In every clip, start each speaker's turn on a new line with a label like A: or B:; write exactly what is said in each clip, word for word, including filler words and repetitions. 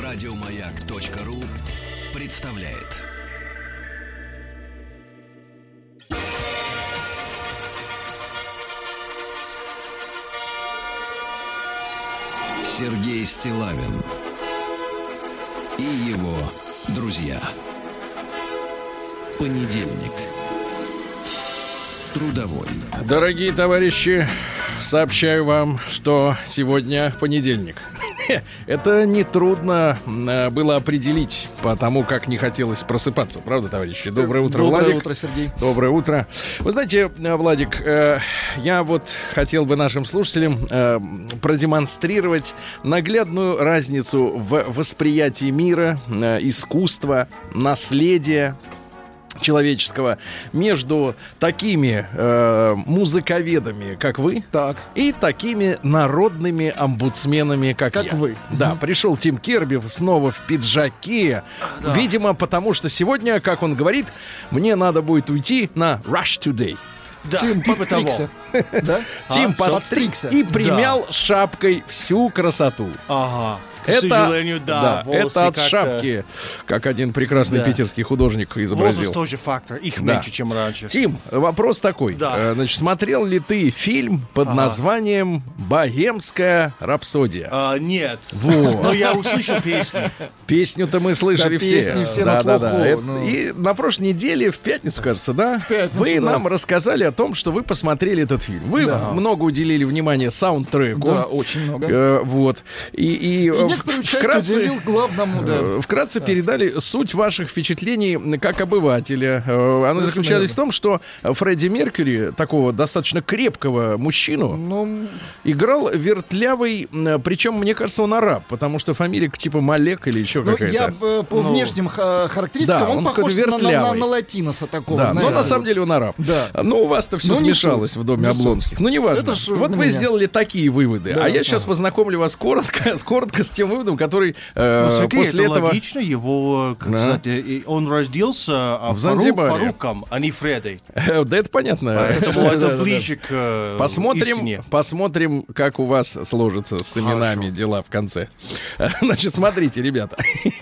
A: Радиомаяк.ру представляет. Сергей Стиллавин и его друзья. Понедельник. Трудовой.
B: Дорогие товарищи, сообщаю вам, что сегодня понедельник. Это нетрудно было определить по тому, как не хотелось просыпаться. Правда, товарищи? Доброе утро,
C: Доброе
B: Владик.
C: утро, Сергей.
B: Доброе утро. Вы знаете, Владик, я вот хотел бы нашим слушателям продемонстрировать наглядную разницу в восприятии мира, искусства, наследия человеческого между такими э, музыковедами, как вы,
C: так.
B: и такими народными омбудсменами, как,
C: как
B: я.
C: вы.
B: Да, пришел Тим Керби снова в пиджаке. Да. Видимо, потому что сегодня, как он говорит, мне надо будет уйти на Rush Today.
C: Да, Тим типа подстригся. Да?
B: Тим а, подстригся и примял да. шапкой всю красоту.
C: Ага. К
B: это,
C: сожалению, да,
B: да это от шапки, как один прекрасный да. питерский художник изобразил.
C: Возраст тоже фактор, их да. меньше, чем раньше.
B: Тим, вопрос такой. Да. Значит, смотрел ли ты фильм под ага. названием «Богемская рапсодия»?
C: А, нет,
B: вот.
C: но я услышал песню.
B: Песню-то мы слышали
C: да,
B: все.
C: Песни все
B: да,
C: на слуху.
B: Да, да.
C: Ну...
B: И на прошлой неделе, в пятницу, кажется, да?
C: В пятницу,
B: вы
C: да.
B: нам рассказали о том, что вы посмотрели этот фильм. Вы да. много уделили внимания саундтреку.
C: Да, очень много.
B: Э, вот. И, и,
C: и некоторую часть
B: вкратце,
C: уделил главному, да.
B: Вкратце
C: да.
B: передали суть ваших впечатлений как обывателя. Они заключались в том, что Фредди Меркьюри, такого достаточно крепкого мужчину,
C: ну...
B: играл вертлявый, причем, мне кажется, он араб, потому что фамилия типа Малек или еще
C: ну,
B: какая-то.
C: Я по ну... внешним характеристикам,
B: да,
C: он,
B: он
C: похож на, на, на, на латиноса такого.
B: Да,
C: знаете,
B: но на самом деле он араб.
C: Да.
B: Но у вас-то все
C: ну,
B: смешалось в доме Облонских. Ну, не важно. Вот вы меня. сделали такие выводы. Да, а я да. сейчас познакомлю вас коротко, коротко с тем выводом, который э,
D: Сергей,
B: после
D: это
B: этого...
D: логично, его, как да. сказать, он родился а
B: в
D: Фарук, Фаруком, а не Фредой.
B: Да это понятно.
D: Поэтому это ближе к
B: посмотрим, посмотрим, как у вас сложатся с именами Хорошо. дела в конце. Значит, смотрите, ребята.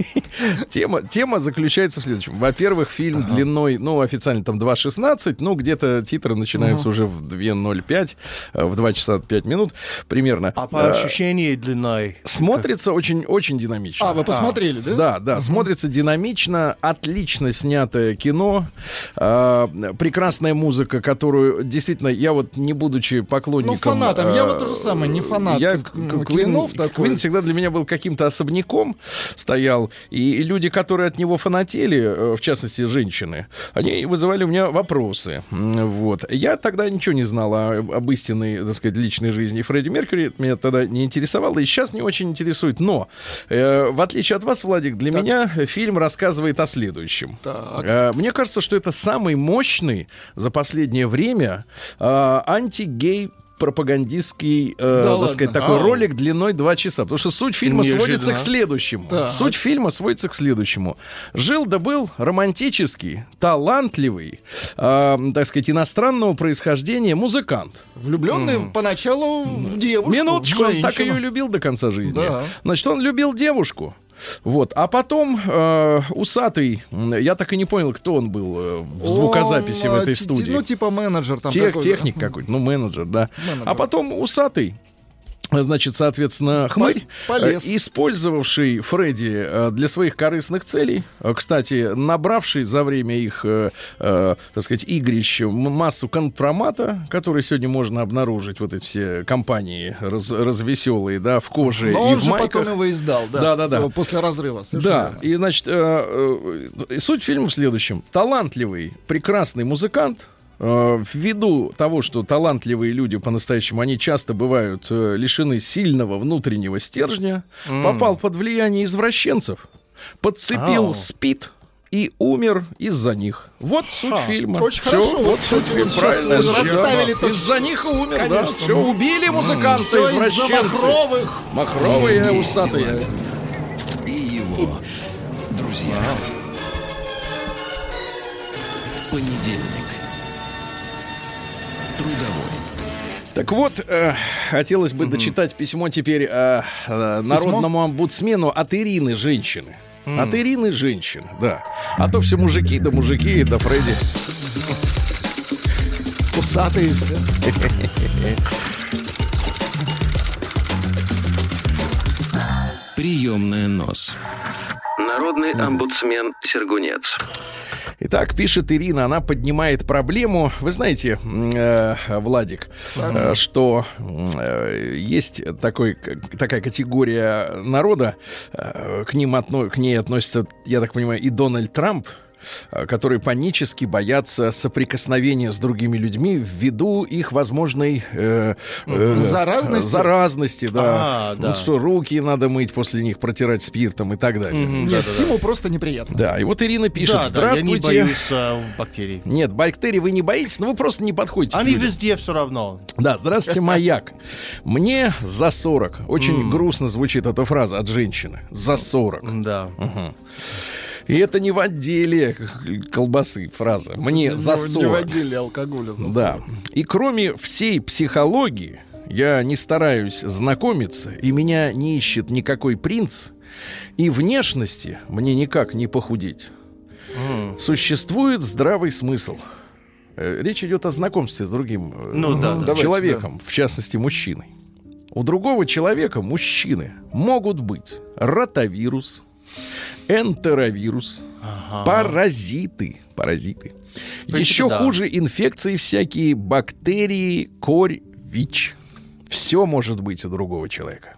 B: Тема, тема заключается в следующем. Во-первых, фильм ага. длиной, ну, официально там два шестнадцать, ну, где-то титры начинаются ага. уже в два ноль пять, в два часа пять минут примерно.
D: А по ощущению длиной?
B: Смотрится очень, очень динамично.
C: А, вы посмотрели, да?
B: Да, да,
C: угу.
B: смотрится динамично, отлично снятое кино, э, прекрасная музыка, которую, действительно, я вот, не будучи поклонником...
C: Ну, фанатом, э, я вот то же самое, не фанат
B: я,
C: кино такой.
B: Квин всегда для меня был каким-то особняком, стоял, и люди, которые от него фанатели, в частности, женщины, они вызывали у меня вопросы. Вот. Я тогда ничего не знал о, об истинной, так сказать, личной жизни Фредди Меркьюри, меня тогда не интересовало, и сейчас не очень интересует. Но, э, в отличие от вас, Владик, для так. меня фильм рассказывает о следующем. Э, мне кажется, что это самый мощный за последнее время э, анти-гей пропагандистский, э,
C: да
B: так
C: ладно.
B: сказать, такой
C: Ау.
B: ролик длиной два часа. Потому что суть фильма Неожиданно. сводится к следующему.
C: Да.
B: Суть фильма сводится к следующему. Жил да был романтический, талантливый, э, так сказать, иностранного происхождения музыкант.
C: Влюбленный mm. поначалу в девушку.
B: Минуточку,
C: в
B: он так ее любил до конца жизни.
C: Да.
B: Значит, он любил девушку. Вот, а потом э, усатый, я так и не понял, кто он был э, в звукозаписи он, в этой
C: т-
B: студии.
C: Ну, типа менеджер там.
B: Тех,
C: какой-то.
B: Техник какой-то, ну, менеджер, да.
C: Менеджер.
B: А потом усатый. Значит, соответственно, хмырь,
C: Полез.
B: использовавший Фредди для своих корыстных целей, кстати, набравший за время их, э, э, так сказать, игрищ массу компромата, который сегодня можно обнаружить, вот эти все компании раз, развеселые, да, в коже
C: Но
B: и
C: он
B: в
C: же
B: майках.
C: потом его издал, да,
B: да, да, да.
C: после разрыва.
B: Да,
C: верно.
B: и, значит, э, э, суть фильма в следующем. Талантливый, прекрасный музыкант, ввиду того, что талантливые люди по-настоящему, они часто бывают э, лишены сильного внутреннего стержня, mm. попал под влияние извращенцев, подцепил oh. СПИД и умер из-за них. Вот суть
C: Ха,
B: фильма.
C: Очень
B: Всё,
C: хорошо.
B: Вот суть фильма. Правильно.
C: Расставили
B: да. Из-за них и умер,
C: Конечно.
B: да. Все, убили музыканта,
C: Всё
B: извращенцы.
C: из-за махровых.
B: Махровые,
A: Сергей
B: усатые.
A: Стиллавин и его друзья. Понедельник. Трудовой.
B: Так вот, э, хотелось бы дочитать письмо теперь э, э, народному омбудсмену от Ирины, женщины. От Ирины, женщины, да. А то все мужики, да мужики, да Фредди.
C: Усатые все.
A: Приемная нос. Народный омбудсмен Сергунец.
B: Итак, пишет Ирина, она поднимает проблему. Вы знаете, э, Владик, э, что э, есть такой, такая категория народа, э, к, ним отно, к ней относится, я так понимаю, и Дональд Трамп, которые панически боятся соприкосновения с другими людьми ввиду их возможной э, э,
C: заразности.
B: заразности, да.
D: А, да.
B: Вот что руки надо мыть после них, протирать спиртом и так далее.
D: Мгм.
C: Нет,
D: Да-да-да.
C: Тиму просто неприятно.
B: Да, и вот Ирина пишет:
D: Да, да, я
B: здравствуйте.
D: не боюсь а, бактерий.
B: Нет, бактерий вы не боитесь, но вы просто не подходите. к
D: Они
B: людям.
D: везде все равно.
B: Да, здравствуйте, маяк. Мне за сорок. Очень грустно звучит эта фраза от женщины. За сорок.
D: Да.
B: И это не в отделе колбасы фраза. Мне за
C: Не- Не в
B: сорок.
C: отделе алкоголя за
B: Да.
C: сорок.
B: И кроме всей психологии, я не стараюсь знакомиться, и меня не ищет никакой принц, и внешности мне никак не похудеть. Существует здравый смысл. Э, Речь идет о знакомстве с другим э,
D: Ну да, да.
C: Давайте,
B: человеком, в частности мужчиной. У другого человека, мужчины, могут быть ротавирус, энтеровирус, паразиты, паразиты.
D: принципе,
B: Еще
D: да.
B: хуже инфекции всякие, бактерии, корь, ВИЧ. Все может быть у другого человека.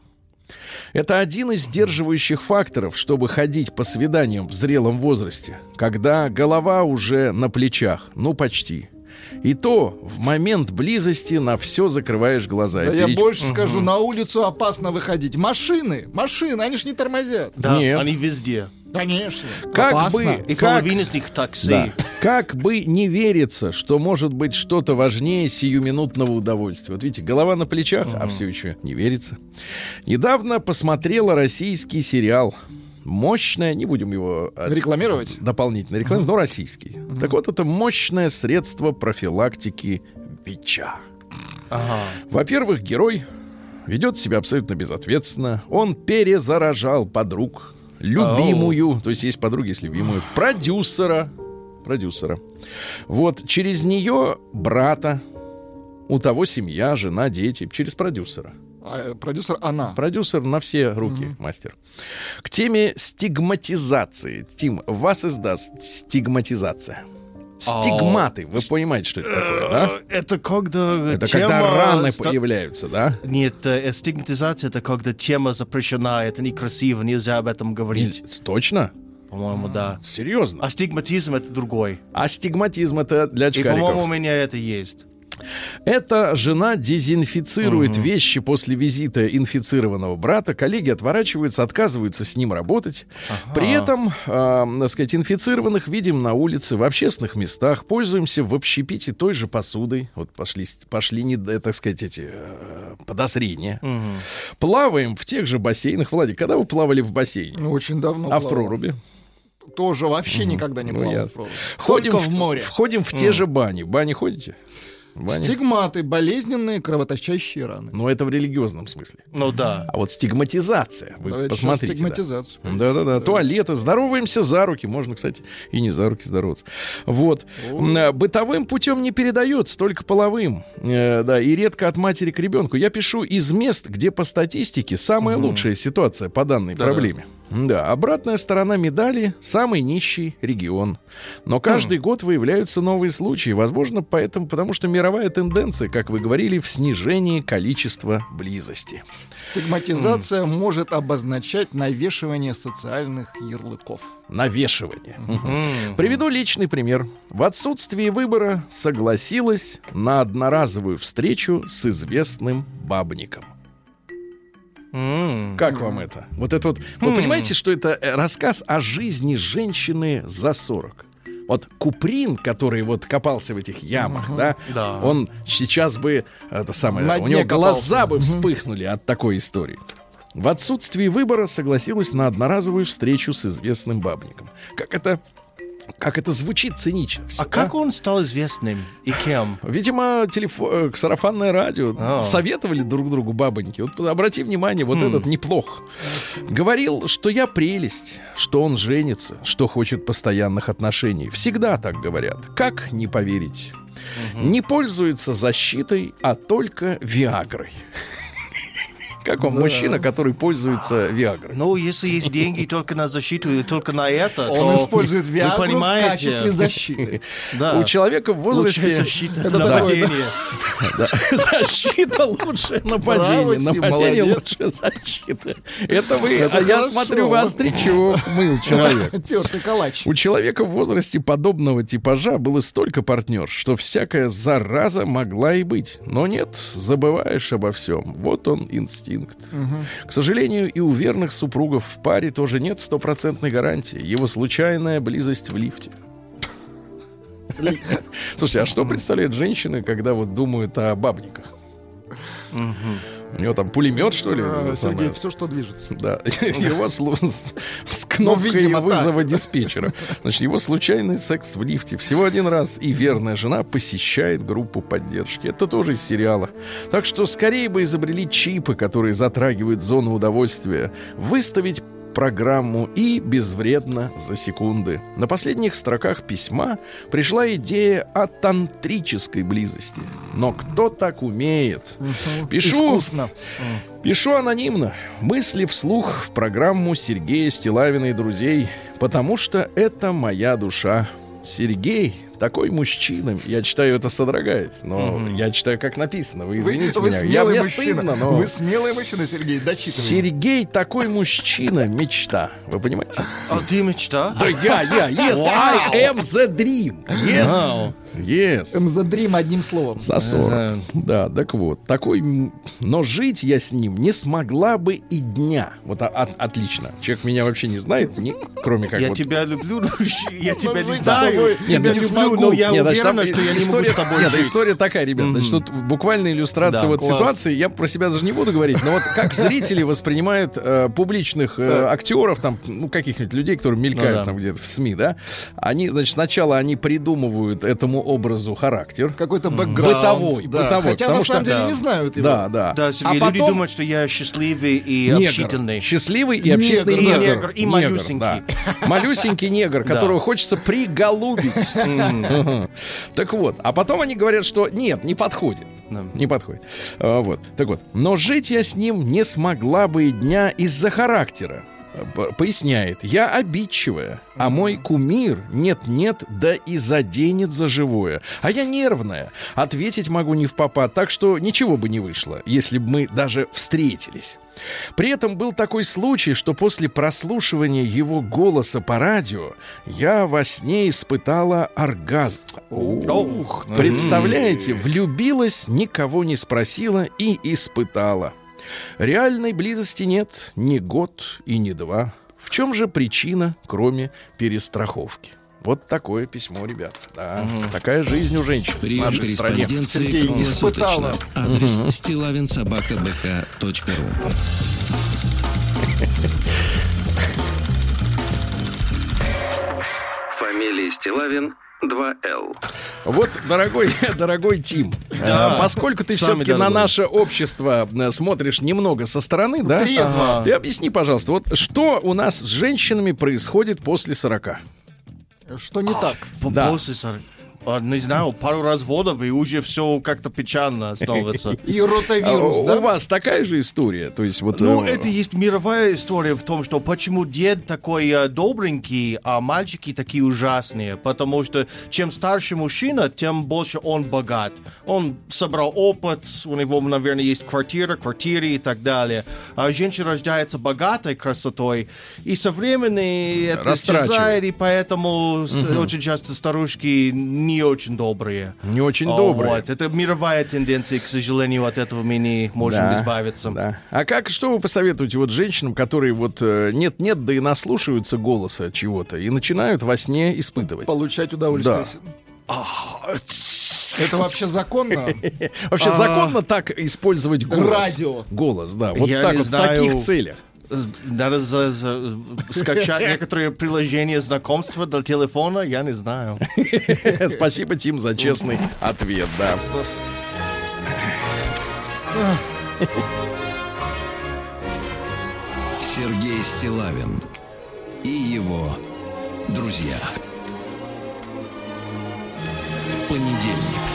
B: Это один из сдерживающих факторов, чтобы ходить по свиданиям в зрелом возрасте, когда голова уже на плечах, ну почти. И то в момент близости на все закрываешь глаза.
C: Да
B: Это
C: я
B: речь-
C: больше скажу, на улицу опасно выходить. Машины, машины, они ж не тормозят.
D: Да,
B: Нет.
D: они везде.
C: Конечно.
B: Как
C: опасно.
B: бы-
D: И
B: Как?
D: половина из них такси.
B: Да. Как бы не верится, что может быть что-то важнее сиюминутного удовольствия. Вот видите, голова на плечах, а все еще не верится. Недавно посмотрела российский сериал. Мощное, не будем его от-
C: Рекламировать?
B: дополнительно рекламировать, но российский. Так вот, это мощное средство профилактики ВИЧа.
D: Ага.
B: Во-первых, герой ведет себя абсолютно безответственно. Он перезаражал подруг, любимую, то есть есть подруги, есть любимую, продюсера, продюсера. Вот, через нее брата, у того семья, жена, дети, через продюсера.
C: А, э, продюсер она.
B: Продюсер на все руки, мастер. К теме стигматизации. Тим, вас издаст стигматизация. Стигматы. Вы понимаете, что это такое, да?
D: Это когда
B: Это
D: тема...
B: когда раны
D: ста-
B: появляются, да?
D: Нет, э, стигматизация — это когда тема запрещена, это некрасиво, нельзя об этом говорить.
B: Или- Точно?
D: По-моему, да.
B: Серьезно?
D: А стигматизм — это другой.
B: А стигматизм это для
D: И, по-моему, у
B: очкариков.
D: меня это есть.
B: Эта жена дезинфицирует вещи после визита инфицированного брата. Коллеги отворачиваются, отказываются с ним работать. При этом, э, так сказать, инфицированных видим на улице, в общественных местах, пользуемся в общепите той же посудой. Вот пошли, пошли не, э, так сказать, эти э, подозрения. Плаваем в тех же бассейнах. Владик, когда вы плавали в бассейне?
C: Ну, очень давно.
B: А в
C: плавал.
B: проруби?
C: Тоже вообще никогда не
B: Ну,
C: плавал.
B: ясно.
C: в проруби.
B: Ходим
C: Только
B: в,
C: в море.
B: Входим в те же бани. В бани ходите? В бане?
C: Стигматы, болезненные кровоточащие раны.
B: Но это в религиозном смысле.
D: Ну да.
B: А вот стигматизация. Вы
C: Давайте сейчас
B: посмотрите. да.
C: стигматизацию.
B: Да-да-да, туалеты, здороваемся за руки. Можно, кстати, и не за руки здороваться. Вот. М, а, Бытовым путем не передается, только половым. Э, да, и редко от матери к ребенку. Я пишу из мест, где по статистике самая лучшая ситуация по данной
D: Да-да.
B: проблеме. Да, обратная сторона медали — самый нищий регион. Но каждый год выявляются новые случаи. Возможно, поэтому, потому что мировая тенденция, как вы говорили, в снижении количества близости.
C: Стигматизация может обозначать навешивание социальных ярлыков.
B: Навешивание. Мгм. Приведу личный пример. В отсутствии выбора согласилась на одноразовую встречу с известным бабником.
D: М.
B: Как вам это? Вот это вот. Вы понимаете, что это э, рассказ о жизни женщины за сорок? Вот Куприн, который вот копался в этих ямах, да,
D: Да.
B: он сейчас бы, это самое,
C: На
B: у
C: дне
B: него глаза
C: копался.
B: бы вспыхнули от такой истории. В отсутствии выбора согласилась на одноразовую встречу с известным бабником. Как это как это звучит цинично.
D: А как он стал известным и кем?
B: Видимо, телефон, сарафанное радио.
D: А.
B: Советовали друг другу бабоньки. Вот обрати внимание, вот
D: Хм.
B: этот неплох. Говорил, что я прелесть, что он женится, что хочет постоянных отношений. Всегда так говорят. Как не поверить? Не пользуется защитой, а только виагрой. Как он, мужчина, который пользуется виагрой?
D: Ну, если есть деньги только на защиту и только на это,
C: Он
D: то
C: использует
D: вы
C: Виагру в
D: понимаете.
C: качестве защиты.
D: Да.
B: У человека в
D: Лучшая
B: возрасте...
D: защита
C: Это
D: нападение.
B: Да. Защита лучше
C: Браво,
B: нападение.
C: Сим,
B: Нападение
C: молодец.
B: лучше защиты. Это вы,
C: Это
B: а я
C: хорошо.
B: смотрю, вас тричок мыл человек.
C: Тертый калач.
B: У человека в возрасте подобного типажа было столько партнер, что всякая зараза могла и быть. Но нет, забываешь обо всем. Вот он инстинкт. К сожалению, и у верных супругов в паре тоже нет стопроцентной гарантии. Его случайная близость в лифте. Слушайте, а что представляют женщины, когда вот думают о бабниках? У него там пулемет, что ли?
C: А,
B: самое?
C: Сергей, все, что движется.
B: Да, его слу- с, с кнопкой
C: видимо,
B: вызова диспетчера. Значит, его случайный секс в лифте всего один раз, и верная жена посещает группу поддержки. Это тоже из сериала. Так что скорее бы изобрели чипы, которые затрагивают зону удовольствия, выставить программу и безвредно за секунды. На последних строках письма пришла идея о тантрической близости. Но кто так умеет? Пишу,
C: Искусно.
B: пишу анонимно. Мысли вслух в программу Сергея Стилавина и друзей, потому что это моя душа. Сергей такой мужчина. Я читаю это содрогаясь, но
D: Мгм.
B: я читаю, как написано. Вы
C: Вы,
B: извините
C: вы
B: меня. Я,
C: смелый
B: мне
C: мужчина.
B: стыдно, но...
C: Вы смелый мужчина, Сергей, дочитывайте.
B: Сергей такой мужчина, мечта. Вы понимаете?
D: А ты мечта?
B: Да я, я, yes, I am the dream. Yes,
D: Вау.
B: yes.
C: Мзадрим одним словом.
B: За сорок. Да, так вот. Такой... м, Но жить я с ним не смогла бы и дня. Вот а- от- отлично. Человек меня вообще не знает, ни- кроме как
D: Я
B: вот...
D: тебя люблю, я тебя не
C: жить с
D: знаю.
C: тобой
D: Тебя
B: не
D: люблю,
C: смогу.
D: но я
B: Нет, значит,
D: уверена,
B: там
D: что я не могу
B: история,
D: с тобой
B: нет,
D: жить.
B: история такая, ребят. Значит,
D: Мгм.
B: тут буквальная иллюстрация
D: Да,
B: вот
C: класс.
B: ситуации. Я про себя даже не буду говорить, но вот как зрители воспринимают э, публичных э,
C: Так.
B: актеров, там, ну, каких-нибудь людей, которые мелькают
D: Ну да.
B: там где-то в СМИ, да? Они, значит, сначала они придумывают этому образу характер.
C: Какой-то бэкграунд.
B: Бытовой,
C: да.
B: бытовой,
C: Хотя
B: потому
C: на самом
B: что-
C: деле
D: Да.
C: не знают его.
B: Да, да.
D: Да, Сергей,
B: а
D: люди
B: потом
D: думают, что я счастливый и
B: негр.
D: общительный.
B: Счастливый и общительный
C: Негр,
B: негр.
D: да. Негр, и малюсенький.
B: да. Малюсенький негр,
D: Да.
B: которого хочется приголубить. Ага. Так вот, а потом они говорят, что нет, не подходит.
D: Да.
B: Не подходит. А, вот. Так вот. Но жить я с ним не смогла бы и дня из-за характера. П- Поясняет, я обидчивая, а мой кумир нет-нет, да и заденет за живое. А я нервная, ответить могу не впопад, так что ничего бы не вышло, если бы мы даже встретились. При этом был такой случай, что после прослушивания его голоса по радио я во сне испытала оргазм.
D: Ух,
B: Представляете, влюбилась, никого не спросила и испытала. Реальной близости нет ни год и ни два. В чем же причина, кроме перестраховки? Вот такое письмо, ребят. Да, такая жизнь у женщин в
A: Прием
B: нашей стране.
A: корреспонденции
C: Сергей,
A: круглосуточно.
C: испытала.
A: Адрес стилавин собака бэ ка точка ру. Фамилия Стилавин два эл.
B: Вот, дорогой, дорогой Тим,
D: Да.
B: э, поскольку ты
D: Самый
B: все-таки на
D: дорогой.
B: наше общество э, смотришь немного со стороны, да?
C: Трезво.
B: Ага. Ты объясни, пожалуйста, вот что у нас с женщинами происходит после сорока?
C: Что не так?
D: По-
B: Да.
D: После сорок- а, не знаю, пару разводов, и уже все как-то печально становится.
C: И
B: А,
C: ротавирус,
B: у
C: да?
B: вас такая же история? То есть вот...
D: Ну,
B: э,
D: это есть мировая история в том, что почему дед такой э, добренький, а мальчики такие ужасные. Потому что чем старше мужчина, тем больше он богат. Он собрал опыт, у него, наверное, есть квартира, квартиры и так далее. А женщина рождается богатой красотой, и со временем это
B: Растрачивает.
D: исчезает, и поэтому с- очень часто старушки не очень добрые.
B: Не очень
D: О,
B: добрые.
D: вот. Это мировая тенденция, к сожалению, от этого мы не можем
B: Да,
D: избавиться.
B: да. А как, что вы посоветуете вот женщинам, которые вот э, нет-нет, да и наслушаются голоса чего-то и начинают во сне испытывать?
C: Получать удовольствие. Это вообще законно?
B: Вообще
D: А.
B: законно так использовать голос?
C: Радио.
B: Голос, да. Вот
D: Я
B: так
D: не
B: вот,
D: знаю.
B: в таких целях.
D: Надо за- за- скачать некоторые приложения знакомства для телефона, я не знаю.
B: Спасибо, Тим, за честный ответ, да.
A: Сергей Стиллавин и его друзья. Понедельник.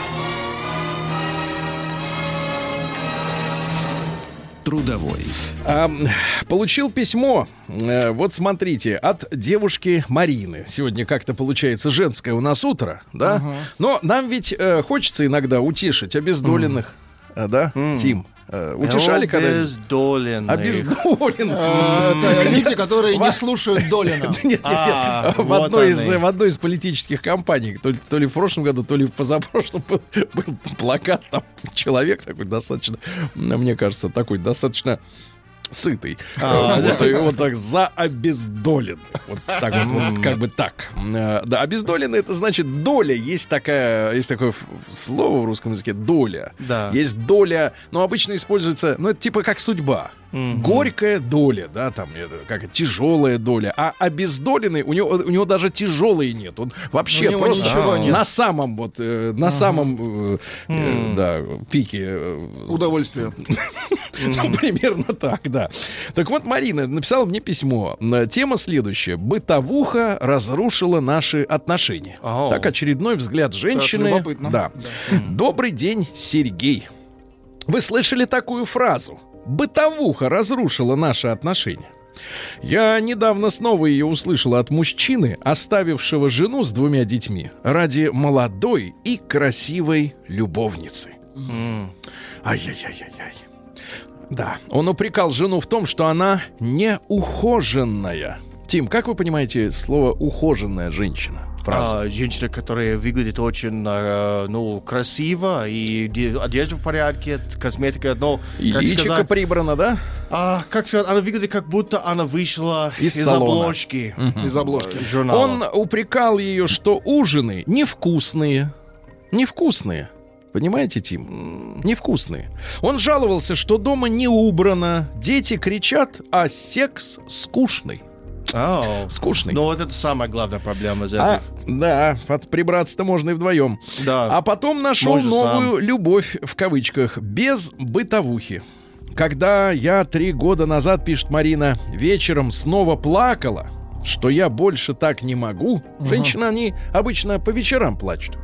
A: Трудовой.
B: А, получил письмо, э, вот смотрите, от девушки Марины. Сегодня как-то получается женское у нас утро, да?
C: Ага.
B: Но нам ведь э, хочется иногда утешить обездоленных, э, да, Тим? Э, утешали когда-нибудь?
D: Обездоленный.
B: Обездоленных.
C: А, Это люди, которые не слушают Долина.
B: Нет, нет,
D: А,
B: нет. В,
D: вот
B: одной из,
D: они.
B: в одной из политических кампаний, то ли, то ли в прошлом году, то ли в позапрошлом, был, был плакат, там человек такой достаточно, мне кажется, такой достаточно сытый.
D: А,
B: вот, и вот так за обездоленных. Вот так вот, вот как бы так. Э, Да, обездоленный — это значит доля. Есть такая, есть такое ф- слово в русском языке — доля.
D: Да.
B: Есть доля, но обычно используется, ну, это типа как судьба. Горькая доля, да, там, это, как тяжелая доля. А обездоленный, у него, у него даже тяжелой нет. Он вообще
C: У него
B: просто
C: ничего нет.
B: на самом, вот, э, на самом, э, э, да, пике. э,
C: Удовольствие.
B: ну, примерно так, да. Так вот, Марина написала мне письмо. Э, Тема следующая. Бытовуха разрушила наши отношения.
D: Ау.
B: Так, очередной взгляд женщины.
C: любопытно.
B: Да. Добрый день, Сергей. Вы слышали такую фразу? Бытовуха разрушила наши отношения. Я недавно снова ее услышала от мужчины, оставившего жену с двумя детьми ради молодой и красивой любовницы. Ай-яй-яй-яй-яй. Да, он упрекал жену в том, что она неухоженная. Тим, как вы понимаете слово «ухоженная женщина»? Фразу.
D: А, женщина, которая выглядит очень, э, ну, красиво, и де- одежда в порядке, косметика, но,
B: И
D: как
B: личико
D: сказать,
B: прибрано, да?
D: а, как сказать, она выглядит, как будто она вышла
B: Из
D: из,
B: салона.
D: обложки
C: Из обложки.
D: журнала.
B: Он упрекал ее, что ужины невкусные. Невкусные. Понимаете, Тим? Невкусные. Он жаловался, что дома не убрано, дети кричат, а секс скучный.
D: Ау.
B: Скучный.
D: Ну, вот это самая главная проблема из
B: А,
D: этих.
B: да, под- прибраться-то можно и вдвоем.
D: Да.
B: А потом нашел
D: Можно
B: новую любовь, в кавычках, без бытовухи. Когда я три года назад, пишет Марина, вечером снова плакала, что я больше так не могу. Женщины, они обычно по вечерам плачут.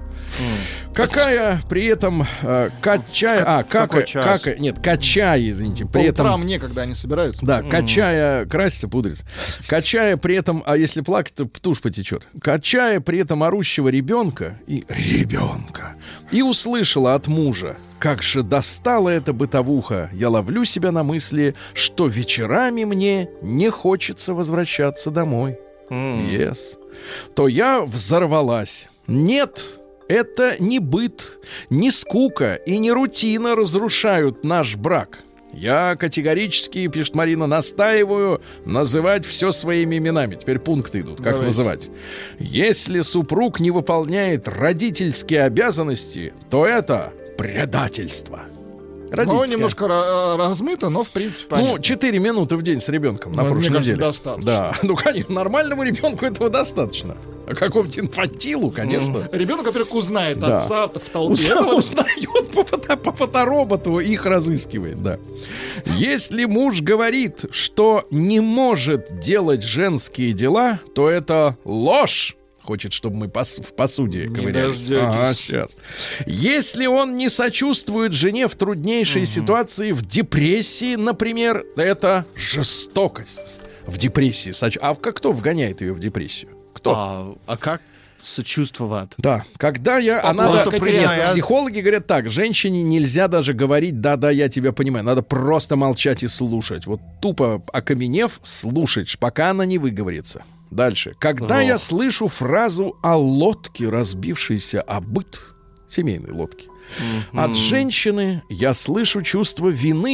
B: Какая при этом э, качая...
D: ка-
B: А,
D: в какой
B: какая...
D: час?
B: какая- Нет, качая, извините.
C: По
B: При этом...
C: утрам некогда они собираются.
B: Да, качая, красится, пудрится. Качая при этом, а если плакать, то тушь потечет. Качая при этом орущего ребенка и ребенка. И услышала от мужа, как же достала эта бытовуха. Я ловлю себя на мысли, что вечерами мне не хочется возвращаться домой. Yes. То я взорвалась. Нет, это не быт, не скука и не рутина разрушают наш брак. Я категорически, пишет Марина, настаиваю называть все своими именами. Теперь пункты идут, как
C: Давайте.
B: называть. Если супруг не выполняет родительские обязанности, то это предательство.
C: Ну,
B: Родительское.
C: немножко ра- размыто, но в принципе
B: Ну,
C: понятно.
B: четыре минуты в день с ребенком на
C: Ну,
B: прошлой
C: мне кажется,
B: неделе.
C: достаточно.
B: Да, ну, конечно, нормальному ребенку этого достаточно. А какому-то инфантилу, конечно.
C: Ребенок, во-первых, узнает
B: Да.
C: отца в толпе.
B: Узна-
C: Это вот
B: Узнает по, фото- по фотороботу, их разыскивает, да. Если муж говорит, что не может делать женские дела, то это ложь. Хочет, чтобы мы пос- в посуде ковырялись.
C: дождётесь.
B: Ага, сейчас. Если он не сочувствует жене в труднейшей ситуации, в депрессии, например, это жестокость. В депрессии. соч- А как кто вгоняет ее в депрессию? Кто?
D: А, а как сочувствовать?
B: Да, когда я...
C: А
B: а надо-
C: просто
B: Нет,
D: признать.
B: психологи говорят так, женщине нельзя даже говорить «да-да, я тебя понимаю». Надо просто молчать и слушать. Вот тупо окаменев, слушать, пока она не выговорится. Дальше. Когда
D: О.
B: я слышу фразу о лодке, разбившейся о быт, семейной лодке, от женщины я слышу чувство вины,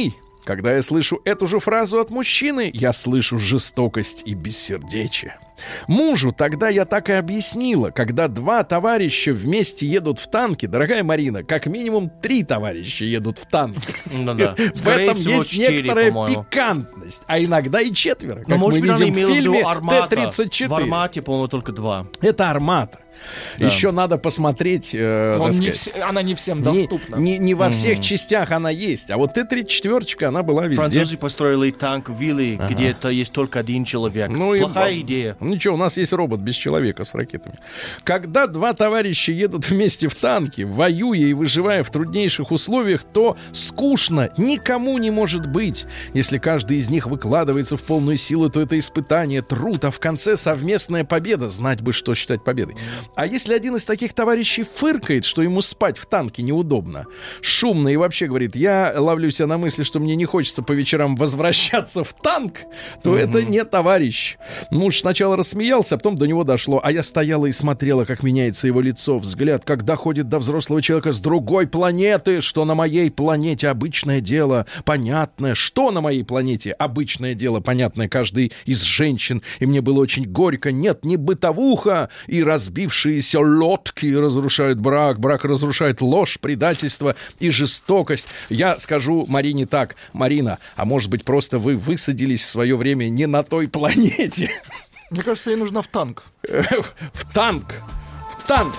B: Когда я слышу эту же фразу от мужчины, я слышу жестокость и бессердечие. Мужу тогда я так и объяснила, когда два товарища вместе едут в танке, дорогая Марина, как минимум три товарища едут в танке.
D: Ну да.
B: В
D: Скорее
B: этом
D: всего,
B: есть
D: четыре,
B: некоторая
D: по-моему.
B: пикантность, а иногда и четверо, как
D: Но,
B: мы
D: может быть, она
B: видим в
D: имела в
B: фильме
D: виду Армата.
B: Т тридцать четыре.
D: В Армате, по-моему, только два.
B: Это Армата.
D: Да.
B: Еще надо посмотреть, э,
C: Он
B: так
C: не
B: сказать,
C: вс- Она не всем
B: не,
C: доступна.
B: не- не во всех частях она есть, а вот Т тридцать четыре, она была везде.
D: Французы построили танк в Вилле, где это есть только один человек.
B: Ну и
D: Плохая
B: б-
D: идея.
B: Ну ничего, у нас есть робот без человека с ракетами. Когда два товарища едут вместе в танке, воюя и выживая в труднейших условиях, то скучно никому не может быть. Если каждый из них выкладывается в полную силу, то это испытание, труд, а в конце совместная победа. Знать бы, что считать победой. А если один из таких товарищей фыркает, что ему спать в танке неудобно, шумно и вообще говорит, я ловлю себя на мысли, что мне не хочется по вечерам возвращаться в танк, то mm-hmm. это не товарищ. Муж сначала рассмеялся, а потом до него дошло. А я стояла и смотрела, как меняется его лицо, взгляд, как доходит до взрослого человека с другой планеты, что на моей планете обычное дело, понятное, что на моей планете обычное дело, понятное каждой из женщин. И мне было очень горько. Нет, не бытовуха и разбившиеся лодки разрушают брак, брак разрушает ложь, предательство и жестокость. Я скажу Марине так: Марина, а может быть просто вы высадились в свое время не на той планете?
C: Мне кажется, ей нужно в танк.
B: В танк! В танк!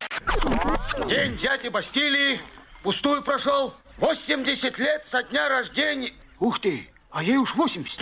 E: День взятия Бастилии пустую прошел. восемьдесят лет со дня рождения. Ух ты, а ей уж восемьдесят.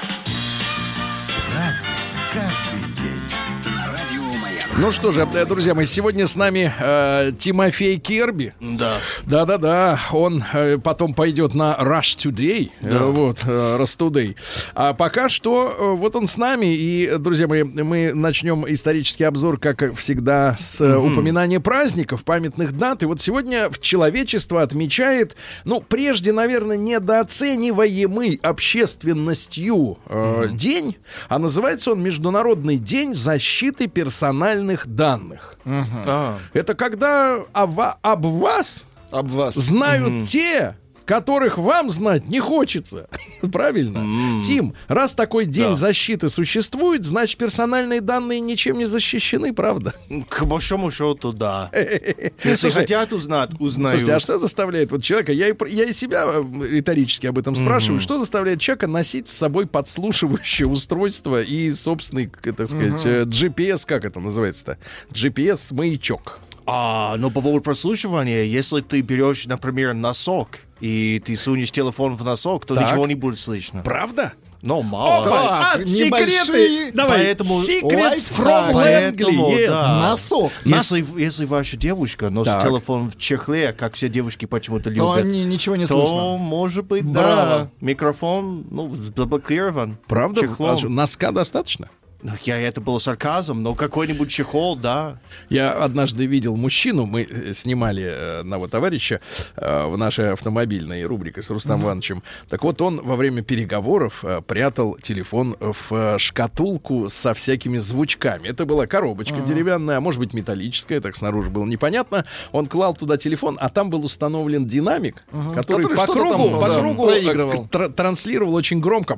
A: Разный, каждый день. Радио Маяк.
B: Ну что же, друзья мои, сегодня с нами э, Тимофей Керби.
D: Да.
B: Да-да-да, он э, потом пойдет на Rush Today,
D: Да.
B: э, вот, э, Rush Today. А пока что э, вот он с нами, и, друзья мои, мы начнем исторический обзор, как всегда, с э, mm-hmm. упоминания праздников, памятных дат. И вот сегодня человечество отмечает, ну, прежде, наверное, недооцениваемый общественностью э, mm-hmm. день, а называется он Международный день защиты персональных данных.
C: Мгм.
D: А,
B: Это когда об, об вас
C: Об вас.
B: знают
D: Мгм.
B: те, которых вам знать не хочется. Правильно?
D: М.
B: Тим, раз такой день
D: Да.
B: защиты существует, значит, персональные данные ничем не защищены, правда?
D: к большому счету, да. Если
B: Слушай,
D: хотят узнать, узнают.
B: Слушайте, а что заставляет вот человека, я и, про- я и себя э, риторически об этом спрашиваю, что заставляет человека носить с собой подслушивающее устройство и собственный, к- так сказать, э, джи пи эс, как это называется-то? джи пи эс-маячок.
D: А, но по поводу прослушивания, если ты берешь, например, носок, и ты сунешь телефон в носок, то
B: Так.
D: ничего не будет слышно.
B: Правда?
D: Но мало.
C: Так,
B: от
C: небольшие-
B: секреты. Давай,
D: Поэтому
B: secrets from
C: лайфхак.
D: Поэтому,
B: Langley. Yes.
D: да.
C: Носок.
D: Если, если ваша девушка носит
B: Так.
D: телефон в чехле, как все девушки почему-то любят,
C: То они ничего не
D: то,
C: слышно.
D: может быть,
C: Браво.
D: да, микрофон, ну, заблокирован.
B: Правда?
D: Чехлом.
B: А что, носка достаточно?
D: Ну, я, это был сарказм, но какой-нибудь чехол, да.
B: Я однажды видел мужчину, мы э, снимали э, одного товарища э, в нашей автомобильной рубрике с Рустамом Ивановичем. Так вот, он во время переговоров э, прятал телефон в э, шкатулку со всякими звучками. Это была коробочка деревянная, а может быть металлическая, так снаружи было непонятно. Он клал туда телефон, а там был установлен динамик, который,
C: Который
B: по
C: что-то
B: кругу,
C: там,
B: по
C: да,
B: кругу
C: проигрывал.
B: э, тр- транслировал очень громко.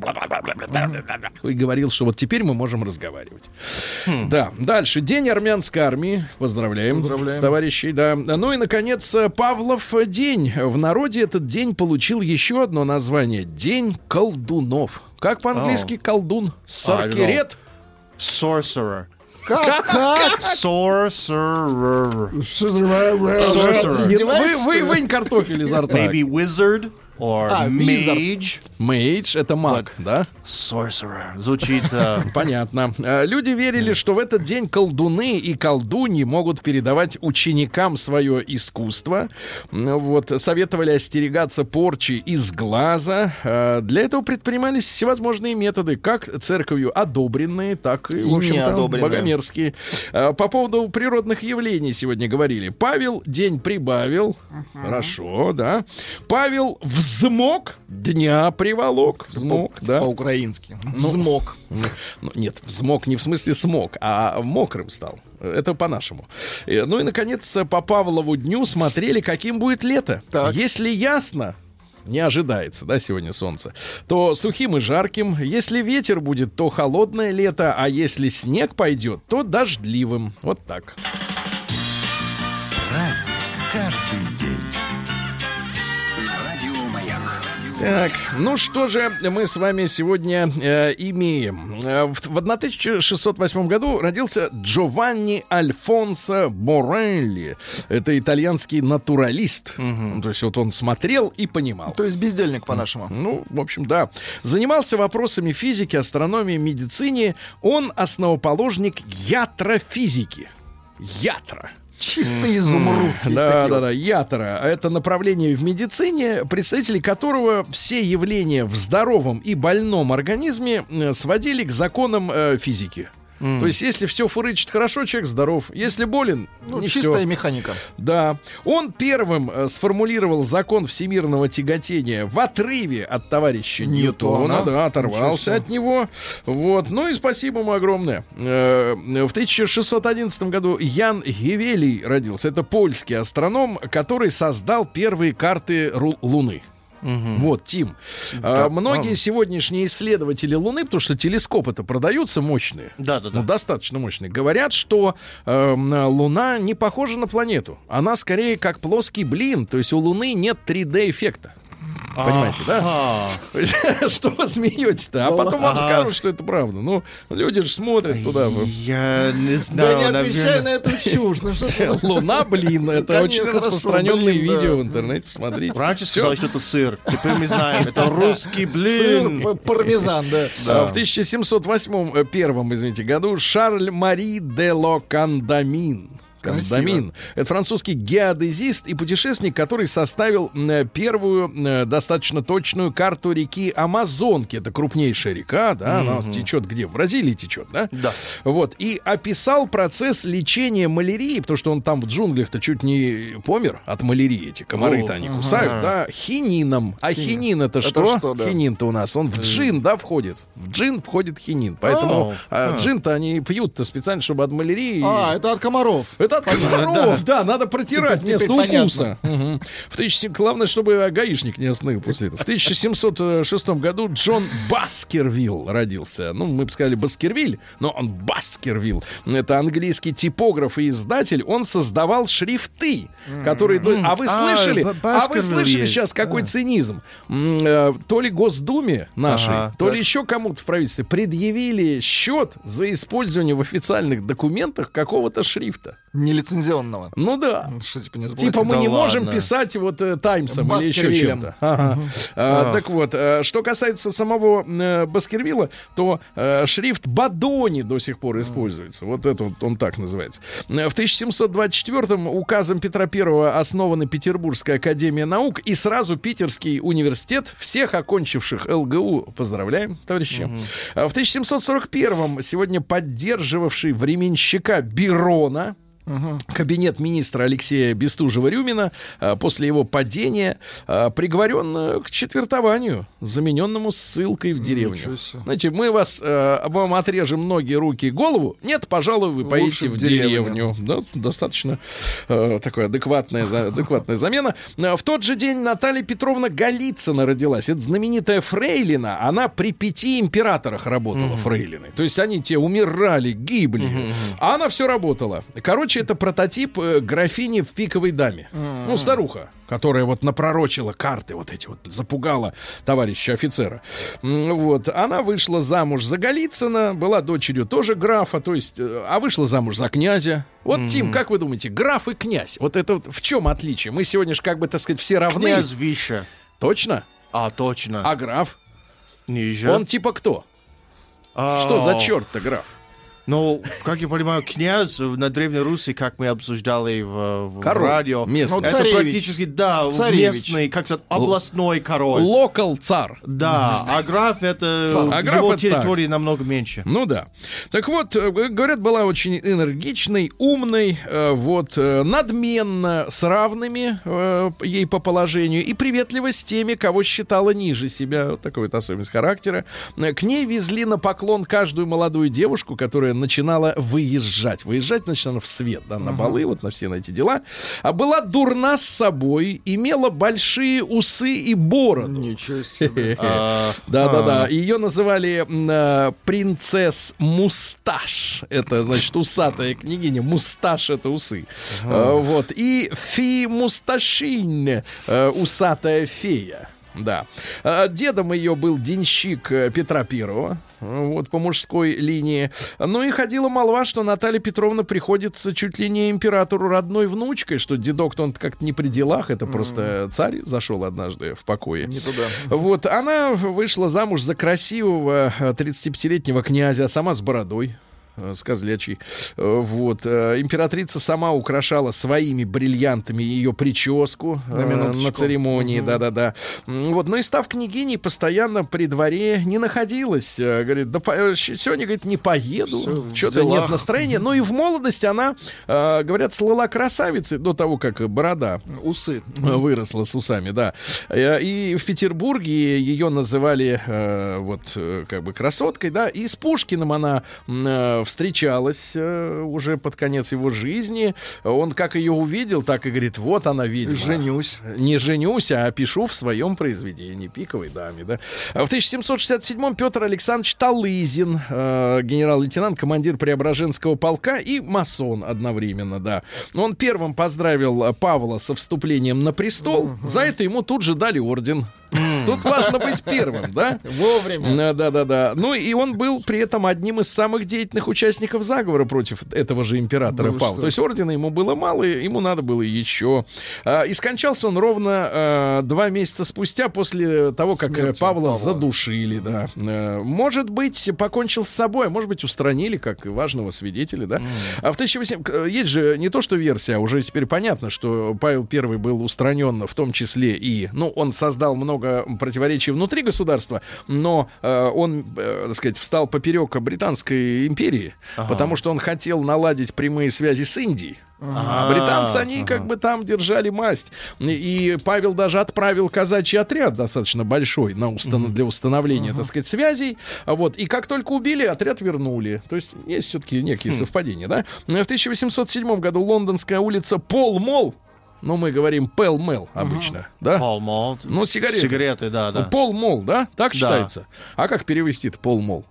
B: И говорил, что вот теперь мы можем разговаривать. Да, дальше. День армянской армии. Поздравляем,
C: Поздравляем.
B: товарищи. Да. Ну и, наконец, Павлов день. В народе этот день получил еще одно название. День колдунов. Как по-английски колдун? Соркерет?
D: Sorcerer.
C: Как? Как?
D: Sorcerer.
C: Sorcerer.
B: Вы, вы, вынь картофель изо рта.
D: Maybe wizard or
C: А, wizard.
D: mage.
B: Мейдж — это маг, да?
D: Sorcerer. Звучит... э,
B: Понятно. Э, Люди верили, что в этот день колдуны и колдуньи могут передавать ученикам свое искусство. М, Вот, советовали остерегаться порчи из глаза. Э, Для этого предпринимались всевозможные методы, как церковью одобренные, так и, в
D: И
B: общем-то,
D: неодобренные.
B: богомерзкие. Э, По поводу природных явлений сегодня говорили. Павел день прибавил. Хорошо, да. Павел взмок, дня приволок. Взмок, да.
C: По-украински. Взмок.
B: Ну, нет, взмок не в смысле смог, а мокрым стал. Это по-нашему. Э, Ну и, наконец, по Павлову дню смотрели, каким будет лето.
C: Так.
B: Если ясно, не ожидается, да, сегодня солнце, то сухим и жарким. Если ветер будет, то холодное лето, а если снег пойдет, то дождливым. Вот так.
A: Праздник каждый день. Радио Маяк.
B: Так, ну что же мы с вами сегодня э, имеем? Э, в, в тысяча шестьсот восьмом году родился Джованни Альфонсо Борелли. Это итальянский натуралист. Угу. То есть вот он смотрел и понимал.
C: То есть бездельник, по-нашему.
B: Ну, в общем, да. Занимался вопросами физики, астрономии, медицине. Он основоположник ятрофизики. Ятро.
C: Чистый изумруд.
B: Да, да, да, ятро. Это направление в медицине, представители которого все явления в здоровом и больном организме сводили к законам э, физики. Mm. То есть, если все фурычит хорошо, человек здоров. Если болен,
C: ну,
B: не
C: чистая
B: всё.
C: механика.
B: Да. Он первым э, сформулировал закон всемирного тяготения в отрыве от товарища Ньютона. Ньютона да, оторвался от него. Вот. Ну и спасибо ему огромное. Э, в тысяча шестьсот одиннадцатом году Ян Гевелий родился. Это польский астроном, который создал первые карты ру- Луны. Угу. Вот, Тим. Да, а, многие мам. сегодняшние исследователи Луны, потому что телескопы-то продаются мощные,
D: да, да, да.
B: ну, достаточно мощные, говорят, что э, Луна не похожа на планету. Она скорее как плоский блин. То есть у Луны нет три дэ-эффекта. Понимаете, да? Что вы смеетесь-то? А потом вам скажут, что это правда. Ну, люди же смотрят туда.
D: Я не знаю,
C: да не отвечай на эту чушь.
B: Луна, блин, это очень распространенное видео в интернете. Посмотрите.
D: Раньше сказали, что это сыр. Теперь мы знаем, это русский блин.
C: Сыр, пармезан, да.
B: В тысяча семьсот восьмом, первом, извините, году Шарль-Мари де Ло Кондамин. Кондамин. Это французский геодезист и путешественник, который составил э, первую э, достаточно точную карту реки Амазонки. Это крупнейшая река, да, mm-hmm. она течет где? В Бразилии течет, да?
D: Да.
B: Вот. И описал процесс лечения малярии, потому что он там в джунглях-то чуть не помер от малярии. Эти комары-то oh. они кусают, uh-huh. да, хинином. А хинин, хинин это, это что? что да. Хинин-то у нас, он в джин, да, входит. В джин входит хинин. Поэтому oh. а, джин-то они пьют-то специально, чтобы от малярии...
C: А, это от комаров.
B: Это от комаров, да, надо протирать место укуса. Угу. В тысяча... Главное, чтобы гаишник не остановил после этого. В тысяча семьсот шестом году Джон Баскервилл родился. Ну, мы бы сказали Баскервиль, но он Баскервилл. Это английский типограф и издатель. Он создавал шрифты, которые... Mm-hmm. А вы слышали? А, а вы слышали сейчас какой а. цинизм? То ли Госдуме нашей, ага, то так. ли еще кому-то в правительстве предъявили счет за использование в официальных документах какого-то шрифта.
C: Нелицензионного.
B: Ну да.
C: Что, типа, не
B: типа мы
D: да
B: не
D: ладно.
B: можем писать вот э, Таймсом или еще чем-то. Ага. А, так вот, э, что касается самого э, Баскервилла, то э, шрифт Бадони до сих пор используется. Вот это вот он так называется. В тысяча семьсот двадцать четвёртом указом Петра Первого основана Петербургская академия наук и сразу Питерский университет. Всех окончивших эл гэ у поздравляем, товарищи. Mm-hmm. В тысяча семьсот сорок первом сегодня поддерживавший временщика Бирона, Uh-huh. кабинет министра Алексея Бестужева-Рюмина а, после его падения а, приговорен к четвертованию, замененному ссылкой в деревню. Знаете, мы вас а, вам отрежем ноги, руки, голову. Нет, пожалуй, вы поедете в деревню. Да, достаточно а, такая адекватная, за, адекватная замена. В тот же день Наталья Петровна Голицына родилась. Это знаменитая фрейлина. Она при пяти императорах работала uh-huh. фрейлиной. То есть они те умирали, гибли. Uh-huh. А она все работала. Короче, это прототип э, графини в «Пиковой даме». Mm-hmm. Ну, старуха, которая вот напророчила карты вот эти вот, запугала товарища офицера. Вот. Она вышла замуж за Голицына, была дочерью тоже графа, то есть, э, а вышла замуж за князя. Вот, mm-hmm. Тим, как вы думаете, граф и князь, вот это вот в чем отличие? Мы сегодня же, как бы, так сказать, все равны.
D: Князь выше.
B: Точно?
D: А, точно.
B: А граф?
D: Ниже.
B: Он типа кто?
D: А-а-а.
B: Что за черт-то граф?
D: Ну, как я понимаю, князь на Древней Руси, как мы обсуждали в, в
B: король,
D: радио,
B: местный.
D: это
C: царевич.
D: практически, да,
C: Царевич.
D: местный, как сказать, областной король.
B: Локал цар.
D: Да, а граф это,
B: а
D: его
B: граф это
D: территории
B: так.
D: намного меньше.
B: Ну да. Так вот, говорят, была очень энергичной, умной, вот, надменно с равными ей по положению и приветлива с теми, кого считала ниже себя. Вот такая вот особенность характера. К ней везли на поклон каждую молодую девушку, которая начинала выезжать. Выезжать, значит, она в свет, да, на балы, вот на все на эти дела. А была дурна с собой, имела большие усы и бороду.
C: Ничего себе.
B: Да-да-да. Ее называли э, принцесс Мусташ. Это, значит, усатая княгиня. Мусташ — это усы. Э, вот. И Фи Мусташин, э, усатая фея. Да. А дедом ее был денщик Петра Первого, вот, по мужской линии. Ну и ходила молва, что Наталья Петровна приходится чуть ли не императору родной внучкой, что дедок-то он как-то не при делах, это mm. просто царь зашел однажды в покое.
C: Не туда.
B: Вот, она вышла замуж за красивого тридцатипятилетнего князя, а сама с бородой. С козлячей. Вот. Императрица сама украшала своими бриллиантами ее прическу на, на церемонии. Угу. Да-да-да. Вот. Но и став княгиней, постоянно при дворе не находилась. Говорит, да по... сегодня, говорит, не поеду. Что-то нет настроения. Но и в молодости она, говорят, слыла красавицей до того, как борода
C: усы
B: выросла с усами, да. И в Петербурге ее называли вот как бы красоткой, да. И с Пушкиным она встречалась э, уже под конец его жизни. Он как ее увидел, так и говорит, вот она ведьма.
C: Женюсь.
B: Не женюсь, а пишу в своем произведении «Пиковой даме». Да. В тысяча семьсот шестьдесят седьмом Петр Александрович Талызин, э, генерал-лейтенант, командир Преображенского полка и масон одновременно, да. Он первым поздравил Павла со вступлением на престол. Uh-huh. За это ему тут же дали орден. Mm. Тут важно быть первым, да?
C: Вовремя.
B: Да-да-да. Ну и он был при этом одним из самых деятельных участников заговора против этого же императора ну, Павла. То есть ордена ему было мало, ему надо было еще. А, и скончался он ровно а, два месяца спустя после того, как Смерти Павла, Павла задушили, да. А, может быть, покончил с собой, а может быть, устранили как важного свидетеля, да? Mm. А в тысяча восемьсот... Есть же не то, что версия, а уже теперь понятно, что Павел Первый был устранен, в том числе и... Ну, он создал много противоречий внутри государства, но э, он, э, так сказать, встал поперек британской империи, ага. потому что он хотел наладить прямые связи с Индией. А британцы, они ага. как бы там держали масть. И Павел даже отправил казачий отряд достаточно большой на устан- для установления, ага. так сказать, связей. Вот. И как только убили, отряд вернули. То есть есть все-таки некие хм. совпадения, да? В тысяча восемьсот седьмом году лондонская улица Пол-Молл, ну, мы говорим Пэл-Мэл обычно, uh-huh. да?
D: Пол-Мол.
B: Ну, сигареты.
D: Сигареты, да, да.
B: Ну, Пол-Мол, да? Так
D: да.
B: считается? А как перевести-то Пол-Мол?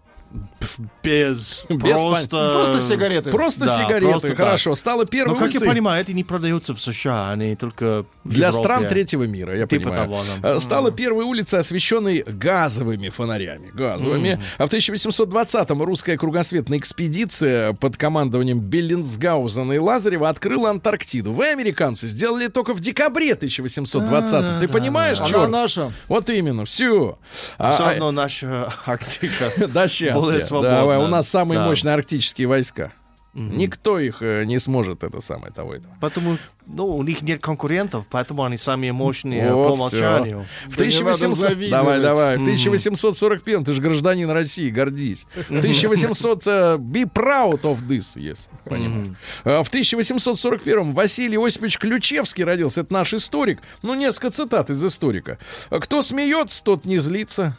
D: Без,
B: Без
D: просто...
C: просто сигареты.
B: Просто
D: да,
B: сигареты,
D: просто
B: хорошо.
D: Так.
B: Стало первой
D: Но, как
B: улицей...
D: я понимаю, это не продается в США, они только в
B: Для
D: Европе.
B: стран третьего мира, я
D: типа
B: понимаю.
D: Того, да.
B: Стала mm. первой улицей, освещенной газовыми фонарями. Газовыми. Mm. А в тысяча восемьсот двадцатом русская кругосветная экспедиция под командованием Беллинсгаузена и Лазарева открыла Антарктиду. Вы, американцы, сделали только в декабре тысяча восемьсот двадцатого. Ты
D: да,
B: понимаешь,
C: да.
B: чёрт?
C: Она наша.
B: Вот именно, все.
D: А, все равно наша Арктика
B: да, сейчас.
D: более свободна.
B: У нас самые
D: да.
B: мощные арктические войска.
D: Mm-hmm.
B: Никто их э, не сможет, это самое того этого.
D: Потому, ну, у них нет конкурентов, поэтому они самые мощные вот по умолчанию.
B: В тысяча восемьсот... Давай, давай. В тысяча восемьсот сорок первом, ты же гражданин России, гордись. В тысяча восемьсот... Be proud of this, yes. Понимаю. Mm-hmm. В тысяча восемьсот сорок первом Василий Осипович Ключевский родился. Это наш историк. Ну, несколько цитат из историка. Кто смеется, тот не злится.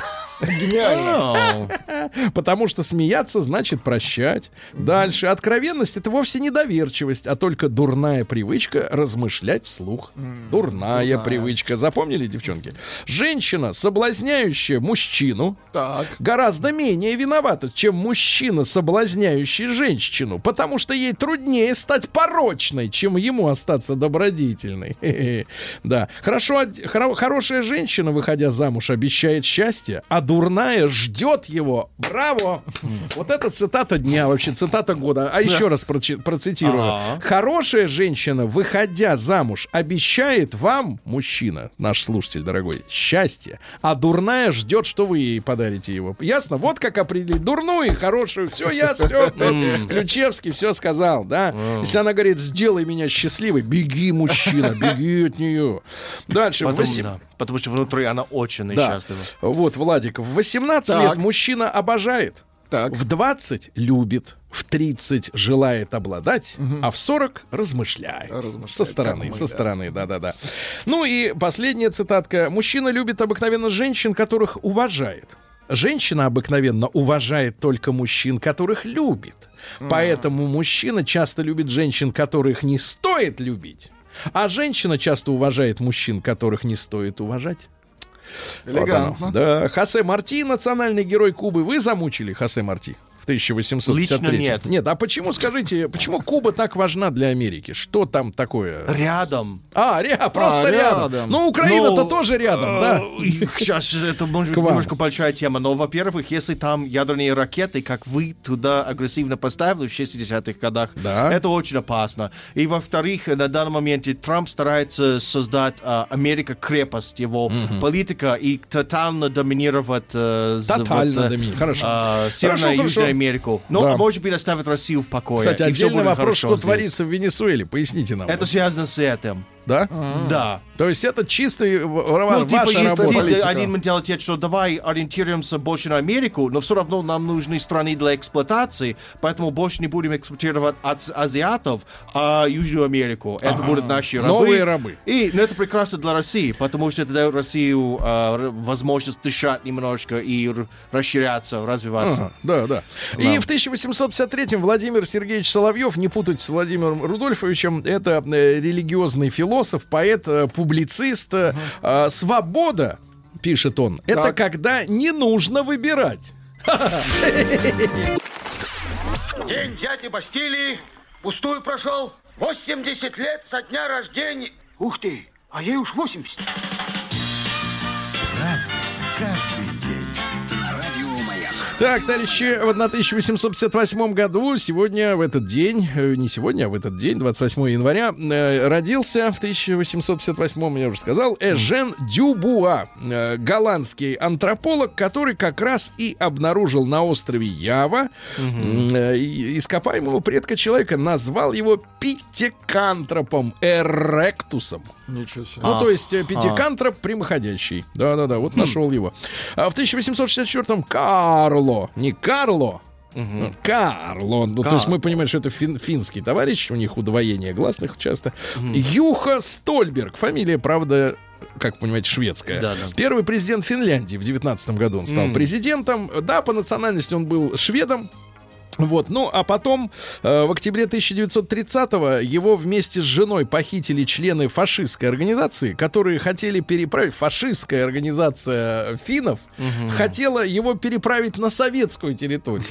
C: Гениально.
B: Потому что смеяться значит прощать. Дальше. Откровенность — это вовсе не доверчивость, а только дурная привычка размышлять вслух. Дурная, Дурная привычка. Запомнили, девчонки? Женщина, соблазняющая мужчину, так. гораздо менее виновата, чем мужчина, соблазняющий женщину, потому что ей труднее стать порочной, чем ему остаться добродетельной. Да. Хорошо, хоро- хорошая женщина, выходя замуж, обещает счастье, а дурная ждет его. Браво! Вот это цитата дня, вообще цитата года. А еще раз прочи- процитирую. А-а-а. Хорошая женщина, выходя замуж, обещает вам, мужчина, наш слушатель дорогой, счастье, а дурная ждет, что вы ей подарите его. Ясно? Вот как определить дурную и хорошую. Все, я все. Ключевский все сказал, да? Если она говорит, сделай меня счастливой, беги, мужчина, беги от нее. Дальше.
D: Потом, восемь... да, потому что внутри она очень несчастлива.
B: Да. Вот, Владик, в восемнадцать так. лет мужчина обожает,
C: так.
B: в двадцать любит, в тридцать желает обладать, угу. а в сорок размышляет. размышляет. Со стороны, со стороны, да-да-да. Ну и последняя цитатка. Мужчина любит обыкновенно женщин, которых уважает. женщина обыкновенно уважает только мужчин, которых любит. Поэтому мужчина часто любит женщин, которых не стоит любить. А женщина часто уважает мужчин, которых не стоит уважать.
C: Элегантно.
B: Вот да. Хосе Марти, национальный герой Кубы. Вы замучили Хосе Марти в тысяча восемьсот пятьдесят третьем?
D: Лично нет.
B: Нет, а почему, скажите, почему Куба так важна для Америки? Что там такое?
D: Рядом.
B: А, ря, просто
C: А,
B: рядом.
C: рядом.
B: Ну, Украина-то
D: Ну,
B: тоже рядом, да?
D: Сейчас это может
B: К
D: быть
B: вам.
D: немножко большая тема, но, во-первых, если там ядерные ракеты, как вы туда агрессивно поставили в шестидесятых годах,
B: Да.
D: это очень опасно. И, во-вторых, на данном моменте Трамп старается создать а, Америка крепость, его политика, и тотально доминировать э, за
B: Тотально
D: вот, э,
B: доминировать. Хорошо.
D: а, Северную и
B: Хорошо,
D: Южную
B: хорошо.
D: Америку. Но,
B: Да.
D: может быть, оставить Россию в покое.
B: Кстати,
D: и всё
B: отдельный
D: будет
B: вопрос,
D: хорошо
B: что
D: здесь.
B: творится в Венесуэле. Поясните нам.
D: Это связано с этим.
B: Да?
D: Да.
B: То есть это чистый в- в-
D: Ну, типа,
B: ваша
D: если
B: работа.
C: политика.
D: один менталитет, что давай ориентируемся больше на Америку, но все равно нам нужны страны для эксплуатации, поэтому больше не будем эксплуатировать аз- азиатов, а Южную Америку. Это будут наши рабы.
B: Новые рабы.
D: И ну, это прекрасно для России, потому что это дает Россию а, р- возможность дышать немножко и р- расширяться, развиваться.
B: Ага, да, да. И в тысяча восемьсот пятьдесят третьем Владимир Сергеевич Соловьев, не путать с Владимиром Рудольфовичем, это э, религиозный философ, поэт, э, публицист. э, э, свобода, пишет он, это
C: Так.
B: когда не нужно выбирать.
E: День дяди Бастилии пустую прошел. восемьдесят лет со дня рождения. Ух ты, а ей уж восемьдесят.
B: Так, товарищи, вот на тысяча восемьсот пятьдесят восьмом году, сегодня, в этот день, э, не сегодня, а в этот день, двадцать восьмого января, э, родился в тысяча восемьсот пятьдесят восьмом, я уже сказал, Эжен Дюбуа, э, голландский антрополог, который как раз и обнаружил на острове Ява э, и- ископаемого предка человека, назвал его пятикантропом эректусом.
C: Ничего себе.
B: Ну, то есть э, пятикантроп прямоходящий. Да-да-да, вот нашел его. А в тысяча восемьсот шестьдесят четвёртом Карло, не Карло, ну, Карло. Ну, то есть мы понимаем, что это фин- финский товарищ, у них удвоение гласных часто. Юха Стольберг, фамилия, правда, как вы понимаете, шведская.
D: Да, да.
B: Первый президент Финляндии в девятнадцатом году он стал президентом. Да, по национальности он был шведом. Вот, ну, а потом э, в октябре тысяча девятьсот тридцатого его вместе с женой похитили члены фашистской организации, которые хотели переправить, фашистская организация финнов хотела его переправить на советскую территорию.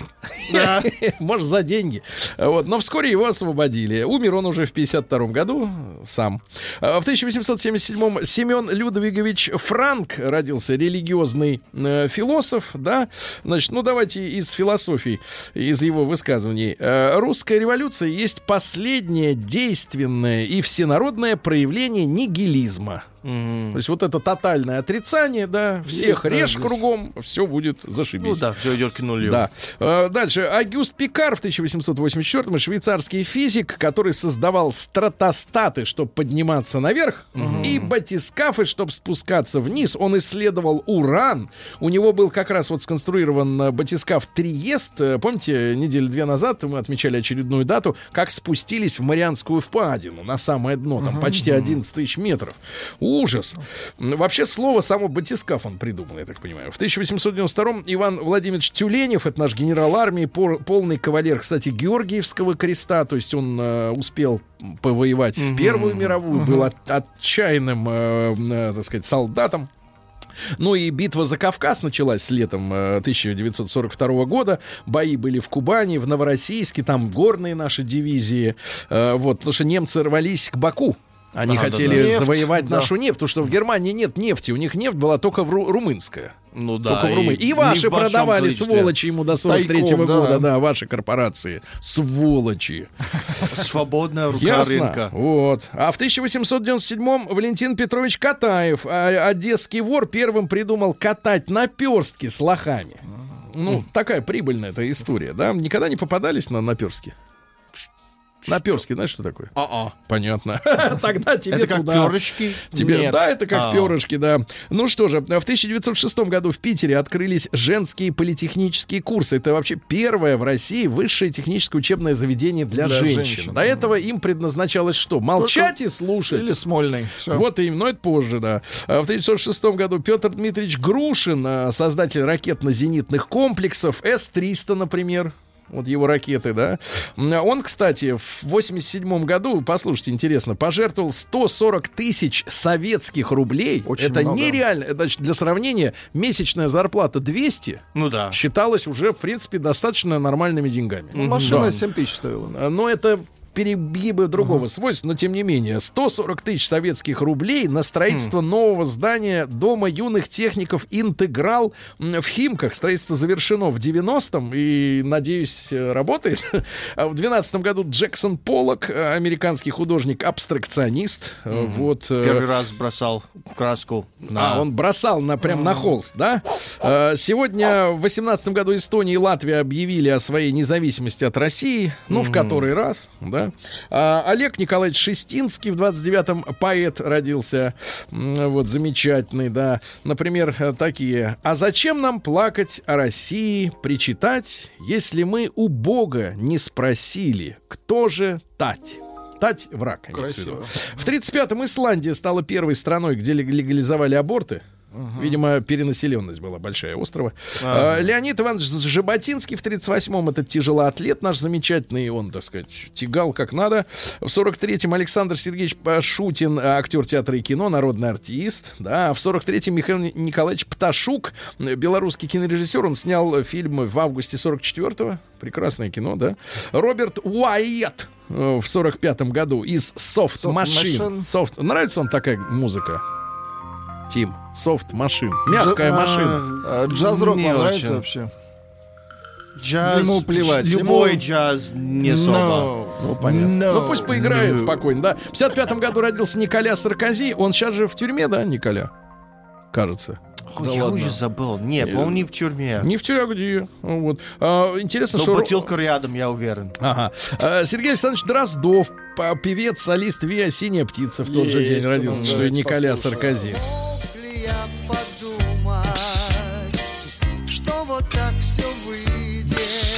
B: Может, за деньги. Вот, но вскоре его освободили. Умер он уже в пятьдесят втором году сам. А В тысяча восемьсот семьдесят седьмом Семен Людвигович Франк родился, религиозный э, философ, да. Значит, ну давайте из философии, из его высказываний. Э, Русская революция есть последнее действенное и всенародное проявление нигилизма. То есть вот это тотальное отрицание, да, всех
C: да,
B: режь
C: здесь.
B: кругом, все будет зашибись.
D: Ну да, все идет к нулю.
B: Да. Э, Дальше. Агюст Пикар в тысяча восемьсот восемьдесят четвёртом, швейцарский физик, который создавал стратостаты, чтобы подниматься наверх, и батискафы, чтобы спускаться вниз. Он исследовал уран. У него был как раз вот сконструирован э, батискаф Триест. Э, Помните, неделю две назад мы отмечали очередную дату, как спустились в Марианскую впадину на самое дно, там почти одиннадцать тысяч метров. Ужас. М, Вообще слово само батискаф он придумал, я так понимаю. В тысяча восемьсот девяносто втором Иван Владимирович Тюленев, это наш генерал армии, пор- полный кавалер, кстати, Георгиевского креста, то есть он э, успел повоевать в Первую мировую, был от- отчаянным, э, э, так сказать, солдатом. Ну и битва за Кавказ началась с летом э, тысяча девятьсот сорок второго года. Бои были в Кубани, в Новороссийске, там горные наши дивизии. Э, вот, потому что немцы рвались к Баку. Они
D: Да,
B: хотели
C: да, да.
B: завоевать
C: Нефть, да.
B: нашу нефть, потому что в Германии нет нефти, у них нефть была только в ру- румынская.
D: Ну да.
B: Только в Румынии. И
D: не
B: ваши
D: в большом
B: продавали,
D: количестве.
B: сволочи, ему до сорок третьего
C: Тайком, да.
B: года, да, ваши корпорации. Сволочи.
D: Свободная рука
B: Ясно.
D: рынка.
B: Вот. А в тысяча восемьсот девяносто седьмом Валентин Петрович Катаев, а, одесский вор, первым придумал катать наперстки с лохами. Ну, такая прибыльная эта история, да? Никогда не попадались на наперстки? Наперстки, знаешь, что такое?
C: А-а.
B: Понятно. Тогда тебе
D: Это как
B: туда.
D: перышки?
B: Тебе,
C: Нет.
B: да, это как
D: А.
B: перышки, да. Ну что же, в тысяча девятьсот шестом году в Питере открылись женские политехнические курсы. Это вообще первое в России высшее техническое учебное заведение для,
C: Для
B: женщин.
C: женщин.
B: До этого им предназначалось что? Молчать и слушать.
C: Или Смольный. Всё.
B: Вот им, но это позже, да. А В тысяча девятьсот шестом году Петр Дмитриевич Грушин, а, создатель ракетно-зенитных комплексов, С триста, например. Вот его ракеты, да. Он, кстати, в восемьдесят седьмом году, послушайте, интересно, пожертвовал сто сорок тысяч советских рублей.
C: Очень
B: это
C: много.
B: нереально. Это, значит, для сравнения, месячная зарплата двести
D: Ну да.
B: считалась уже, в принципе, достаточно нормальными деньгами.
C: Ну, машина
B: Да.
C: семь тысяч стоила.
B: А, Но это перегибы другого свойства, но тем не менее сто сорок тысяч советских рублей на строительство нового здания Дома юных техников «Интеграл» м, в Химках. Строительство завершено в девяностом и, надеюсь, э, работает. А в двенадцатом году Джексон Поллок, э, американский художник-абстракционист, э, вот. э,
D: Первый раз бросал краску.
B: а, он бросал на, прям на холст, да? Э, Сегодня в восемнадцатом году Эстония и Латвия объявили о своей независимости от России. Ну, в который раз, да? А, Олег Николаевич Шестинский в двадцать девятом поэт родился. М, Вот, замечательный, да. Например, э, такие. «А зачем нам плакать о России, причитать, если мы у Бога не спросили, кто же Тать?» Тать — враг. имеется в виду.
C: Красиво.
B: В тридцать пятом Исландия стала первой страной, где лег- легализовали аборты. Видимо, перенаселенность была большая острова. А, Леонид Иванович Жаботинский в тридцать восьмом, этот тяжелоатлет наш замечательный, он, так сказать, тягал как надо. В сорок третьем Александр Сергеевич Пашутин, а, актер театра и кино, народный артист. Да. А в сорок третьем Михаил Николаевич Пташук, белорусский кинорежиссер, он снял фильм в августе сорок четвёртого. Прекрасное кино, да. Роберт Уайетт э, в сорок пятом году из Soft
C: Soft
B: Machine.
C: Machine.
B: Soft. Нравится вам такая музыка? Тим, Soft Machine. Мягкая
D: А,
B: машина.
C: А джаз-рок
D: Не
C: вам нравится
D: очень.
C: вообще?
D: Джаз,
C: Ему плевать,
D: любой
C: ему-
D: джаз не особо.
C: No.
B: Ну, понятно.
C: No.
B: Ну, пусть поиграет спокойно, да. В пятьдесят пятом году родился Николя Саркози. Он сейчас же в тюрьме, да, Николя? Кажется.
D: Ой,
C: Да
D: я
C: ладно.
D: уже забыл. Нет,
B: Нет.
D: он не в тюрьме.
B: Не в тюрьме, а где? Вот. А, интересно,
D: Но
B: что...
D: бутылка рядом, я уверен.
B: Ага. А, Сергей Александрович Дроздов, по- певец, солист ВИА «Синяя птица» в тот же
C: Есть
B: день
C: у нас,
B: родился, что и
C: давайте
B: Николя
C: послушаем.
B: Саркози.
F: Ли я подумать, что вот так все выйдет,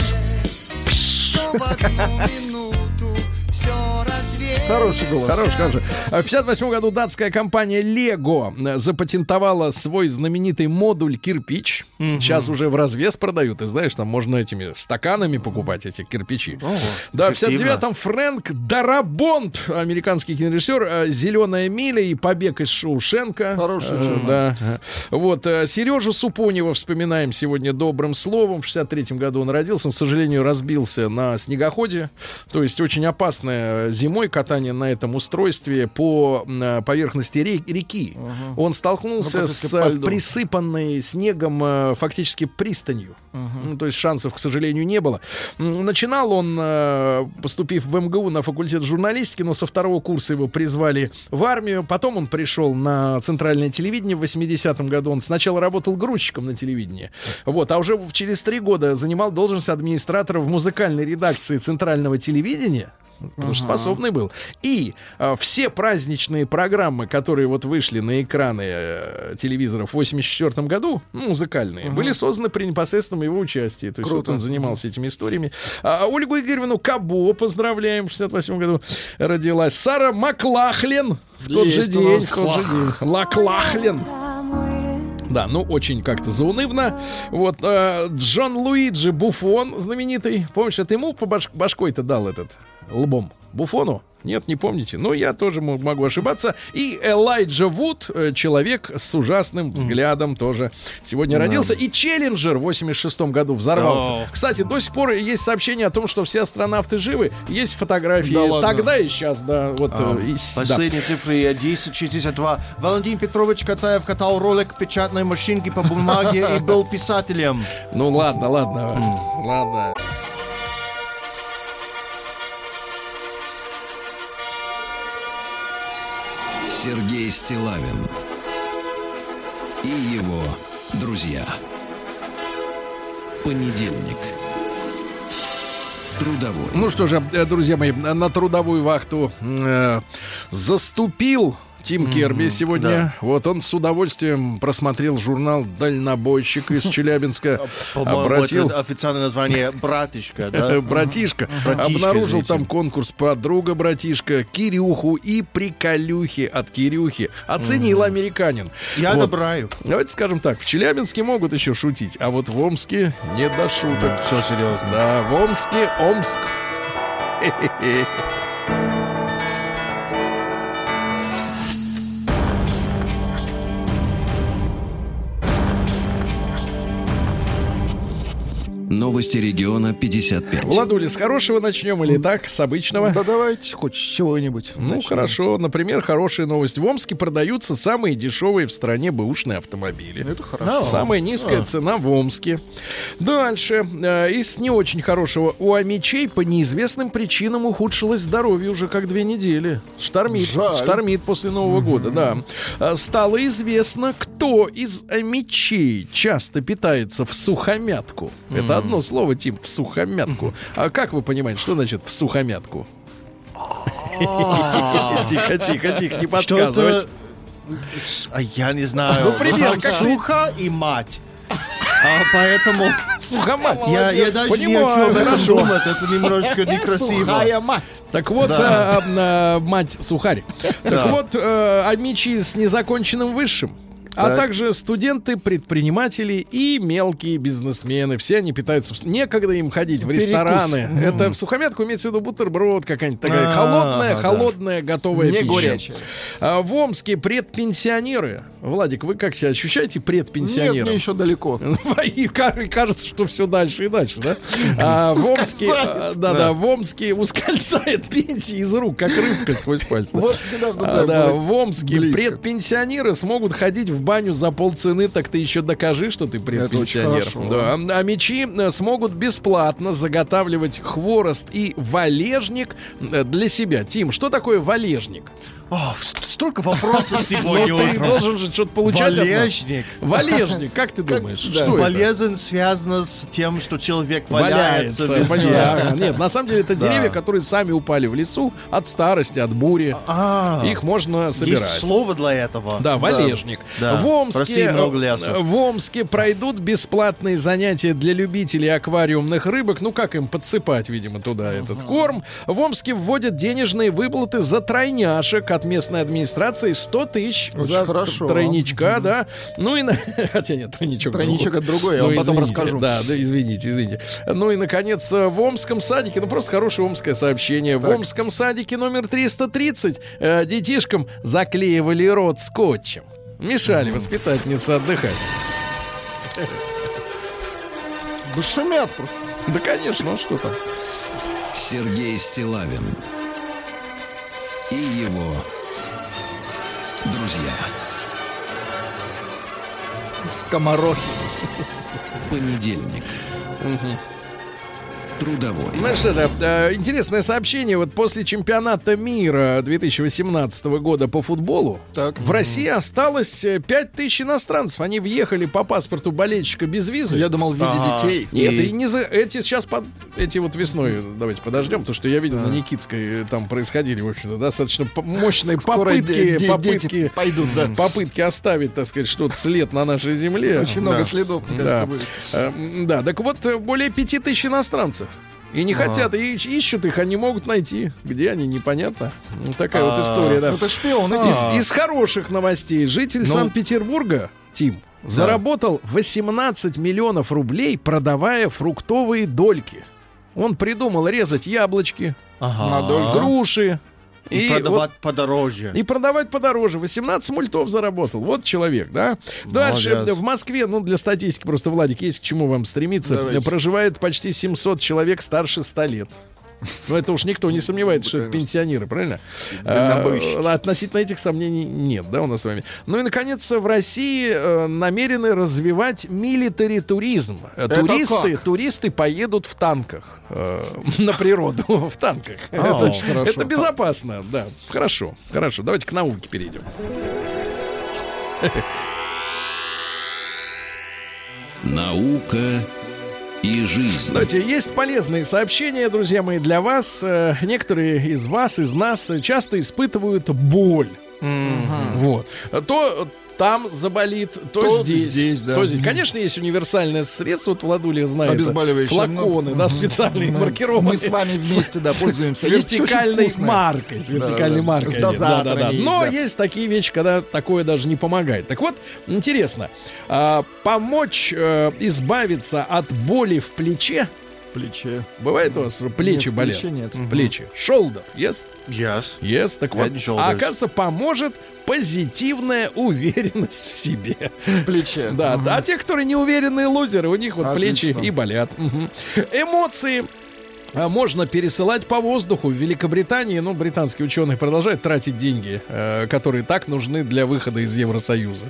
F: что в одну минуту все развеет.
C: Хороший голос.
B: Хорош, хорош. В пятьдесят восьмом году датская компания Lego запатентовала свой знаменитый модуль кирпич. Сейчас уже в развес продают. Ты знаешь, там можно этими стаканами покупать эти кирпичи. Да, в пятьдесят девятом Фрэнк Дарабонт, американский кинорежиссер, «Зеленая миля» и «Побег из Шоушенка».
C: Хороший
B: Э,
C: фильм.
B: Да. Вот. э, Сережу Супонева вспоминаем сегодня добрым словом. В шестьдесят третьем году он родился. Он, к сожалению, разбился на снегоходе. То есть очень опасное зимой катание на этом устройстве по э, поверхности ре- реки. Он столкнулся
C: Ну,
B: с
C: практически по
B: э,
C: льду.
B: присыпанной снегом э, фактически пристанью. Ну, то есть шансов, к сожалению, не было. М, Начинал он, э, поступив в МГУ на факультет журналистики, но со второго курса его призвали в армию. Потом он пришел на центральное телевидение в восьмидесятом году. Он сначала работал грузчиком на телевидении. Вот, а уже в- через три года занимал должность администратора в музыкальной редакции центрального телевидения. Потому что способный был. И э, все праздничные программы, которые вот вышли на экраны э, телевизоров в восемьдесят четвёртом году, ну, музыкальные, были созданы при непосредственном его участии. То есть
C: Круто.
B: вот он занимался этими историями. А Ольгу Игоревну Кабо поздравляем, в шестьдесят восьмом году родилась. Сара Маклахлен в тот же
C: Есть у
B: день.
C: нас
B: В тот же
C: Лах.
B: день. Лаклахлен. Да, ну очень как-то заунывно. Вот э, Джон Луиджи Буффон знаменитый. Помнишь, это ему по баш- башкой-то дал этот лбом? Буффону? Нет, не помните. Но я тоже м- могу ошибаться. И Элайджа Вуд, э, человек с ужасным взглядом, тоже сегодня родился. И Челленджер в восемьдесят шестом году взорвался.
D: О.
B: Кстати, до сих пор есть сообщение о том, что все астронавты живы. Есть фотографии
C: Да ладно?
B: тогда и сейчас, да. Вот, э, и с- да.
D: Последние цифры десять шестьдесят два. Валентин Петрович Катаев катал ролик печатной машинки по бумаге и был писателем.
B: Ну ладно, ладно. Ладно.
A: Сергей Стиллавин и его друзья. Понедельник. Трудовой.
B: Ну что же, э, друзья мои, на трудовую вахту э, заступил Тим Керби сегодня.
D: да.
B: Вот он с удовольствием просмотрел журнал «Дальнобойщик» из Челябинска.
D: По-моему,
B: Обратил...
D: это официальное название «Братишка», да?
B: Братишка.
D: Братишка,
B: Обнаружил
D: извините.
B: там конкурс «Подруга братишка», Кирюху и приколюхи от Кирюхи. Оценил американин.
D: Я
B: Вот.
D: одобряю.
B: Давайте скажем так, в Челябинске могут еще шутить, а вот в Омске не до шуток.
D: Все серьезно.
B: Да, в Омске Омск. Хе-хе-хе.
A: Новости региона пятьдесят пять.
B: Владуля, с хорошего начнем или так, с обычного?
C: Да давайте хоть с чего-нибудь.
B: Ну,
C: начнем.
B: хорошо. Например, хорошая новость. В Омске продаются самые дешевые в стране бэушные автомобили.
C: Это хорошо.
B: Самая низкая цена в Омске. Дальше. Э, Из не очень хорошего. У амичей по неизвестным причинам ухудшилось здоровье уже как две недели. Штормит.
C: Жаль.
B: Штормит после Нового года, да. Э, Стало известно, кто из амичей часто питается в сухомятку. Это одно слово, Тим, в сухомятку. А как вы понимаете, что значит в сухомятку? Тихо, тихо, тихо, не подсказывать.
D: Что-то... А я не знаю.
B: Ну, пример,
D: Там
B: как ты-
D: сухо и мать. А поэтому
B: Сухомать.
D: я, я даже не
B: Понимаю,
D: хочу об этом
B: хорошо.
D: думать. Это немножечко некрасиво.
C: Сухая мать.
B: Так вот,
D: Да.
B: а, а, мать сухарь. Так вот, э, амичи с незаконченным высшим. А
C: Так.
B: также студенты, предприниматели и мелкие бизнесмены. Все они питаются. в- Некогда им ходить в
C: Перекус.
B: рестораны. Это в сухомятку имеется в виду бутерброд какая-нибудь такая.
D: А,
B: холодная,
D: да.
B: холодная, готовая
C: Не
B: пища.
C: горячая.
B: А в Омске предпенсионеры. Владик, вы как себя ощущаете
C: Нет,
B: предпенсионером?
C: мне еще далеко.
B: И ка- кажется, что все дальше и дальше, да? А в Омске, а, да, да, в Омске ускользает пенсия из рук, как рыбка сквозь пальцы.
C: Вот недавно,
B: А,
C: да,
B: да,
C: было
B: в Омске
C: близко.
B: предпенсионеры смогут ходить в баню за полцены, так ты еще докажи, что ты предпенсионер.
C: очень хорошо.
B: Да. А мечи э, смогут бесплатно заготавливать хворост и валежник э, для себя. Тим, что такое валежник?
D: О, ст- столько вопросов сегодня
B: Ну, ты
D: утром.
B: должен же что-то получать от нас.
D: Валежник.
B: Валежник, как ты думаешь?
C: да.
B: Что это?
D: Полезен связано с тем, что человек валяется.
B: Валяется.
D: везде.
B: Понятно. Нет, на самом деле это
D: Да.
B: деревья, которые сами упали в лесу от старости, от бури.
D: А,
B: Их можно собирать.
D: есть слово для этого.
B: Да, валежник.
D: Да.
B: В
D: В
B: Омске,
D: России много лесу.
B: э, в Омске пройдут бесплатные занятия для любителей аквариумных рыбок. Ну, как им подсыпать, видимо, туда этот корм. В Омске вводят денежные выплаты за тройняшек от местной администрации. сто тысяч
C: Очень
B: за
C: хорошо.
B: тройничка, да. Ну и на... Хотя нет, тройничок.
C: Тройничок
B: другой.
C: это другое, я
B: Ну,
C: вам потом
B: извините.
C: расскажу.
B: Да, да, извините, извините. Ну и, наконец, в Омском садике, ну просто хорошее омское сообщение. В
C: Так.
B: Омском садике номер триста тридцать э, детишкам заклеивали рот скотчем. Мешали воспитательнице отдыхать.
C: Да шумят просто.
B: Да, конечно, ну что там.
A: Сергей Стиллавин и его друзья.
C: Скоморохи.
A: Понедельник. Трудовой.
B: Знаешь, это э, интересное сообщение. Вот после чемпионата мира две тысячи восемнадцатого года по футболу
C: Так.
B: в России осталось э, пять тысяч иностранцев. Они въехали по паспорту болельщика без визы.
C: Я думал, в виде
D: А,
C: детей.
B: Нет,
D: И-
B: и не за эти сейчас под эти вот весной, давайте подождем, потому что я видел на Никитской э, там происходили, в общем-то, достаточно п- мощные
C: Скоро
B: попытки,
C: де- де-
B: попытки,
C: дети пойдут, да.
B: попытки оставить, так сказать, что-то след на нашей земле.
C: Очень много
B: Да.
C: следов, мне
B: Да.
C: кажется, будет.
B: Э, м, да, так вот, э, более пяти тысяч иностранцев. И не хотят, и ищ- ищут их, они могут найти. Где они, непонятно. Ну, такая вот
D: А.
B: история, да.
C: Это шпионы.
B: Из,
C: эти.
B: из хороших новостей. Житель
D: Ну.
B: Санкт-Петербурга, Тим, заработал восемнадцать миллионов рублей, продавая фруктовые дольки. Он придумал резать яблочки,
D: Ага.
C: На долю.
B: груши.
D: И, продавать подороже.
B: И продавать подороже. восемнадцать мультов заработал. Вот человек, да? Дальше
D: Молодец.
B: в Москве, ну, для статистики просто, Владик, есть к чему вам стремиться.
C: Давайте.
B: Проживает почти семьсот человек старше ста лет. Ну, это уж никто не сомневается, что это пенсионеры, правильно? А, относительно этих сомнений нет, да, у нас с вами. Ну и, наконец, в России э, намерены развивать милитари туризм. Э,
C: Это
B: Туристы,
C: как?
B: туристы поедут в танках э, на природу, в танках.
D: А,
B: Это,
C: очень хорошо.
B: это безопасно, да. Хорошо, хорошо. Давайте к науке перейдем.
A: Наука и жизнь.
B: Знаете, есть полезные сообщения, друзья мои, для вас. Э, Некоторые из вас, из нас часто испытывают боль. Вот. То там заболит, то,
C: То
B: здесь.
C: здесь, да.
B: То здесь. Конечно, есть универсальное средство, вот Владуля знает.
C: Обезболивающее.
B: Флаконы,
C: Ну,
B: да, специальные,
C: мы-
B: маркированные.
C: Мы с вами вместе, да, пользуемся.
B: С
C: Есть очень
B: вертикальной
C: вкусное.
B: маркой. С вертикальной
C: Да, да.
B: маркой.
C: С
B: они. Да, да, да.
C: дозаторами есть,
B: Но
C: да.
B: есть такие вещи, когда такое даже не помогает. Так вот, интересно, а, помочь э, избавиться от боли в плече.
C: Плече.
B: Бывает у вас плечи
C: Нет, в
B: болят?
C: плече нет.
B: Плечи. Shoulder, yes?
D: Yes.
B: Yes. Так вот,
D: Head and shoulders.
B: а оказывается, поможет позитивная уверенность в себе.
C: В плече.
B: Да, да. А те, которые неуверенные лузеры, у них вот
C: Отлично.
B: плечи и болят. Мгм. Эмоции а, можно пересылать по воздуху. В Великобритании, ну, британские ученые продолжают тратить деньги, э, которые так нужны для выхода из Евросоюза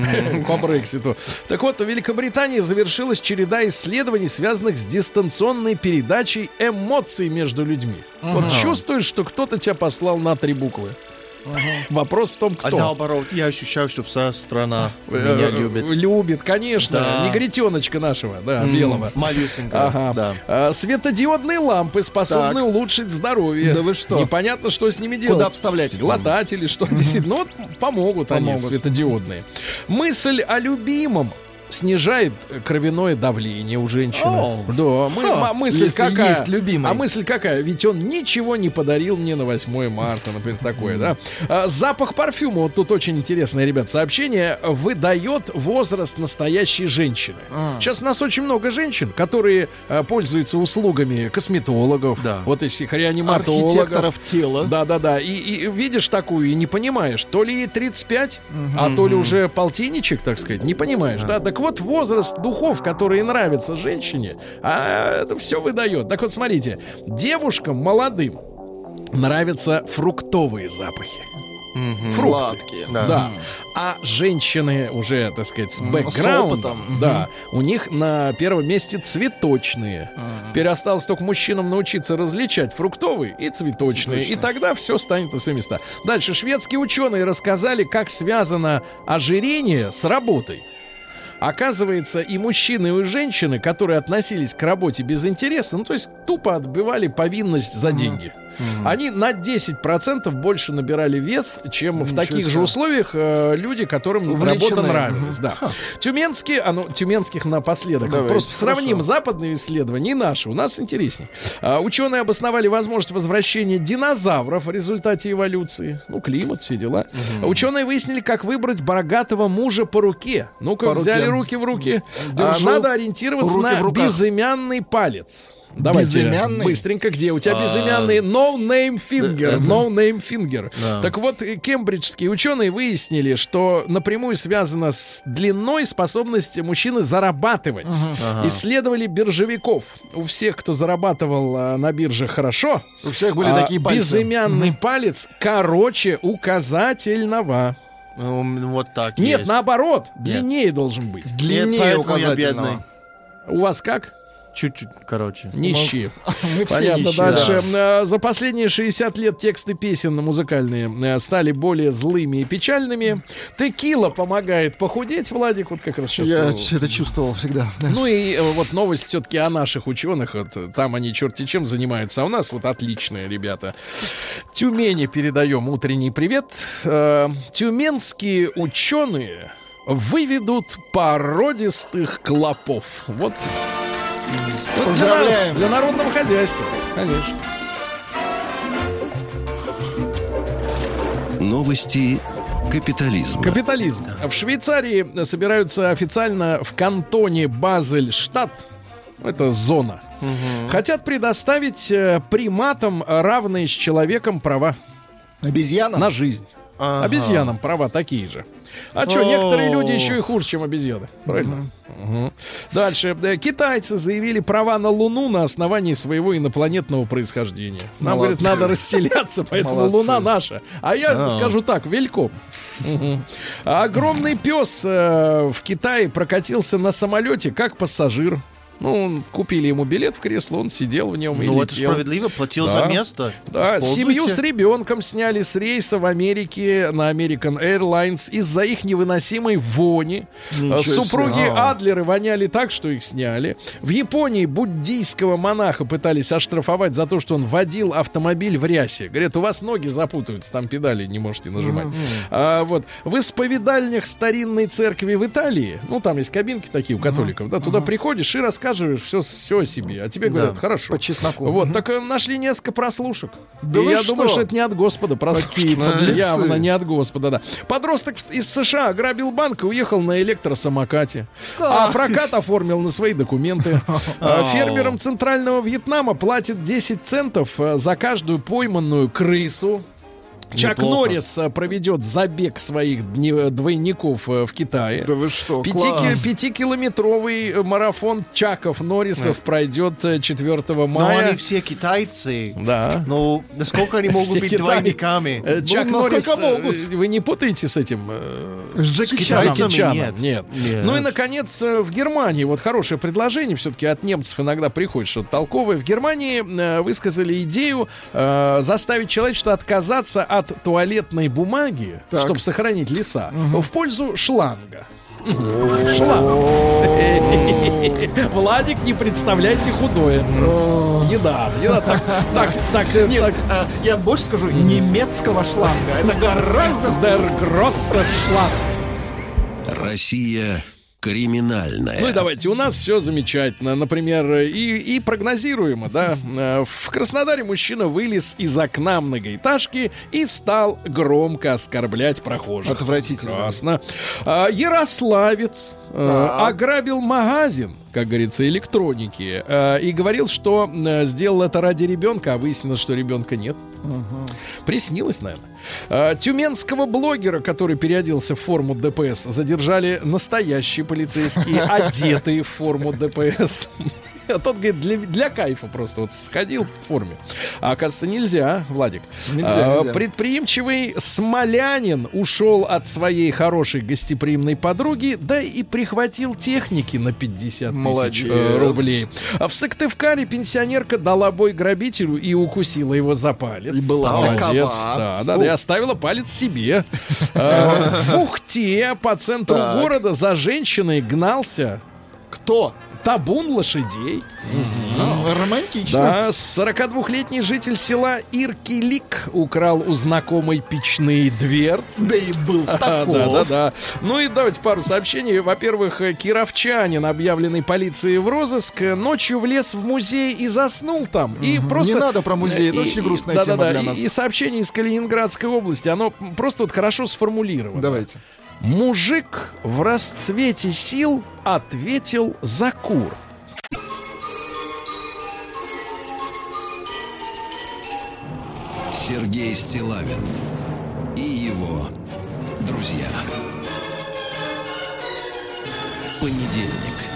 B: по Брекситу. Так вот, в Великобритании завершилась череда исследований, связанных с дистанционной передачей эмоций между людьми. Вот чувствуешь, что кто-то тебя послал на три буквы. Вопрос в том,
D: А
B: кто.
D: наоборот, я ощущаю, что вся страна
B: Э,
D: меня любит.
B: Любит, конечно.
D: Да.
B: Негритеночка нашего, да,
D: М,
B: белого.
D: Малюсенькая,
B: Ага.
D: да.
B: А, светодиодные лампы способны
C: Так.
B: улучшить здоровье.
C: Да вы что?
B: Непонятно, что с ними делать.
C: Куда вставлять?
B: Глотать или что. Действительно, ну, вот помогут, они,
C: Помогут.
B: светодиодные. Мысль о любимом снижает кровяное давление у женщины.
C: О.
B: Да, мы-
C: Ха,
B: м- мысль
C: если
B: какая?
C: есть любимый.
B: А мысль какая? Ведь он ничего не подарил мне на восьмое марта, например, такое, да? А, запах парфюма, вот тут очень интересное, ребят, сообщение, выдает возраст настоящей женщины.
C: А.
B: Сейчас у нас очень много женщин, которые а, пользуются услугами косметологов,
D: Да.
B: вот этих всех реаниматологов.
C: Архитекторов тела.
B: Да-да-да. И, и видишь такую и не понимаешь, то ли ей тридцать пять, а то ли уже полтинничек, так сказать, не понимаешь, да? Так вот, возраст духов, которые нравятся женщине, а это все выдает. Так вот, смотрите, девушкам молодым нравятся фруктовые запахи. Фрукты.
C: Сладкие.
D: Да.
B: Да. А женщины уже, так сказать, с
C: М, с
B: бэкграундом,
C: опытом.
B: да, у них на первом месте цветочные. Теперь осталось только мужчинам научиться различать фруктовые и цветочные. И тогда все станет на свои места. Дальше шведские ученые рассказали, как связано ожирение с работой. Оказывается, и мужчины, и женщины, которые относились к работе без интереса, ну, то есть тупо отбивали повинность за деньги. Они на десять процентов больше набирали вес, чем в таких же
C: себе.
B: условиях э, люди, которым
C: Увлечены.
B: работа нравилась. Да. Тюменские, а ну, тюменских напоследок.
C: Давайте,
B: Просто сравним
C: хорошо.
B: западные исследования и наши. У нас интереснее. А, ученые обосновали возможность возвращения динозавров в результате эволюции. Ну, климат, все дела. А ученые выяснили, как выбрать богатого мужа по руке. Ну-ка,
C: По руке.
B: взяли руки в руки. А,
C: Держу.
B: надо ориентироваться
C: Руки в
B: на
C: руках.
B: безымянный палец. Давайте
C: Безымянный?
B: быстренько, где у тебя
D: А,
B: безымянный no name finger,
D: это-
B: no name finger.
D: Да.
B: Так вот, э, кембриджские ученые выяснили, что напрямую связано с длиной способность мужчины зарабатывать. Исследовали биржевиков. У всех, кто зарабатывал а, на бирже хорошо,
C: У всех были
B: а,
C: такие пальцы.
B: безымянный палец короче указательного.
D: Ну, вот так
B: Нет,
D: есть.
B: наоборот, длиннее должен быть.
C: Длиннее
D: Нет, поэтому я
C: указательного.
D: бедный.
B: У вас как?
D: Чуть-чуть, короче.
B: Нищие.
C: Мы все
B: Понятно,
C: нищие,
B: дальше.
C: да.
B: Э, За последние шестьдесят лет тексты песен музыкальные э, стали более злыми и печальными. Текила помогает похудеть, Владик, вот как раз сейчас.
C: Я
B: э,
C: ч- это чувствовал всегда. Да.
B: Ну и э, вот новость все-таки о наших ученых. Вот, э, там они черти чем занимаются. А у нас вот отличные ребята. Тюмени передаем утренний привет. Э, Тюменские ученые выведут породистых клопов. Вот. Вот для,
C: Поздравляем.
B: на- для народного хозяйства, конечно.
A: Новости капитализма.
B: Капитализм. В Швейцарии собираются официально в кантоне Базель-Штадт, это зона, хотят предоставить э, приматам равные с человеком права
C: Обезьяна?
B: на жизнь.
D: Ага.
B: Обезьянам права такие же. А что,
D: О.
B: некоторые люди еще и хуже, чем обезьяны. Правильно? Мгм. Дальше. Э, Китайцы заявили права на Луну на основании своего инопланетного происхождения. Нам,
C: Молодцы.
B: говорят, надо расселяться, поэтому
C: Молодцы.
B: Луна наша. А я
D: А.
B: скажу так, вельком. Мгм. А огромный пес э, в Китае прокатился на самолете как пассажир. Ну, купили ему билет в кресло, он сидел в нем и
D: Ну, это
B: летел.
D: справедливо, платил
B: Да.
D: за место.
B: Да,
D: Используйте.
B: семью с ребенком сняли с рейса в Америке на American Airlines из-за их невыносимой вони.
C: Ничего себе.
B: Супруги
D: А.
B: Адлеры воняли так, что их сняли. В Японии буддийского монаха пытались оштрафовать за то, что он водил автомобиль в рясе. Говорят, у вас ноги запутываются, там педали не можете нажимать. А, вот. В исповедальнях старинной церкви в Италии, ну там есть кабинки такие у католиков, да, туда приходишь и рассказываешь все, все о себе, а тебе говорят,
D: Да.
B: хорошо.
C: По чесноку.
B: Вот, так э, нашли несколько прослушок.
C: Да
B: И
C: вы
B: я
C: что?
B: думаю, что это не от Господа прослушки.
C: Какие подлецы.
B: Явно не от Господа, да. Подросток из США ограбил банк и уехал на электросамокате. А прокат оформил на свои документы. А, Фермерам Центрального Вьетнама платят десять центов э, за каждую пойманную крысу. Чак
D: Неплохо.
B: Норрис э, проведет забег своих дни- двойников э, в Китае.
C: Да вы что,
B: Пяти-
C: класс.
B: Пятикилометровый э, марафон Чаков Норрисов пройдет э, четвертого
D: Но
B: мая.
D: они все китайцы.
B: Да.
D: Ну, насколько они могут
B: Все
D: быть
B: Китай-
D: двойниками?
B: Э, Чак
C: Ну,
B: Норрис,
C: насколько
B: э,
C: могут.
B: вы не путаете с этим? э,
C: С Джеки
D: С
C: Чаном.
D: китайцами
B: Джеки Чаном?
D: нет.
B: Нет.
D: Нет.
B: Ну и, наконец, э, в Германии, вот хорошее предложение, все-таки от немцев иногда приходит что-то толковое. В Германии э, высказали идею э, заставить человечество отказаться от туалетной бумаги,
C: Так.
B: чтобы сохранить леса, в пользу шланга. Шланг. Владик, не представляйте худое. Не надо, не надо. Так, так, так, э,
C: Нет,
B: так.
C: а, я больше скажу, немецкого шланга. Это гораздо
B: Der Grosser Schlag.
A: Россия криминальная.
B: Ну и давайте, у нас все замечательно. Например, и, и прогнозируемо, да. Э, В Краснодаре мужчина вылез из окна многоэтажки и стал громко оскорблять прохожих.
C: Отвратительно.
B: Прекрасно. А, Ярославец э,
C: Так.
B: ограбил магазин, как говорится, электроники, э, и говорил, что э, сделал это ради ребенка, а выяснилось, что ребенка нет. Приснилось, наверное. А, Тюменского блогера, который переоделся в форму ДПС, задержали настоящие полицейские, одетые в форму ДПС. А тот, говорит, для, для кайфа просто вот сходил в форме. А оказывается, нельзя, Владик.
C: Нельзя,
B: А,
C: нельзя.
B: Предприимчивый смолянин ушел от своей хорошей гостеприимной подруги, да и прихватил техники на пятьдесят тысяч
C: Молодец.
B: э, рублей. А в Сыктывкаре пенсионерка дала бой грабителю и укусила его за палец.
C: И была
B: Молодец.
C: такова.
B: Да, да, да, и оставила палец себе. А, В Ухте по центру
C: Так.
B: города за женщиной гнался
C: Кто?
B: табун лошадей.
C: Ну, романтично.
B: Да, сорокадвухлетний житель села Иркилик украл у знакомой печные дверцы.
C: Да и был
B: А,
C: таков.
B: да, да, да. Ну и давайте пару сообщений. Во-первых, э, кировчанин, объявленный полицией в розыск, э, ночью влез в музей и заснул там. И просто...
C: Не надо про музей, это
B: И-
C: очень
B: и-
C: грустная
B: да,
C: тема
B: да, да.
C: для
B: И-
C: нас.
B: И, сообщение из Калининградской области, оно просто вот хорошо сформулировано.
C: Давайте.
B: Мужик в расцвете сил ответил за кур.
A: Сергей Стиллавин и его друзья. Понедельник.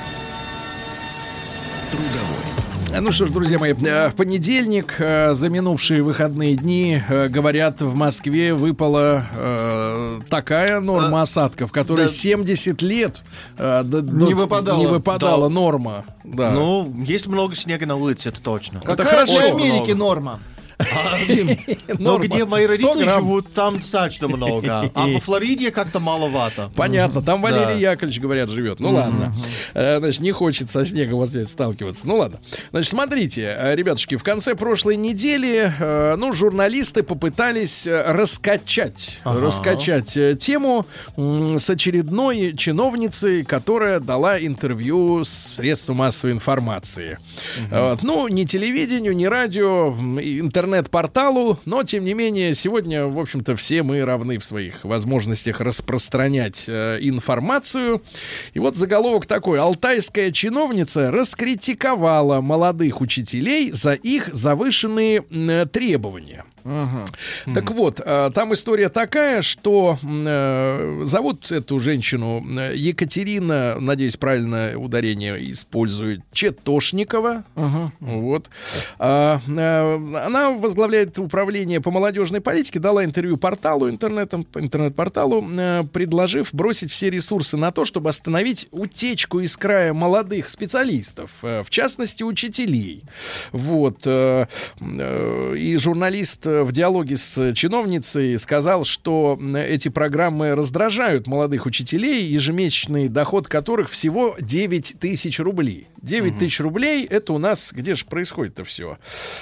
A: Трудовой.
B: Ну что ж, друзья мои, э, в понедельник, э, за минувшие выходные дни, э, говорят, в Москве выпала э, такая норма осадков, которая
D: да.
B: семьдесят лет э, до-
C: Не
B: до-
C: выпадала.
B: не выпадала
D: Да.
B: норма. Да.
D: Ну, есть много снега на улице, это точно.
C: Какая
B: хорошо.
C: в
D: Очень
C: Америке
D: много.
C: норма?
D: Но
B: Норма.
D: где мои
B: сто
D: родители
B: грамм.
D: живут, там достаточно много. А во Флориде как-то маловато.
B: Понятно, там Валерий
D: Да.
B: Яковлевич, говорят, живет. Ну ладно. Э, Значит, не хочет со снегом вот здесь сталкиваться. Ну ладно. Значит, смотрите, э, ребятушки, в конце прошлой недели, э, ну, журналисты попытались э, раскачать, раскачать э, тему м, с очередной чиновницей, которая дала интервью средству массовой информации. Вот. Ну, ни телевидению, ни радио, м, и интернет-порталу, но, тем не менее, сегодня, в общем-то, все мы равны в своих возможностях распространять э, информацию. И вот заголовок такой. Алтайская чиновница раскритиковала молодых учителей за их завышенные м, требования. Uh-huh. Так вот, там история такая, что э, зовут эту женщину Екатерина, надеюсь, правильно ударение использую, Четошникова. Uh-huh. Вот. А, а, она возглавляет управление по молодежной политике, дала интервью порталу, интернетом, интернет-порталу, э, предложив бросить все ресурсы на то, чтобы остановить утечку из края молодых специалистов, э, в частности, учителей. Вот. Э, э, и журналист в диалоге с чиновницей сказал, что эти программы раздражают молодых учителей, ежемесячный доход которых всего девять тысяч рублей. девять тысяч рублей — это у нас, где же происходит-то все?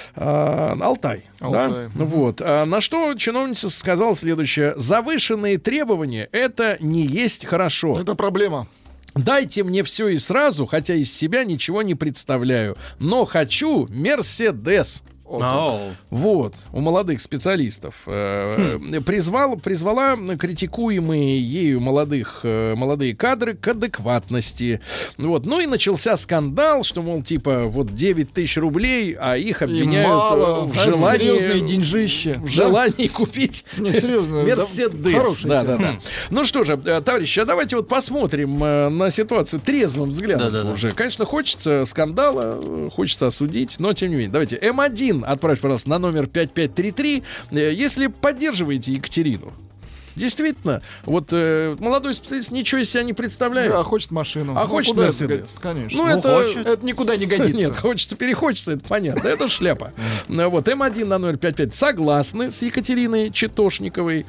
B: А, Алтай.
C: Алтай.
B: Да? Вот. А на что чиновница сказала следующее: завышенные требования — это не есть хорошо.
C: Это проблема.
B: Дайте мне все и сразу, хотя из себя ничего не представляю, но хочу Мерседес.
D: Oh.
B: Вот, у молодых специалистов. Хм. Призвал, призвала критикуемые ею молодых, молодые кадры к адекватности. Вот. Ну и начался скандал, что, мол, типа, вот девять тысяч рублей, а их обвиняют
C: мало,
B: в желании...
C: серьезные деньжища.
B: В желании да? купить
C: Не, серьезно,
B: Мерседес. Да, да, да. Ну что же, товарищи, а давайте вот посмотрим на ситуацию трезвым взглядом да, да, уже. Да. Конечно, хочется скандала, хочется осудить, но тем не менее. Давайте, эм один отправьте, пожалуйста, на номер пять пять три три, если поддерживаете Екатерину. Действительно, вот э, молодой специалист ничего из себя не представляет.
C: Да, хочет машину.
B: А ну, хочет Мерседес.
C: Конечно.
B: Ну,
C: ну
B: это,
C: хочет. Это никуда не годится.
B: Нет, хочется, перехочется, это понятно. Это шляпа. Вот, эм один на номер пять пять согласны с Екатериной Четошниковой.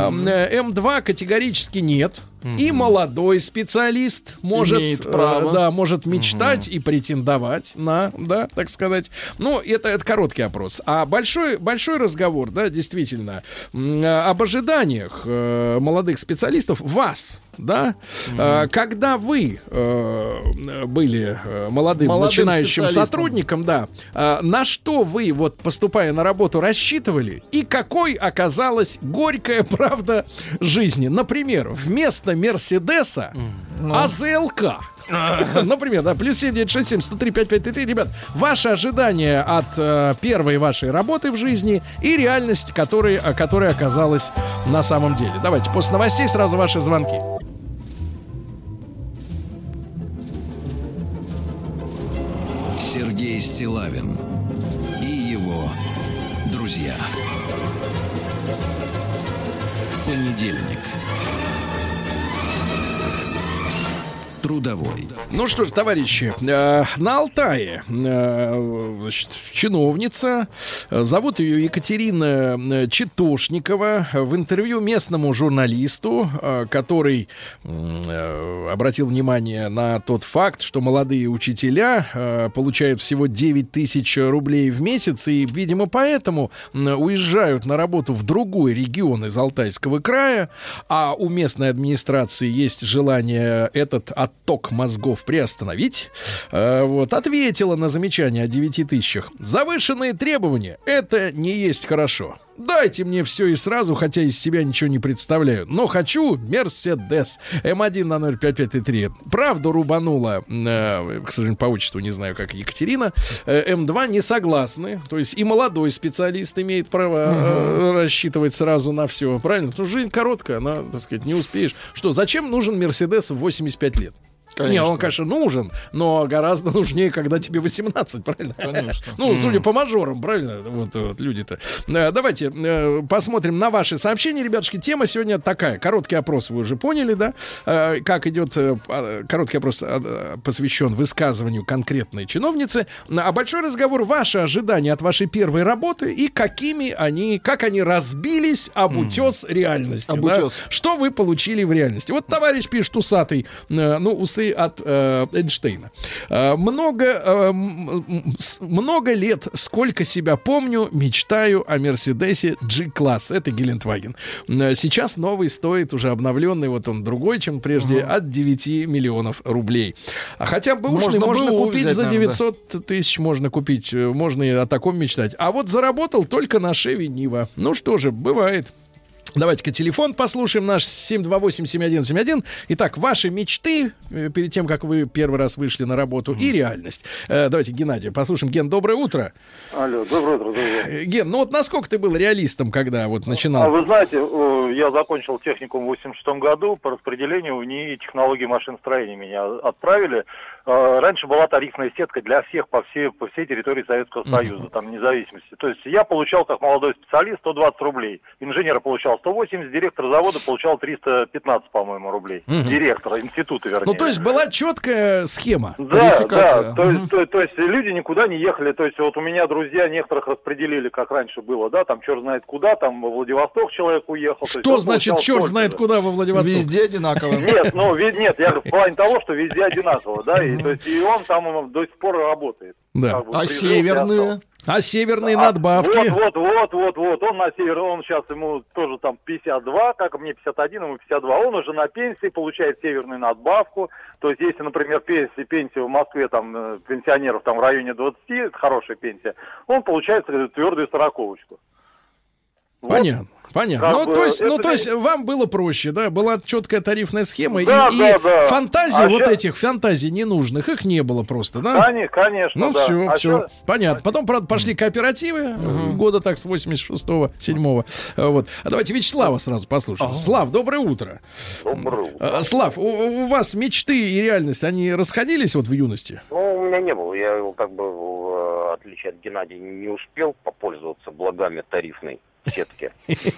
B: эм два категорически нет. И молодой специалист может,
C: имеет право.
B: Э, да, может мечтать и претендовать на, да, так сказать. Ну, это, это короткий опрос. А большой, большой разговор, да, действительно, э, об ожиданиях э, молодых специалистов, вас, да, mm-hmm. э, когда вы э, были э, молодым, молодым начинающим сотрудником, да, э, на что вы, вот, поступая на работу, рассчитывали, и какой оказалась горькая правда жизни? Например, вместо Мерседеса mm. АЗЛК. Например, да, плюс семь девять шесть семь сто три пять пять три три. Ребят, ваши ожидания от э, первой вашей работы в жизни и реальность, которой, которая оказалась на самом деле. Давайте, после новостей сразу ваши звонки.
A: Сергей Стиллавин и его друзья. Понедельник. Трудовой.
B: Ну что ж, товарищи, э, на Алтае э, значит, чиновница, э, зовут ее Екатерина Четошникова, в интервью местному журналисту, э, который э, обратил внимание на тот факт, что молодые учителя э, получают всего девять тысяч рублей в месяц, и, видимо, поэтому э, уезжают на работу в другой регион из Алтайского края, а у местной администрации есть желание этот отток мозгов приостановить, э, вот, ответила на замечание о девяти тысячах. Завышенные требования — это не есть хорошо. Дайте мне все и сразу, хотя из себя ничего не представляю. Но хочу Мерседес. эм один на номер пять пять три три. Правду рубанула, э, к сожалению, по отчеству не знаю, как Екатерина. Э, эм два не согласны. То есть и молодой специалист имеет право э, рассчитывать сразу на все. Правильно? Потому что жизнь короткая, она, так сказать, не успеешь. Что, зачем нужен Мерседес в восемьдесят пять лет? Конечно. Не, он, конечно, нужен, но гораздо нужнее, когда тебе восемнадцать, правильно?
C: Конечно.
B: Ну, судя по мажорам, правильно? Вот, вот люди-то. Давайте э, посмотрим на ваши сообщения, ребятушки. Тема сегодня такая. Короткий опрос, вы уже поняли, да? Э, как идет э, короткий опрос, э, посвящен высказыванию конкретной чиновницы. А большой разговор — ваши ожидания от вашей первой работы и какими они, как они разбились об утес реальности.
C: Об
B: да?
C: утес.
B: Что вы получили в реальности? Вот товарищ пишет, усатый, э, ну, усы от э, Эйнштейна. Э, много, э, много лет, сколько себя помню, мечтаю о Мерседесе G-класс. Это Гелендваген. Э, сейчас новый стоит, уже обновленный, вот он другой, чем прежде, uh-huh. от девяти миллионов рублей. А хотя бы ушный можно, можно купить взять, за девятьсот наверное, да. тысяч, можно купить, можно и о таком мечтать. А вот заработал только на Chevy Niva. Ну что же, бывает. Давайте-ка телефон послушаем, наш семь два восемь семь один семь один. Итак, ваши мечты э, перед тем, как вы первый раз вышли на работу, и реальность. Э, давайте Геннадия послушаем. Ген, доброе утро.
G: Алло, доброе утро, друзья.
B: Э, Ген, ну вот насколько ты был реалистом, когда вот начинал?
G: А вы знаете, э, я закончил техникум в восемьдесят шестом году, по распределению в НИИ технологии машиностроения меня отправили. Э, раньше была тарифная сетка для всех по всей, по всей территории Советского Союза, uh-huh. там независимости. То есть я получал как молодой специалист сто двадцать рублей, инженер получал сто восемьдесят, директор завода получал триста пятнадцать, по-моему, рублей. Угу. Директор института, вернее.
B: Ну, то есть была четкая схема.
G: Да, да. То есть, то, то есть люди никуда не ехали. То есть вот у меня друзья некоторых распределили, как раньше было, да, там черт знает куда, там во Владивосток человек уехал.
B: Что значит черт знает куда во Владивосток?
C: Везде одинаково.
G: Нет, ну, нет, я говорю, в плане того, что везде одинаково, да, и, то есть, и он там до сих пор работает.
B: Да.
G: Как бы,
C: а северные?
B: А северные
G: а,
B: надбавки?
G: Вот, вот, вот, вот, вот. Он на север, он сейчас ему тоже там пятьдесят два, как мне пятьдесят один, ему пятьдесят два. Он уже на пенсии получает северную надбавку. То есть, если, например, пенсия, пенсия в Москве там пенсионеров там в районе двадцати, это хорошая пенсия, он получает твердую сороковочку.
B: Понятно. Вот. Понятно. Ну,
G: бы,
B: то есть, ну,
G: это...
B: то есть вам было проще, да? Была четкая тарифная схема,
G: да,
B: и,
G: да,
B: и
G: да.
B: фантазии
G: а
B: вот
G: сейчас...
B: этих, фантазий ненужных, их не было просто, да?
G: Конечно, конечно,
B: Ну,
G: да.
B: все,
G: а
B: все,
G: сейчас...
B: понятно. Потом, правда, пошли кооперативы, uh-huh. года так с восемьдесят шестого, седьмого. Вот. А давайте Вячеслава сразу послушаем. Uh-huh. Слав, доброе утро.
G: Доброе утро.
B: Слав, у, у вас мечты и реальность, они расходились вот в юности?
H: Ну, у меня не было. Я, как бы, в отличие от Геннадия, не успел попользоваться благами тарифной сетки.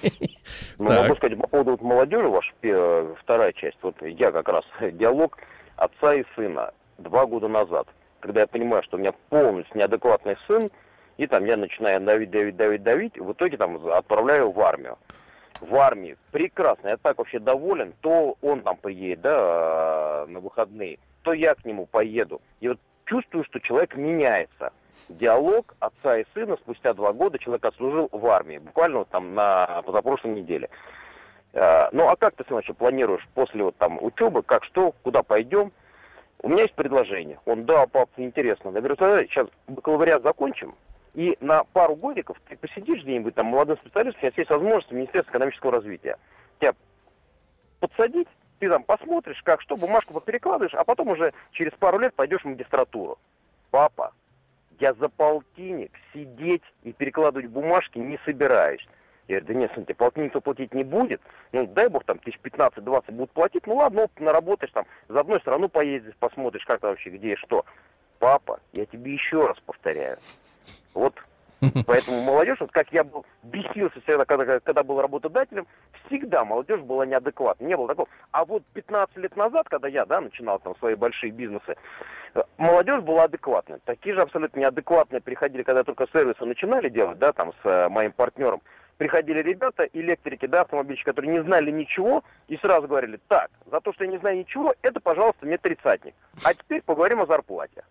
H: Но
B: Так.
H: могу сказать, по поводу вот молодежи, ваша вторая часть, вот я как раз диалог отца и сына два года назад, когда я понимаю, что у меня полностью неадекватный сын, и там я начинаю давить, давить, давить, давить, в итоге там отправляю в армию. В армии прекрасно, я так вообще доволен, то он там приедет, да, на выходные, то я к нему поеду. И вот чувствую, что человек меняется. Диалог отца и сына спустя два года человек отслужил в армии, буквально вот там на позапрошлой неделе. А, ну а как ты, сын, вообще планируешь после вот там учебы, как что, куда пойдем? У меня есть предложение. Он, да, пап, интересно. Я говорю, сейчас бакалавриат закончим, и на пару годиков ты посидишь где-нибудь там молодым специалистом, у тебя есть возможность в Министерстве экономического развития. Тебя подсадить, ты там посмотришь, как что, бумажку поперекладываешь, а потом уже через пару лет пойдешь в магистратуру. Папа, я за полтинник сидеть и перекладывать бумажки не собираюсь. Я говорю, да нет, смотри, полтинник никто платить не будет. Ну, дай бог, там, тысяч пятнадцать-двадцать будут платить. Ну, ладно, опытно наработаешь, там, за одну страну поездишь, посмотришь, как там вообще, где и что. Папа, я тебе еще раз повторяю. Вот, поэтому молодежь, вот как я был, бесился всегда, когда, когда был работодателем, всегда молодежь была неадекватна, не было такого. А вот пятнадцать лет назад, когда я, да, начинал там свои большие бизнесы, молодежь была адекватная. Такие же абсолютно неадекватные приходили, когда только сервисы начинали делать, да, там, с э, моим партнером. Приходили ребята, электрики, да, автомобильщики, которые не знали ничего, и сразу говорили, так, за то, что я не знаю ничего, это, пожалуйста, мне тридцатник. А теперь поговорим о зарплате.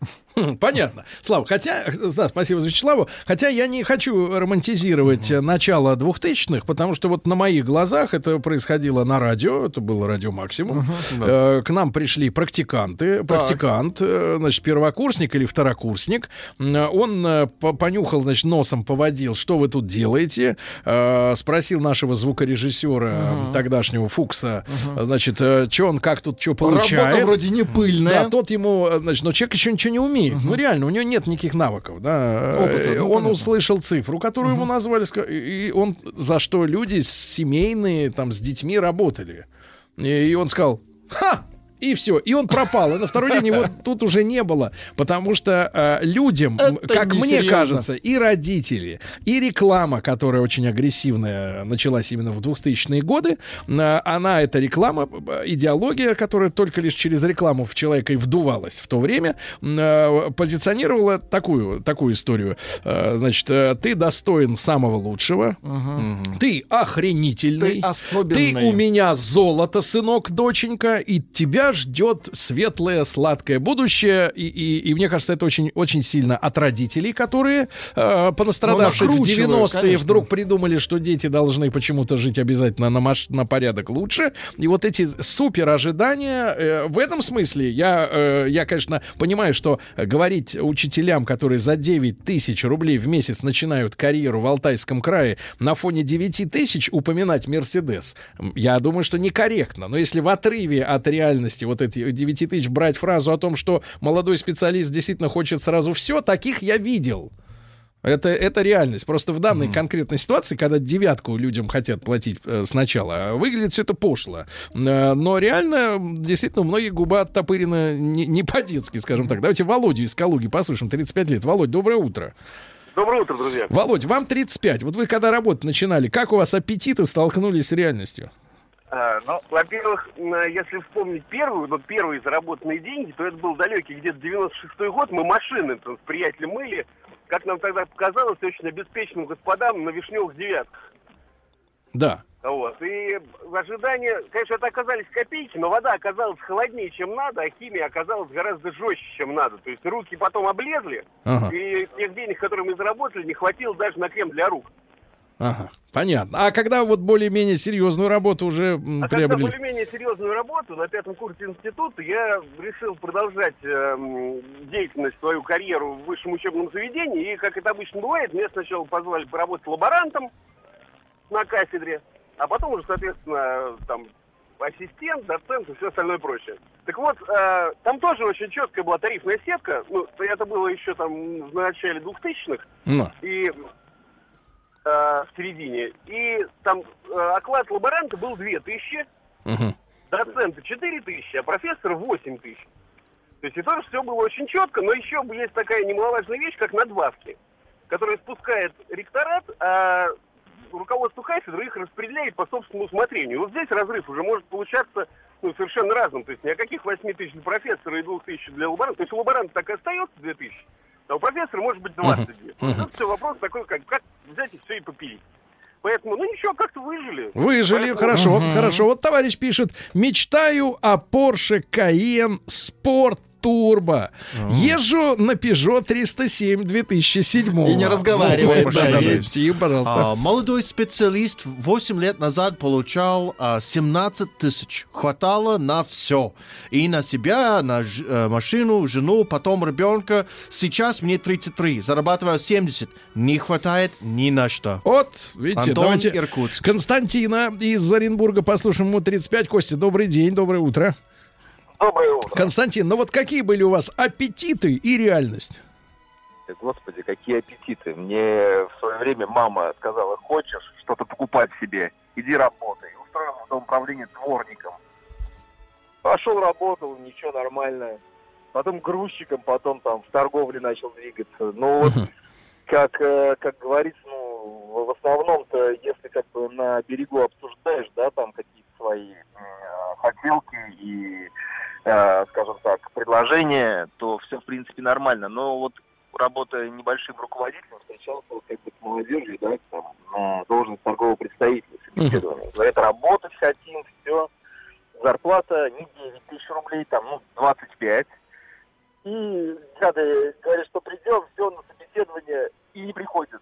B: Понятно. Слава, хотя, да, спасибо Вячеславу, хотя я не хочу романтизировать uh-huh. начало двухтысячных, потому что вот на моих глазах это происходило на радио, это было радио Максимум. Uh-huh, да. э, к нам пришли практиканты, практикант, э, значит, первокурсник или второкурсник, он э, понюхал, значит, носом поводил, что вы тут делаете, э, спросил нашего звукорежиссера uh-huh. тогдашнего Фукса, uh-huh. значит, э, что он, как тут, что получает.
C: Работа вроде не пыльная.
B: Да, тот ему, значит, но человек еще ничего не умеет. Uh-huh. Ну, реально, у него нет никаких навыков, да. Опыта, ну, он понятно. Услышал цифру, которую uh-huh. ему назвали, и он, за что люди семейные, там, с детьми работали. И он сказал, ха! И все, и он пропал. И на второй день его тут уже не было. Потому что э, людям, это как мне кажется, и родители, и реклама, которая очень агрессивная, началась именно в двухтысячные годы, э, она, эта реклама, идеология, которая только лишь через рекламу в человека и вдувалась в то время, э, позиционировала такую, такую историю. Э, значит, э, ты достоин самого лучшего, угу. ты охренительный,
C: ты особенный.
B: Ты у меня золото, сынок, доченька, и тебя тебя ждет светлое, сладкое будущее, и, и, и мне кажется, это очень, очень сильно от родителей, которые, э, понастрадавшись в девяностые, конечно, вдруг придумали, что дети должны почему-то жить обязательно на, маш... на порядок лучше. И вот эти супер ожидания, э, в этом смысле я, э, я, конечно, понимаю, что говорить учителям, которые за девять тысяч рублей в месяц начинают карьеру в Алтайском крае, на фоне девяти тысяч упоминать Мерседес, я думаю, что некорректно. Но если в отрыве от реальности вот эти девяти тысяч брать фразу о том, что молодой специалист действительно хочет сразу все, таких я видел. Это, это реальность. Просто в данной mm-hmm. конкретной ситуации, когда девятку людям хотят платить э, сначала, выглядит все это пошло. Э, но реально, действительно, у многих губа оттопырена не, не по-детски, скажем так. Давайте Володю из Калуги послушаем, тридцать пять лет. Володь, доброе утро.
I: Доброе утро, друзья.
B: Володь, вам тридцать пять. Вот вы когда работать начинали, как у вас аппетиты столкнулись с реальностью?
I: А, ну, во-первых, если вспомнить первую, вот первые заработанные деньги, то это был далекий где-то девяносто шестой год. Мы машины там, с приятелем мыли, как нам тогда показалось, очень обеспеченным господам на вишневых девятках.
B: Да.
I: Вот. И в ожидании, конечно, это оказались копейки, но вода оказалась холоднее, чем надо, а химия оказалась гораздо жестче, чем надо. То есть руки потом облезли, ага. и тех денег, которые мы заработали, не хватило даже на крем для рук.
B: Ага, понятно. А когда вот более-менее серьезную работу уже м,
I: а
B: приобрели?
I: Когда более-менее серьезную работу на пятом курсе института я решил продолжать э, деятельность, свою карьеру в высшем учебном заведении. И, как это обычно бывает, меня сначала позвали поработать лаборантом на кафедре, а потом уже, соответственно, там ассистент, доцент и все остальное прочее. Так вот, э, там тоже очень четкая была тарифная сетка. Ну, это было еще там в начале двухтысячных.
B: Но.
I: И... в середине. И там э, оклад лаборанта был две тысячи, uh-huh. доцента четыре тысячи, а профессора восемь тысяч. То есть и тоже все было очень четко, но еще есть такая немаловажная вещь, как надбавки, которые спускает ректорат, а руководство кафедры их распределяет по собственному усмотрению. Вот здесь разрыв уже может получаться ну, совершенно разным. То есть ни о каких восьми тысяч для профессора и двух тысяч для лаборанта. То есть у лаборанта так и остается две тысячи, а у профессора может быть двадцать две. Uh-huh. Uh-huh. Это все вопрос такой, как, как взять и все и попилить. Поэтому, ну ничего, как-то выжили.
B: Выжили, Поэтому... хорошо, uh-huh. хорошо. Вот товарищ пишет: мечтаю о Porsche Cayenne Sport Turbo. Uh-huh. Езжу на Peugeot триста семь две тысячи седьмого.
C: И не разговаривает.
B: Да, да, да. Тим, пожалуйста.
D: А, молодой специалист восемь лет назад получал а, семнадцать тысяч. Хватало на все. И на себя, на ж, а, машину, жену, потом ребенка. Сейчас мне тридцать три. Зарабатываю семьдесят. Не хватает ни на что.
B: Вот, видите,
D: Антон,
B: давайте
D: Иркутск.
B: Константина из Оренбурга послушаем. Ему тридцать пять. Костя, добрый день, доброе утро.
J: Доброе утро.
B: Константин, ну вот какие были у вас аппетиты и реальность?
J: Господи, какие аппетиты. Мне в свое время мама сказала: хочешь что-то покупать себе, иди работай. Устроил в дом управления дворником. Пошел, работал, ничего, нормально. Потом грузчиком, потом там в торговле начал двигаться. Ну вот, как, как говорится, ну, в основном-то, если как бы на берегу обсуждаешь, да, там какие-то свои э, хотелки и, э, скажем так, предложения, то все, в принципе, нормально. Но вот работая небольшим руководителем, встречался вот как бы с молодежью, да, там, на должность торгового представителя, собеседования. Говорят, работать хотим, все. Зарплата не девять тысяч рублей, там, ну, двадцать пять. И надо говорить, что придем, все, на собеседование, и не приходит.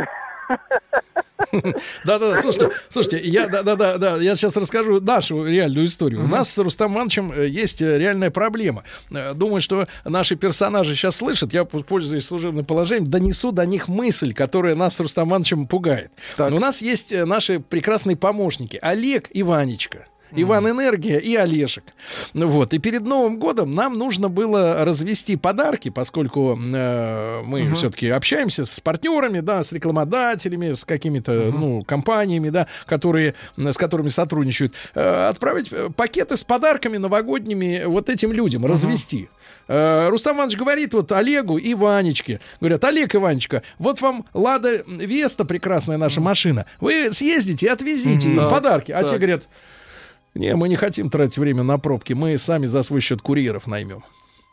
B: Да-да-да, слушайте, слушайте, я, да-да-да, да, я сейчас расскажу нашу реальную историю. У нас с Рустам Ивановичем есть реальная проблема. Думаю, что наши персонажи сейчас слышат, я, пользуясь служебным положением, донесу до них мысль, которая нас с Рустам Ивановичем пугает. Так. У нас есть наши прекрасные помощники Олег и Ванечка. Иван Энергия и Олешек. Вот. И перед Новым годом нам нужно было развести подарки, поскольку э, мы uh-huh. все-таки общаемся с партнерами, да, с рекламодателями, с какими-то uh-huh. ну, компаниями, да, которые, с которыми сотрудничают. Э, отправить пакеты с подарками новогодними вот этим людям, uh-huh. развести. Э, Рустам Иванович говорит вот Олегу и Ванечке. Говорят: Олег и Ванечка, вот вам Лада Веста, прекрасная наша uh-huh. машина. Вы съездите и отвезите uh-huh. им подарки. А
C: так.
B: те говорят: не, мы не хотим тратить время на пробки, мы сами за свой счет курьеров наймем.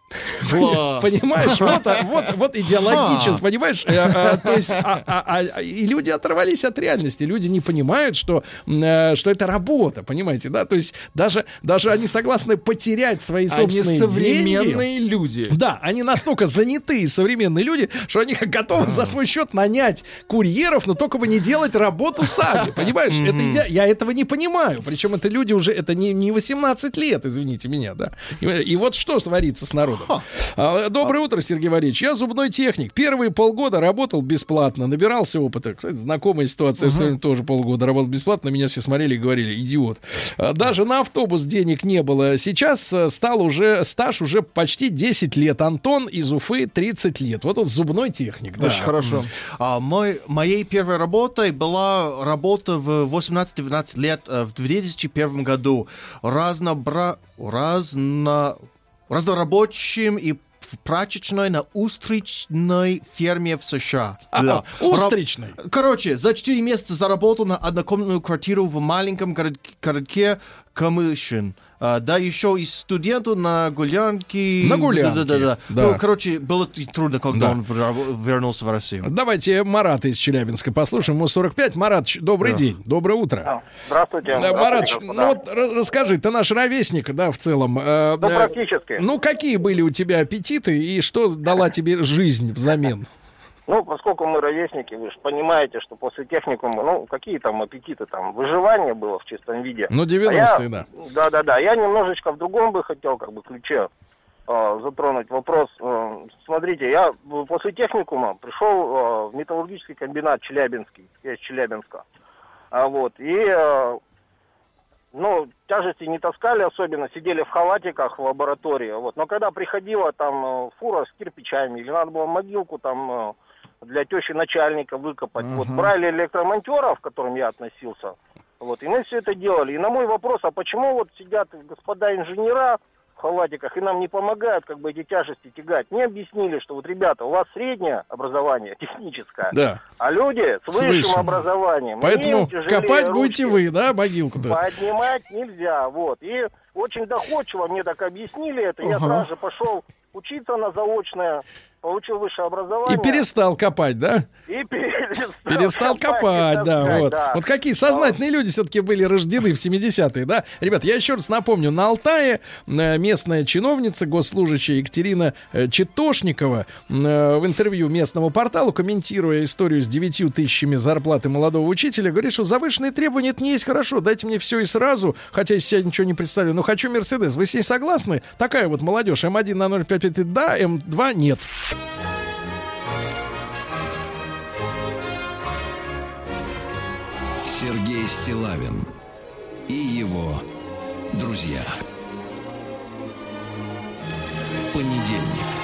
C: Класс.
B: Понимаешь, вот, а, вот, вот идеологически, понимаешь, а, а, то есть, а, а, а, и люди оторвались от реальности, люди не понимают, что, а, что это работа, понимаете, да, то есть даже, даже они согласны потерять свои собственные
C: деньги. Они современные
B: деньги.
C: люди.
B: Да, они настолько занятые современные люди, что они готовы а. за свой счет нанять курьеров, но только бы не делать работу сами, понимаешь, это иде... я этого не понимаю, причем это люди уже, это не, не восемнадцать лет, извините меня, да, и, и вот что творится с народом. Ха. Доброе утро, Сергей Валерьевич. Я зубной техник. Первые полгода работал бесплатно, набирался опыта. Кстати, знакомая ситуация, uh-huh. тоже полгода работал бесплатно. Меня все смотрели и говорили: идиот. Даже на автобус денег не было. Сейчас стал уже стаж уже почти десять лет. Антон из Уфы, тридцать лет. Вот он зубной техник. Да.
C: Очень хорошо.
D: А, мой, моей первой работой была работа в восемнадцать-двенадцать лет в две тысячи первом году. Разнобра... Разно... разнорабочим и в прачечной на устричной ферме в США.
B: А,
D: да.
B: Устричной?
D: Ра... Короче, за четыре месяца заработал на однокомнатную квартиру в маленьком город... городке Камышин. А, да, еще и студенту на гулянке.
B: На гулянке.
D: Да, да, да.
B: да.
D: Ну, короче, было трудно, когда
B: да.
D: он вернулся в Россию.
B: Давайте Марата из Челябинска послушаем. Ему сорок пять. Марат, добрый да. день. Доброе утро.
G: Да. Здравствуйте.
B: Да, Марат,
G: Здравствуйте,
B: ну вот расскажи, ты наш ровесник, да, в целом.
G: Да, э, практически.
B: Ну, какие были у тебя аппетиты и что дала тебе жизнь взамен?
G: Ну, поскольку мы ровесники, вы же понимаете, что после техникума, ну, какие там аппетиты, там, выживание было в чистом виде.
B: Ну, девяностые,
G: а я,
B: да.
G: Да-да-да, я немножечко в другом бы хотел, как бы, ключе э, затронуть вопрос. Э, смотрите, я после техникума пришел э, в металлургический комбинат Челябинский, я из Челябинска. А, вот, и, э, ну, тяжести не таскали особенно, сидели в халатиках в лаборатории, вот. Но когда приходила там э, фура с кирпичами, или надо было могилку там... Э, для тещи начальника выкопать. Uh-huh. Вот брали электромонтеров, к которым я относился, вот, и мы все это делали. И на мой вопрос, а почему вот сидят господа инженера в халатиках и нам не помогают как бы эти тяжести тягать? Мне объяснили, что вот, ребята, у вас среднее образование, техническое,
B: да.
G: а люди с, с высшим, высшим образованием.
B: Поэтому копать будете вы, да, могилку-то?
G: Поднимать нельзя, вот. И очень доходчиво мне так объяснили это. Uh-huh. Я сразу же пошел учиться на заочное, получил высшее образование.
B: И перестал копать, да?
G: И перестал,
B: перестал копать, копать да, сказать, вот. Да. Вот какие сознательные а... люди все-таки были рождены в семидесятые, да? Ребят, я еще раз напомню, на Алтае местная чиновница, госслужащая Екатерина Читошникова в интервью местному порталу, комментируя историю с девятью тысячами зарплаты молодого учителя, говорит, что завышенные требования — это не есть хорошо, дайте мне все и сразу, хотя из себя ничего не представляю, но хочу Мерседес. Вы с ней согласны? Такая вот молодежь. эм один на ноль пять пять да, эм два нет.
A: Сергей Стиллавин и его друзья. Понедельник.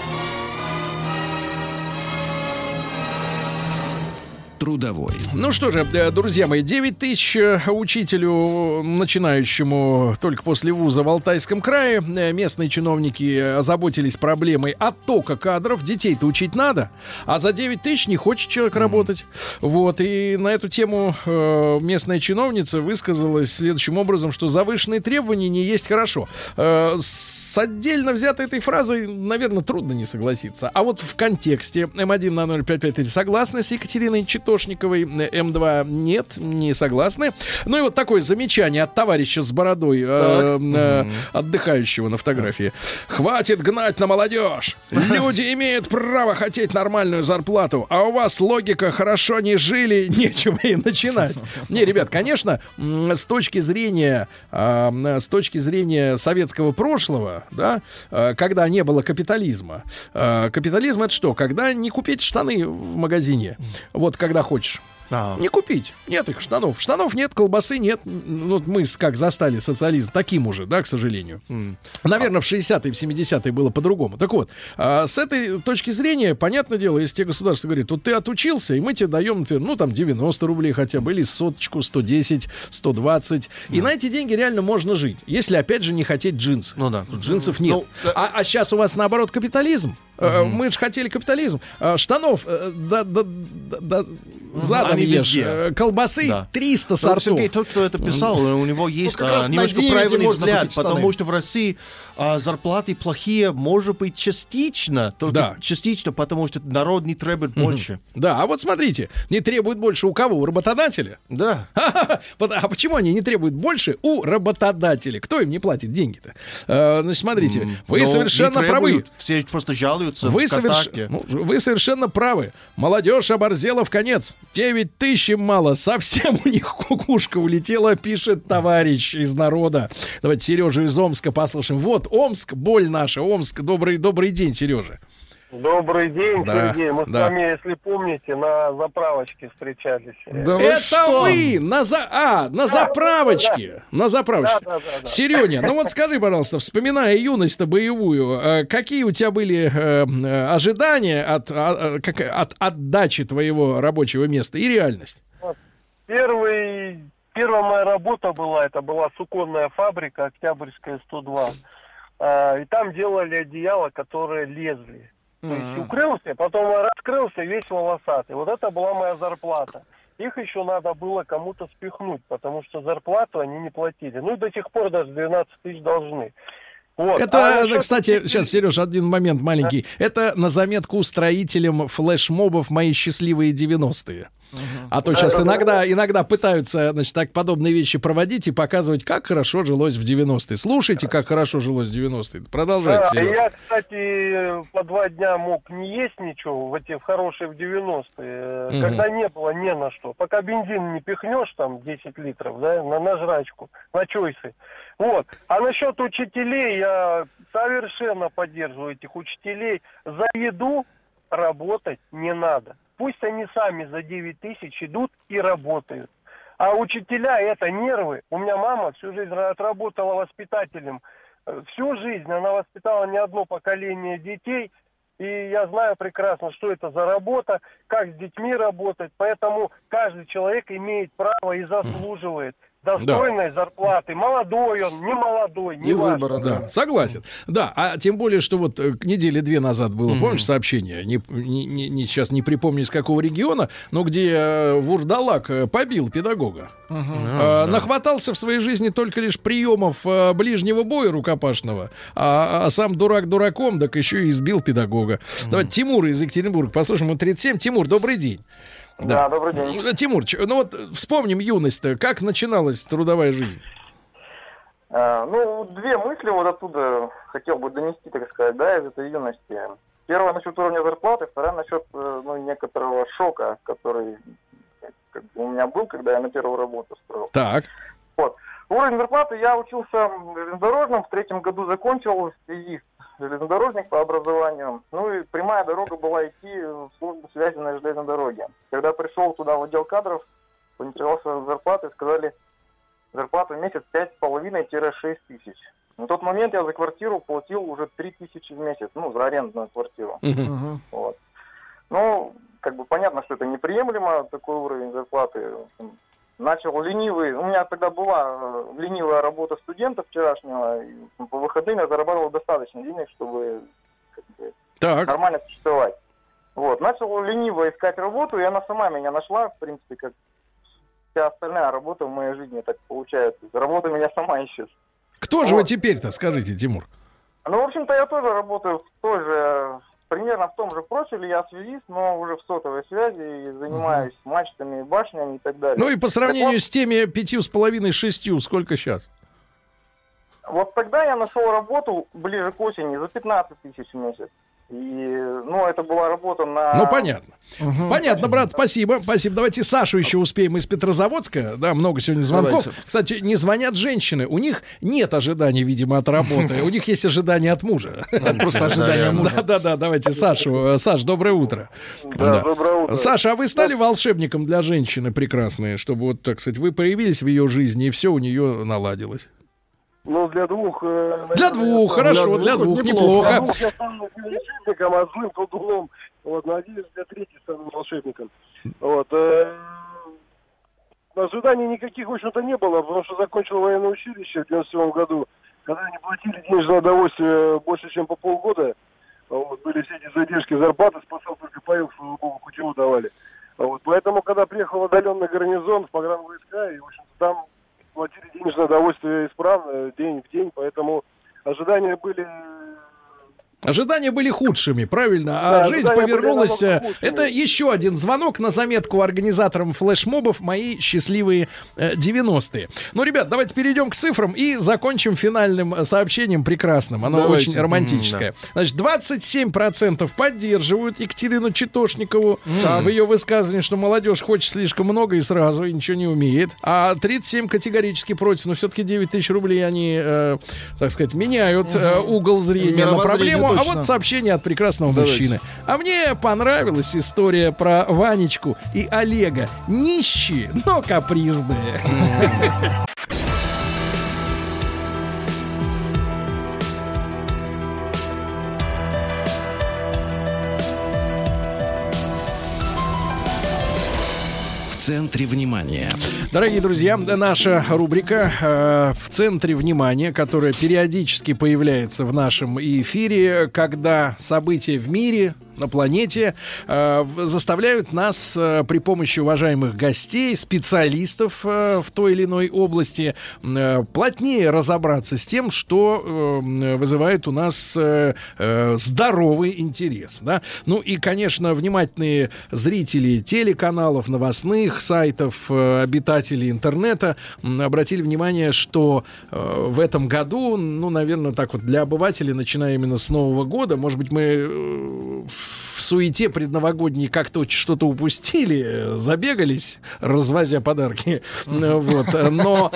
A: Трудовой.
B: Ну что же, друзья мои, девять тысяч учителю, начинающему только после вуза в Алтайском крае. Местные чиновники озаботились проблемой оттока кадров. Детей-то учить надо, а за девять тысяч не хочет человек работать. Вот, и на эту тему э, местная чиновница высказалась следующим образом, что завышенные требования не есть хорошо. Э, с отдельно взятой этой фразой, наверное, трудно не согласиться. А вот в контексте эм один на ноль пять пять согласны с Екатериной Читошниковой, эм два нет, не согласны. Ну и вот такое замечание от товарища с бородой, э, э, mm-hmm. отдыхающего на фотографии. Хватит гнать на молодежь. Люди имеют право хотеть нормальную зарплату, а у вас логика «хорошо не жили», нечего и начинать. Не, ребят, конечно, с точки зрения, э, с точки зрения советского прошлого, да, э, когда не было капитализма. Э, капитализм — это что? Когда не купить штаны в магазине. Вот когда хочешь. А. Не купить. Нет их штанов. Штанов нет, колбасы нет. Ну, мы как застали социализм таким уже, да, к сожалению. Mm. Наверное, в шестидесятые, в семидесятые было по-другому. Так вот, а, с этой точки зрения, понятное дело, если тебе государство говорит, вот ты отучился, и мы тебе даем, например, ну, там, девяносто рублей хотя бы, или соточку, сто десять, сто двадцать. Mm. И на эти деньги реально можно жить. Если, опять же, не хотеть джинсы. Ну, да. Джинсов нет. Ну, а, а сейчас у вас, наоборот, капитализм. Uh-huh. Мы же хотели капитализм. Штанов до, до, до, задом
D: Они
B: ешь.
D: везде.
B: Колбасы
D: Да.
B: триста
D: Но,
B: сортов.
D: Сергей, тот, кто это писал, у него есть
C: как
D: а,
C: раз на
D: немножко
C: девять
D: правильный
C: можно
D: взгляд,
C: купить штаны.
D: потому что в России а, зарплаты плохие, может быть, частично, только
B: Да.
D: частично, потому что народ не требует больше.
B: Да, а вот смотрите, не требует больше у кого? У работодателя?
D: Да.
B: А почему они не требуют больше у работодателей? Кто им не платит деньги-то? Э, Значит, смотрите, вы
D: Но
B: совершенно
D: не
B: правы.
D: требуют, все просто жалуются
B: Вы,
D: в
B: соверш-
D: ВКонтакте.
B: ну, вы совершенно правы. Молодежь оборзела в конец. девять тысяч им мало. Совсем у них кукушка улетела, пишет товарищ из народа. Давайте Сережу из Омска послушаем. Вот Омск, боль наша. Омск, добрый, добрый день, Сережа.
K: Добрый день,
B: Да,
K: Сергей. Мы
B: да.
K: с вами, если помните, на заправочке встречались.
C: Да вы
B: Это
C: что?
B: вы на, за... а, на заправочке. На заправочке.
K: Да, да, да, да.
B: Серёня, ну вот скажи, пожалуйста, вспоминая юность-то боевую, э, какие у тебя были э, э, ожидания от, а, как, от отдачи твоего рабочего места и реальность?
K: Первый, первая моя работа была, это была суконная фабрика, Октябрьская, сто два. А, и там делали одеяла, которые лезли. То есть укрылся, потом раскрылся, весь волосатый. Вот это была моя зарплата. Их еще надо было кому-то спихнуть, потому что зарплату они не платили. Ну и до сих пор даже двенадцать тысяч должны. Вот.
B: Это,
K: А насчет-
B: кстати, сейчас, Сереж, один момент маленький. Это на заметку строителям флешмобов «Мои счастливые девяностые». А то сейчас иногда, иногда пытаются, значит, так подобные вещи проводить и показывать, как хорошо жилось в девяностые. Слушайте, как хорошо жилось в девяностые. Продолжайте,
K: Да, и
B: Сереж.
K: я, кстати, по два дня мог не есть ничего в эти в хорошие в девяностые,
B: Мгм.
K: когда не было не на что. Пока бензин не пихнешь, там, десять литров, да, на, на жрачку, на чойсы. Вот. А насчет учителей я совершенно поддерживаю этих учителей. За еду работать не надо. Пусть они сами за девять тысяч идут и работают. А учителя — это нервы. У меня мама всю жизнь отработала воспитателем. Э, Всю жизнь она воспитала не одно поколение детей. И я знаю прекрасно, что это за работа, как с детьми работать. Поэтому каждый человек имеет право и заслуживает достойной зарплаты. Молодой он, не молодой, не
C: И
K: важно.
C: выбора,
B: Да, согласен. Да, а тем более, что вот э, недели две назад было, помнишь, сообщение, не, не, не- не- сейчас не припомню, из какого региона, но где э, вурдалак э, побил педагога. Э, Нахватался в своей жизни только лишь приемов э, ближнего боя рукопашного, а, а сам дурак дураком, так еще и избил педагога. Давайте Тимур из Екатеринбурга послушаем, ему тридцать семь. Тимур, добрый день.
K: Да, добрый день.
B: Ну, Тимур, ч- ну вот вспомним юность-то, как начиналась трудовая жизнь?
L: А, ну, две мысли вот оттуда хотел бы донести, так сказать, да, из этой юности. Первая насчет уровня зарплаты, вторая насчет э, ну, некоторого шока, который как бы у меня был, когда я на первую работу строил.
B: Так.
L: Вот. Уровень зарплаты я учился в железнодорожном, в третьем году закончил, связист, железнодорожник по образованию. Ну и прямая дорога была идти в службу связи на железной дороге. Когда пришел туда в отдел кадров, поинтересовался зарплатой, сказали, зарплата в месяц пять с половиной-шесть тысяч. На тот момент я за квартиру платил уже три тысячи в месяц, ну, за арендную квартиру.
C: Мгм.
L: Вот. Ну, как бы понятно, что это неприемлемо, такой уровень зарплаты. Начал ленивый, у меня тогда была э, ленивая работа студента вчерашнего, и по выходным я зарабатывал достаточно денег, чтобы как бы,
B: Так.
L: нормально существовать. Вот, начал лениво искать работу, и она сама меня нашла, в принципе, как вся остальная работа в моей жизни, так получается. Работа меня сама ищет.
B: Кто же вы теперь-то, скажите, Тимур?
L: Ну, в общем-то, я тоже работаю в той же, примерно в том же профиле, я связист, но уже в сотовой связи, и занимаюсь мачтами, башнями и так далее.
B: Ну и по сравнению
L: Так
B: с теми пятью с половиной, шестью, сколько сейчас?
L: вот, вот тогда я нашел работу ближе к осени за пятнадцать тысяч в месяц. И, ну, это была работа на...
B: Ну, понятно. Понятно, брат, спасибо. Спасибо. Давайте Сашу еще успеем из Петрозаводска. Да, много сегодня звонков.
C: Давайте.
B: Кстати, не звонят женщины. У них нет ожиданий, видимо, от работы. У них есть ожидания от мужа.
C: Просто ожидание мужа.
B: Да-да-да, давайте Сашу. Саш, доброе утро.
L: Да, доброе утро.
B: Саша, а вы стали волшебником для женщины прекрасной, чтобы, вот, так сказать, вы появились в ее жизни, и все у нее наладилось?
K: Ну, для двух... э,
B: Для
K: наверное,
B: двух,
K: я
B: хорошо,
K: стал-
B: для двух,
K: Для
B: неплохо.
K: двух я стану волшебником, а злым колдуном. Вот, надеюсь, для третьей стану волшебником. Вот. э, Ожиданий никаких, в общем-то, не было, потому что закончил военное училище в девяносто седьмом году, когда не платили денежное удовольствие больше, чем по полгода. Вот, были все эти задержки зарплаты, спасал только паёк, слава богу, хоть его давали. Вот, поэтому, когда приехал в отдаленный гарнизон в погранвойска, и, в общем, там платили денежное удовольствие исправно, день в день, поэтому ожидания были...
B: Ожидания были худшими, правильно? А
K: Да,
B: жизнь
K: ожидания
B: повернулась.
K: были намного худшими.
B: Это еще один звонок на заметку организаторам флешмобов «Мои счастливые э, девяностые». Ну, ребят, давайте перейдем к цифрам и закончим финальным сообщением прекрасным. Оно
C: Давайте.
B: очень романтическое.
C: М, да.
B: Значит, двадцать семь процентов поддерживают Екатерину Читошникову
C: Так.
B: в ее высказывании, что молодежь хочет слишком много и сразу, и ничего не умеет. А тридцать семь категорически против. Но все-таки девять тысяч рублей они, э, так сказать, меняют э, угол зрения на
C: Мировоззрение,
B: проблему. А
C: точно.
B: вот сообщение от прекрасного
C: Давайте.
B: мужчины. А мне понравилась история про Ванечку и Олега. Нищие, но капризные.
A: В центре внимания.
B: Дорогие друзья, наша рубрика э, «В центре внимания», которая периодически появляется в нашем эфире, когда события в мире, на планете э, заставляют нас э, при помощи уважаемых гостей, специалистов э, в той или иной области э, плотнее разобраться с тем, что э, вызывает у нас э, э, здоровый интерес. Да? Ну и, конечно, внимательные зрители телеканалов, новостных сайтов, э, обитатели интернета м, обратили внимание, что э, в этом году, ну, наверное, так вот для обывателей, начиная именно с Нового года, может быть, мы э, в суете предновогодней как-то что-то упустили, забегались, развозя подарки. Вот. Но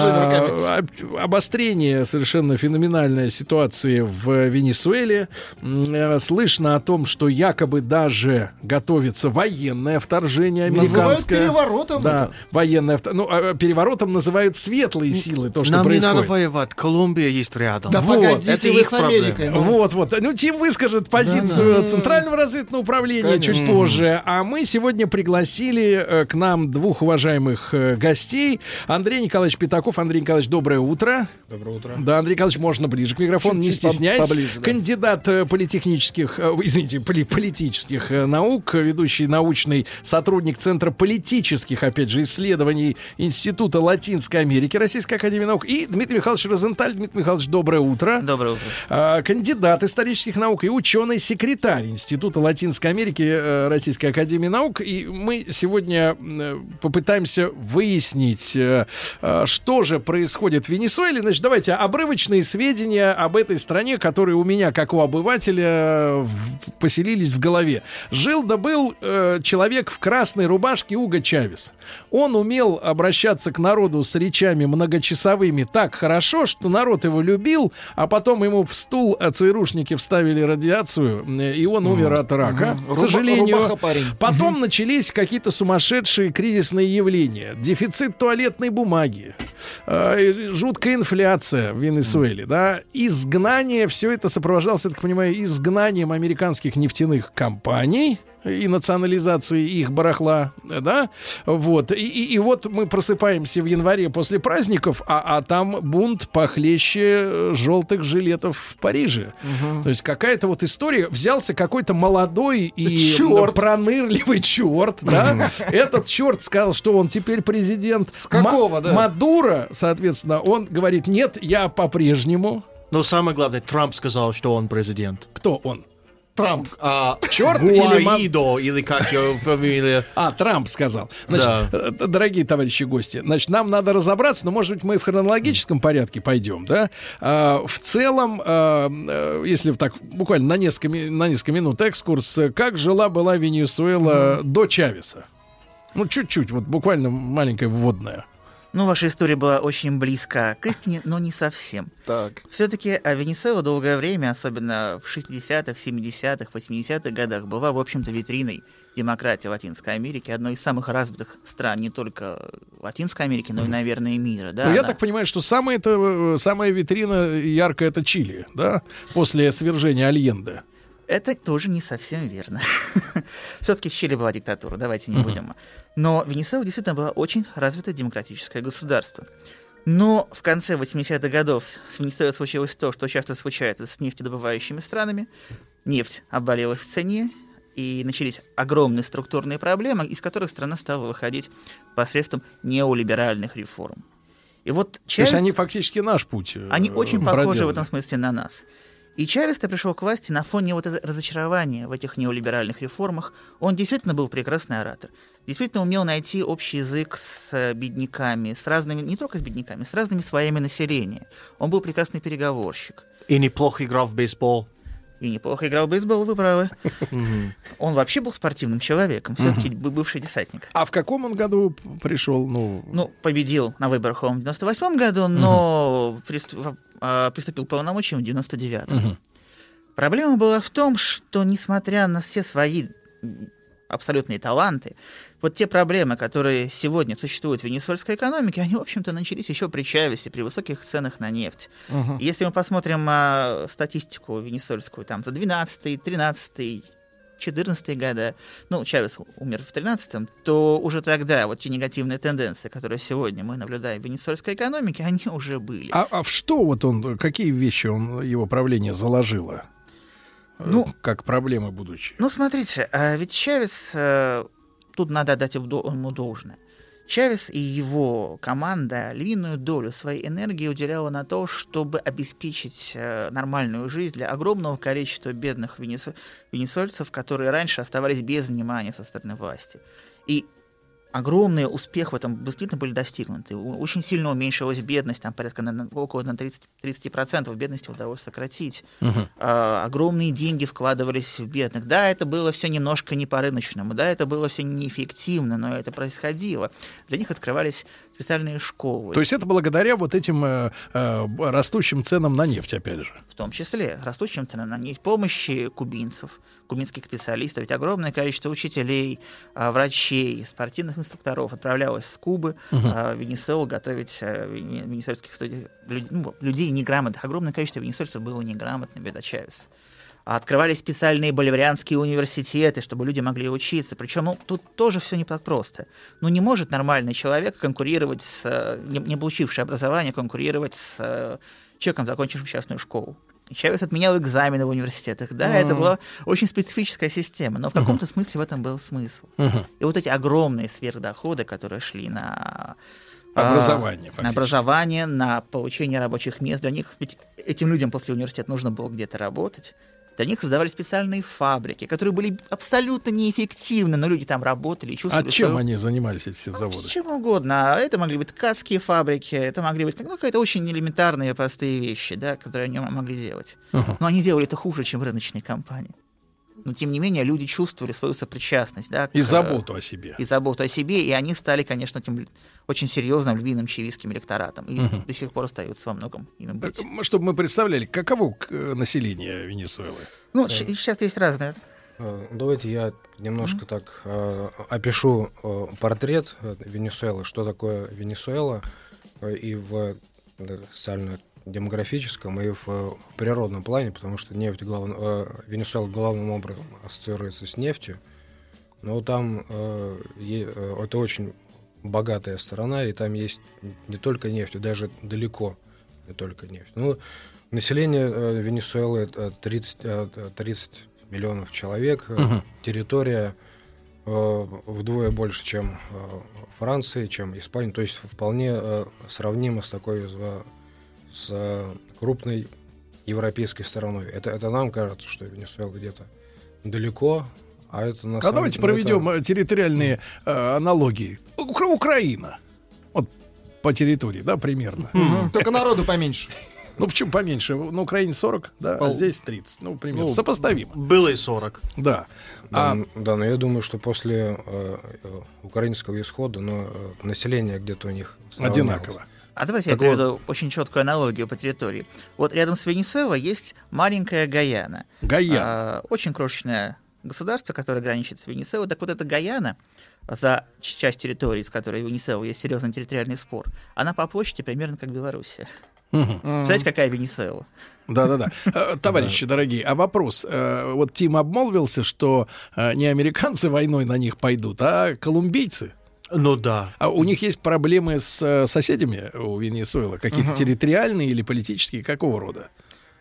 B: а, обострение совершенно феноменальной ситуации в Венесуэле. Слышно о том, что якобы даже готовится военное вторжение американское.
C: Называют переворотом.
B: Да,
C: это.
B: военное. Ну, а переворотом называют светлые силы, то, что
D: Нам
B: происходит.
D: не надо воевать, Колумбия есть рядом.
C: Да
B: Вот.
C: погодите
D: Это
C: вы
D: их
C: с Америкой.
D: проблема.
C: ну.
B: Вот, вот. Ну, Тим выскажет позицию Центрального разведывательного управления
C: Конечно.
B: чуть позже. А мы сегодня пригласили э, к нам двух уважаемых э, гостей. Андрей Николаевич Пятаков. Андрей Николаевич, доброе утро.
C: Доброе утро.
B: Да, Андрей Николаевич, можно ближе к микрофону, не
C: Чуть-чуть
B: стесняйтесь.
C: поближе, да.
B: Кандидат э, политехнических, э, извините, поли- политических э, наук, ведущий научный сотрудник Центра политических, опять же, исследований Института Латинской Америки Российской академии наук. И Дмитрий Михайлович Розенталь. Дмитрий Михайлович, доброе утро.
M: Доброе утро.
B: А, кандидат исторических наук и ученый-секретарь Института Латинской Америки э, Российской академии наук. И мы сегодня э, попытаемся выяснить, э, э, что же происходит в Венесуэле. Значит, давайте обрывочные сведения об этой стране, которые у меня, как у обывателя, э, в- поселились в голове. Жил да был э, человек в красной рубашке Уго Чавес. Он умел обращаться к народу с речами многочасовыми так хорошо, что народ его любил, а потом ему в стул э, ЦРУшники вставили радиацию, э, и он умер от рака,
C: Мгм.
B: к сожалению.
C: Рубаха-парень.
B: Потом начались какие-то сумасшедшие кризисные явления. Дефицит туалетной бумаги, э, жуткая инфляция в Венесуэле, да, изгнание, все это сопровождалось, я так понимаю, изгнанием американских нефтяных компаний и национализации их барахла, да, вот, и, и, и вот мы просыпаемся в январе после праздников, а, а там бунт похлеще желтых жилетов в Париже. То есть какая-то вот история, взялся какой-то молодой и
C: Чёрт.
B: пронырливый черт, да, этот черт сказал, что он теперь президент. С
C: какого, да?
B: Мадуро, соответственно, он говорит, нет, я по-прежнему.
D: Но самое главное, Трамп сказал, что он президент.
B: Кто он?
C: Трамп.
D: А,
B: Черт или ма-
D: Гуаидо, или как его фамилия.
B: А, Трамп сказал. Значит,
D: Да.
B: э, дорогие товарищи гости, значит, нам надо разобраться, но, может быть, мы в хронологическом порядке пойдем, да? А, в целом, а, э, если так буквально на несколько, ми- на несколько минут экскурс, э, как жила-была Венесуэла до Чавеса? Ну, чуть-чуть, вот буквально маленькая вводная.
M: Ну, ваша история была очень близка к истине, но не совсем.
C: Так.
M: Все-таки Венесуэла долгое время, особенно в шестидесятых, семидесятых, восьмидесятых годах, была, в общем-то, витриной демократии Латинской Америки, одной из самых развитых стран не только Латинской Америки, но и, наверное, и мира. Да,
B: Ну, я
M: она-
B: так понимаю, что самая, это, э, самая витрина яркая — это Чили, да? После свержения Альенде.
M: Это тоже не совсем верно. Все-таки в Чили была диктатура, давайте не будем. Но Венесуэла действительно была очень развитое демократическое государство. Но в конце восьмидесятых годов с Венесуэлой случилось то, что часто случается с нефтедобывающими странами. Нефть обвалилась в цене, и начались огромные структурные проблемы, из которых страна стала выходить посредством неолиберальных реформ. И вот Чавес...
B: То есть они фактически наш путь
M: Они
B: э,
M: очень похожи
B: проделали.
M: в этом смысле на нас. И Чавес-то пришел к власти на фоне вот этого разочарования в этих неолиберальных реформах. Он действительно был прекрасный оратор. Действительно умел найти общий язык с бедняками, с разными, не только с бедняками, с разными слоями населения. Он был прекрасный переговорщик.
D: И неплохо играл в бейсбол.
M: И неплохо играл в бейсбол, вы правы. Он вообще был спортивным человеком, все-таки бывший десантник.
B: А в каком он году пришел? Ну,
M: ну победил на выборах он в девяносто восьмом году, но приступ, а, приступил к полномочиям в девяносто девятом. Угу. Проблема была в том, что, несмотря на все свои абсолютные таланты, вот те проблемы, которые сегодня существуют в венесуэльской экономике, они, в общем-то, начались еще при Чавесе, при высоких ценах на нефть. Uh-huh. Если мы посмотрим а, статистику венесуэльскую там, за двенадцатый, тринадцатый, четырнадцатый года, ну, Чавес умер в тринадцатом, то уже тогда вот те негативные тенденции, которые сегодня мы наблюдаем в венесуэльской экономике, они уже были.
B: А, а в что вот он, какие вещи он, его правление заложило? Ну, как проблемы будущие.
M: Ну, смотрите, ведь Чавес, тут надо отдать ему должное. Чавес и его команда львиную долю своей энергии уделяла на то, чтобы обеспечить нормальную жизнь для огромного количества бедных венесу... венесуэльцев, которые раньше оставались без внимания со стороны власти. И огромный успех в этом действительно были достигнуты. Очень сильно уменьшилась бедность, там порядка на, около на тридцать, тридцать процентов бедности удалось сократить. Uh-huh. А, огромные деньги вкладывались в бедных. Да, это было все немножко не по-рыночному, да, это было все неэффективно, но это происходило. Для них открывались специальные школы.
B: То есть это благодаря вот этим э, э, растущим ценам на нефть, опять же?
M: В том числе растущим ценам на нефть, помощи кубинцев, кубинских специалистов. Ведь огромное количество учителей, врачей, спортивных инструкторов отправлялось с Кубы uh-huh. в Венесуэлу готовить венесуэльских студий, ну, людей неграмотных. Огромное количество венесуэльцев было неграмотным беда Чавес. Открывались специальные боливарианские университеты, чтобы люди могли учиться. Причем ну, тут тоже все не так просто. Ну не может нормальный человек конкурировать с, не, не получивший образование, конкурировать с человеком, закончившим частную школу. Чавес отменял экзамены в университетах. Да, uh-huh. это была очень специфическая система, но в каком-то uh-huh. смысле в этом был смысл. Uh-huh. И вот эти огромные сверхдоходы, которые шли на
B: образование,
M: а, на образование, на получение рабочих мест, для них, ведь этим людям после университета нужно было где-то работать. Для них создавали специальные фабрики, которые были абсолютно неэффективны, но люди там работали и чувствовали...
B: А чем
M: свою...
B: они занимались, эти все заводы?
M: Ну, чем угодно. Это могли быть ткацкие фабрики, это могли быть ну, какие-то очень элементарные, простые вещи, да, которые они могли делать. Uh-huh. Но они делали это хуже, чем рыночные компании. Но, тем не менее, люди чувствовали свою сопричастность. Да, к...
B: И заботу о себе.
M: И заботу о себе, и они стали, конечно, этим очень серьезным львиным чивистским электоратом. И uh-huh. до сих пор остаются во многом ими быть.
B: Чтобы мы представляли, каково население Венесуэлы?
M: Ну, да. Сейчас есть разные.
N: Давайте я немножко mm-hmm. так э, опишу э, портрет Венесуэлы, что такое Венесуэла э, и в э, социально-демографическом, и в, в природном плане, потому что нефть глав... э, Венесуэла главным образом ассоциируется с нефтью, но там э, е... это очень богатая страна, и там есть не только нефть, даже далеко не только нефть. Ну, население э, Венесуэлы тридцать, тридцать миллионов человек. Uh-huh. Территория э, вдвое больше, чем э, Франция, чем Испания. То есть вполне э, сравнимо с такой с, с крупной европейской страной. Это, это нам кажется, что Венесуэла где-то далеко, а это на
B: а
N: самом
B: давайте
N: деле...
B: проведем
N: это...
B: территориальные э, аналогии. Укра- Украина. Вот по территории, да, примерно.
C: Mm-hmm. Только народу поменьше.
B: Ну, почему поменьше? На Украине сорок, да, Пол... а здесь тридцать. Ну, примерно. Ну, сопоставимо.
D: Было и сорок.
B: Да.
N: Да,
B: а...
N: да, но я думаю, что после э, украинского исхода но, э, население где-то у них
B: одинаково.
M: А давайте
N: так
M: я
N: вот...
M: приведу очень четкую аналогию по территории. Вот рядом с Венесуэлой есть маленькая Гаяна.
B: Гаяна.
M: А, очень крошечное государство, которое граничит с Венесуэлой. Так вот эта Гаяна, за часть территории, с которой у Венесуэлы есть серьезный территориальный спор, она по площади примерно как Белоруссия. Угу. Знаете, какая Венесуэла?
B: Да-да-да. Товарищи дорогие, а вопрос. Вот Тим обмолвился, что не американцы войной на них пойдут, а колумбийцы.
D: Ну да.
B: А у них есть проблемы с соседями у Венесуэлы? Какие-то угу. территориальные или политические? Какого рода?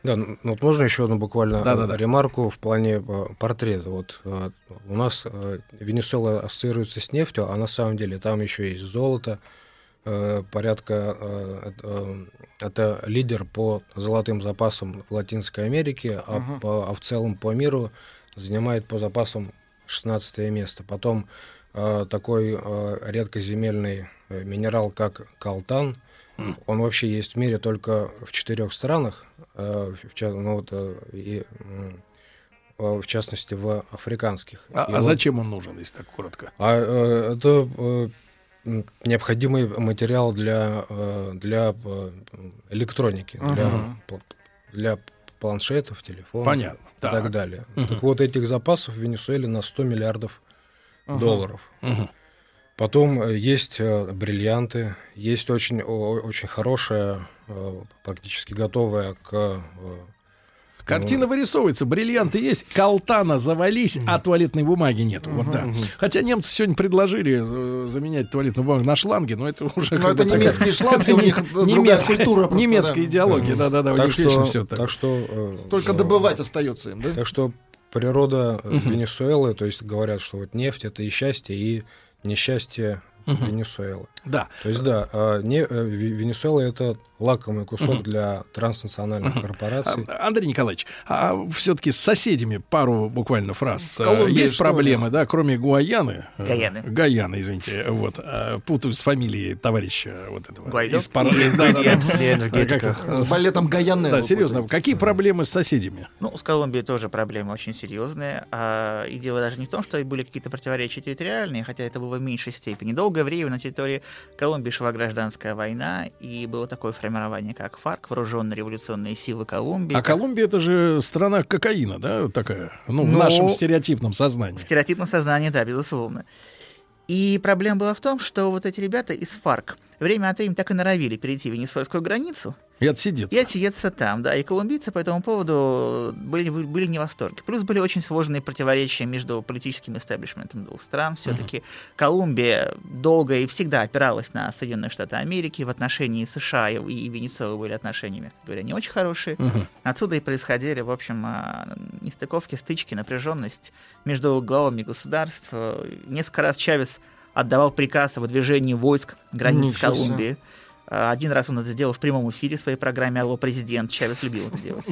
N: Да, ну вот можно еще одну буквально
B: Да-да-да.
N: ремарку в плане э, портрета. Вот э, у нас э, Венесуэла ассоциируется с нефтью, а на самом деле там еще есть золото, э, порядка э, э, это лидер по золотым запасам в Латинской Америке, а,
C: Ага.
N: по- а в целом по миру занимает по запасам шестнадцатое место. Потом э, такой э, редкоземельный э, минерал, как колтан. Он вообще есть в мире только в четырех странах, э, в, ча- ну, вот, э, и, м, э, в частности в африканских.
B: А,
N: И
B: а
N: он-
B: зачем он нужен, если так коротко?
N: А э, это э, м, необходимый материал для, э, для э, электроники, для,
B: Ага.
N: пл- для планшетов, телефонов
B: Понятно.
N: и
B: Так.
N: так далее.
B: Мгм.
N: Так вот, этих запасов в Венесуэле на сто миллиардов
C: Ага.
N: долларов.
B: Мгм.
N: Потом э, есть э, бриллианты, есть очень, о- очень хорошая, э, практически готовая к... э,
B: Картина вырисовывается, бриллианты есть, колтана завались, а туалетной бумаги нет. Вот, да. Хотя немцы сегодня предложили э, заменять туалетную бумагу на шланги, но это уже...
C: Но
B: как
C: это
B: бы такая-
C: немецкие шланги,
B: это
C: у
B: не-
C: них другая
B: немецкая-
C: культура просто,
B: Немецкая
C: да.
B: идеология, да-да-да, у
N: Так
B: них
N: что-
B: вечно все так.
N: так что, э,
C: Только
N: э,
C: добывать остается им, да?
N: Так что природа э, Венесуэлы, то есть говорят, что вот нефть — это и счастье, и несчастье
B: Мгм.
N: Венесуэлы.
B: Да.
N: То есть, да, а, не, э, Ве- Венесуэла — это лакомый кусок
B: Мгм.
N: для транснациональных корпораций.
B: А, Андрей Николаевич, а все-таки с соседями пару буквально фраз.
C: С Колумбией
B: Есть
C: что
B: проблемы, да, кроме Гуаяны? э,
M: Гаяны.
B: Гаяны, извините. Вот. э, Путаю с фамилией товарища вот этого.
M: Гуайдо?
B: Из пар-
M: Или
B: да, да, да.
M: Гайет, или
B: Да,
M: энергетика.
B: как это?
C: С балетом Гаяне.
B: Да, серьезно, какие проблемы с соседями?
M: Ну, с Колумбией тоже проблемы очень серьезные. А, и дело даже не в том, что были какие-то противоречия территориальные, хотя это было в меньшей степени. Долгое время на территории Колумбии шла гражданская война, и было такое формирование, как ФАРК, Вооруженные революционные силы Колумбии.
B: А Колумбия — это же страна кокаина, да, вот такая, ну, в
M: Ну,
B: нашем стереотипном сознании.
M: В стереотипном сознании, да, безусловно. И проблема была в том, что вот эти ребята из ФАРК время от времени так и норовили перейти венесуэльскую границу
B: И отсидеться.
M: и отсидеться там, да. И колумбийцы по этому поводу были, были не в восторге. Плюс были очень сложные противоречия между политическим истеблишментом двух стран. Все-таки Колумбия долго и всегда опиралась на Соединенные Штаты Америки. В отношении США и и Венесуэлы были отношения, мягко говоря, не очень хорошие.
B: Мгм.
M: Отсюда и происходили, в общем, а, нестыковки, стычки, напряженность между главами государств. Э, Несколько раз Чавес отдавал приказ о выдвижении войск границ
C: Ничего себе.
M: Колумбии. А, Один раз он это сделал в прямом эфире в своей программе «Алло, президент». Чавес любил это делать.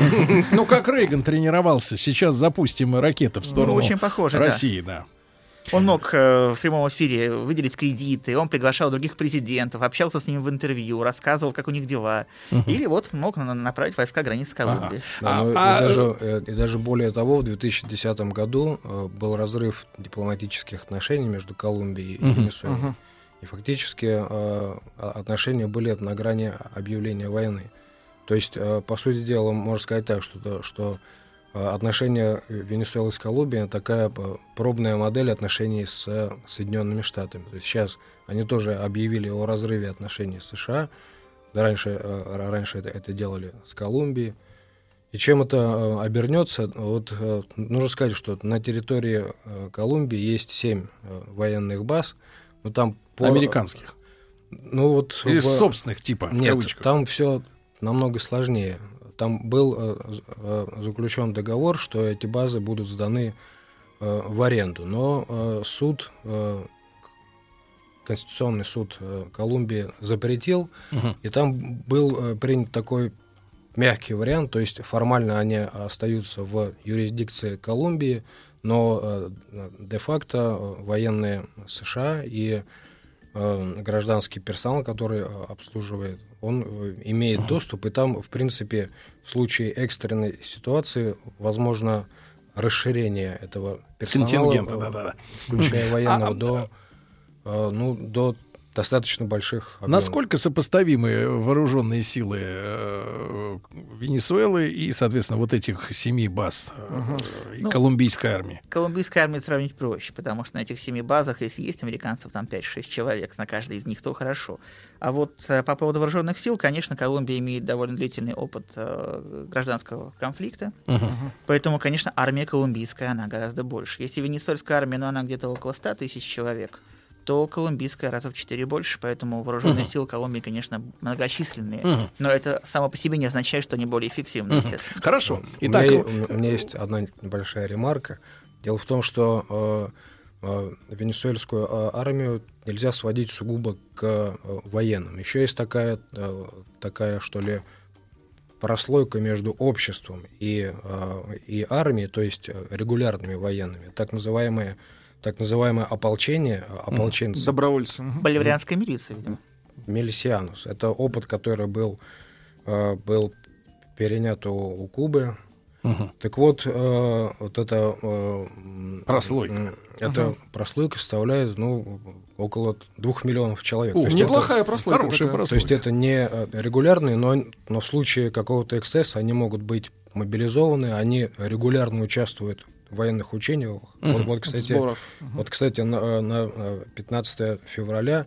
B: Ну, как Рейган тренировался. Сейчас запустим ракеты в сторону
M: Ну, очень похоже, да.
B: России, да.
M: Он мог э, в прямом эфире выделить кредиты, он приглашал других президентов, общался с ними в интервью, рассказывал, как у них дела. Или вот мог на- направить войска границ Колумбии.
N: Да, ну,
B: А-
N: и, даже, э, и даже более того, в две тысячи десятом году э, был разрыв дипломатических отношений между Колумбией и
B: Мгм.
N: Венесуэлой.
C: Мгм.
N: И фактически э, отношения были на грани объявления войны. То есть, э, по сути дела, можно сказать так, что, что э, отношения Венесуэлы с Колумбией — такая э, пробная модель отношений с э, Соединенными Штатами. То есть сейчас они тоже объявили о разрыве отношений с США. Да, раньше, э, раньше это, это делали с Колумбией. И чем это э, обернется? Вот э, нужно сказать, что на территории э, Колумбии есть семь э, военных баз, но там по-
B: Американских.
N: Ну вот
B: Из
N: в-
B: собственных, типа, в
N: Нет,
B: кавычках.
N: там все намного сложнее. Там был э, з- э, заключен договор, что эти базы будут сданы э, в аренду, но э, суд, э, Конституционный суд э, Колумбии запретил,
B: Мгм.
N: и там был э, принят такой мягкий вариант, то есть формально они остаются в юрисдикции Колумбии, но э, де-факто э, военные США и э, гражданский персонал, который э, обслуживает, он э, имеет доступ, и там, в принципе, в случае экстренной ситуации возможно расширение этого персонала,
B: Контингента,
N: э,
B: да-да-да.
N: включая военного,
B: А, а,
N: до, э, ну, до достаточно больших объемов.
B: Насколько сопоставимы вооруженные силы э, Венесуэлы и, соответственно, вот этих семи баз э, и
M: Ну,
B: колумбийской армии?
M: Колумбийской армией сравнить проще, потому что на этих семи базах, если есть американцев, там пять-шесть человек, на каждой из них, то хорошо. А вот э, по поводу вооруженных сил, конечно, Колумбия имеет довольно длительный опыт э, гражданского конфликта,
B: Мгм.
M: поэтому, конечно, армия колумбийская, она гораздо больше. Если венесуэльская армия, ну, она где-то около ста тысяч человек, то колумбийская раза в четыре больше, поэтому вооруженные uh-huh. силы Колумбии, конечно, многочисленные, uh-huh. но это само по себе не означает, что они более эффективны, uh-huh. естественно.
B: Хорошо.
N: Итак, у, меня, у меня есть одна небольшая ремарка. Дело в том, что э, э, венесуэльскую э, армию нельзя сводить сугубо к э, военным. Еще есть такая, э, такая, что ли, прослойка между обществом и, э, и армией, то есть регулярными военными, так называемые так называемое ополчение, ополченцы.
C: Добровольцы.
M: Боливарианская милиция, видимо.
N: Милисианус. Это опыт, который был, э, был перенят у, у Кубы. Угу. Так вот, э, вот эта э,
B: прослойка.
N: Эта
C: угу.
N: прослойка составляет, ну, около двух миллионов человек.
C: О,
N: то есть
C: неплохая
N: это,
C: прослойка.
B: Хорошая прослойка.
N: То есть это не регулярные, но, но в случае какого-то эксцесса они могут быть мобилизованы, они регулярно участвуют в военных учениях. Uh-huh. Вот, вот, кстати, uh-huh. вот, кстати, на, на пятнадцатое февраля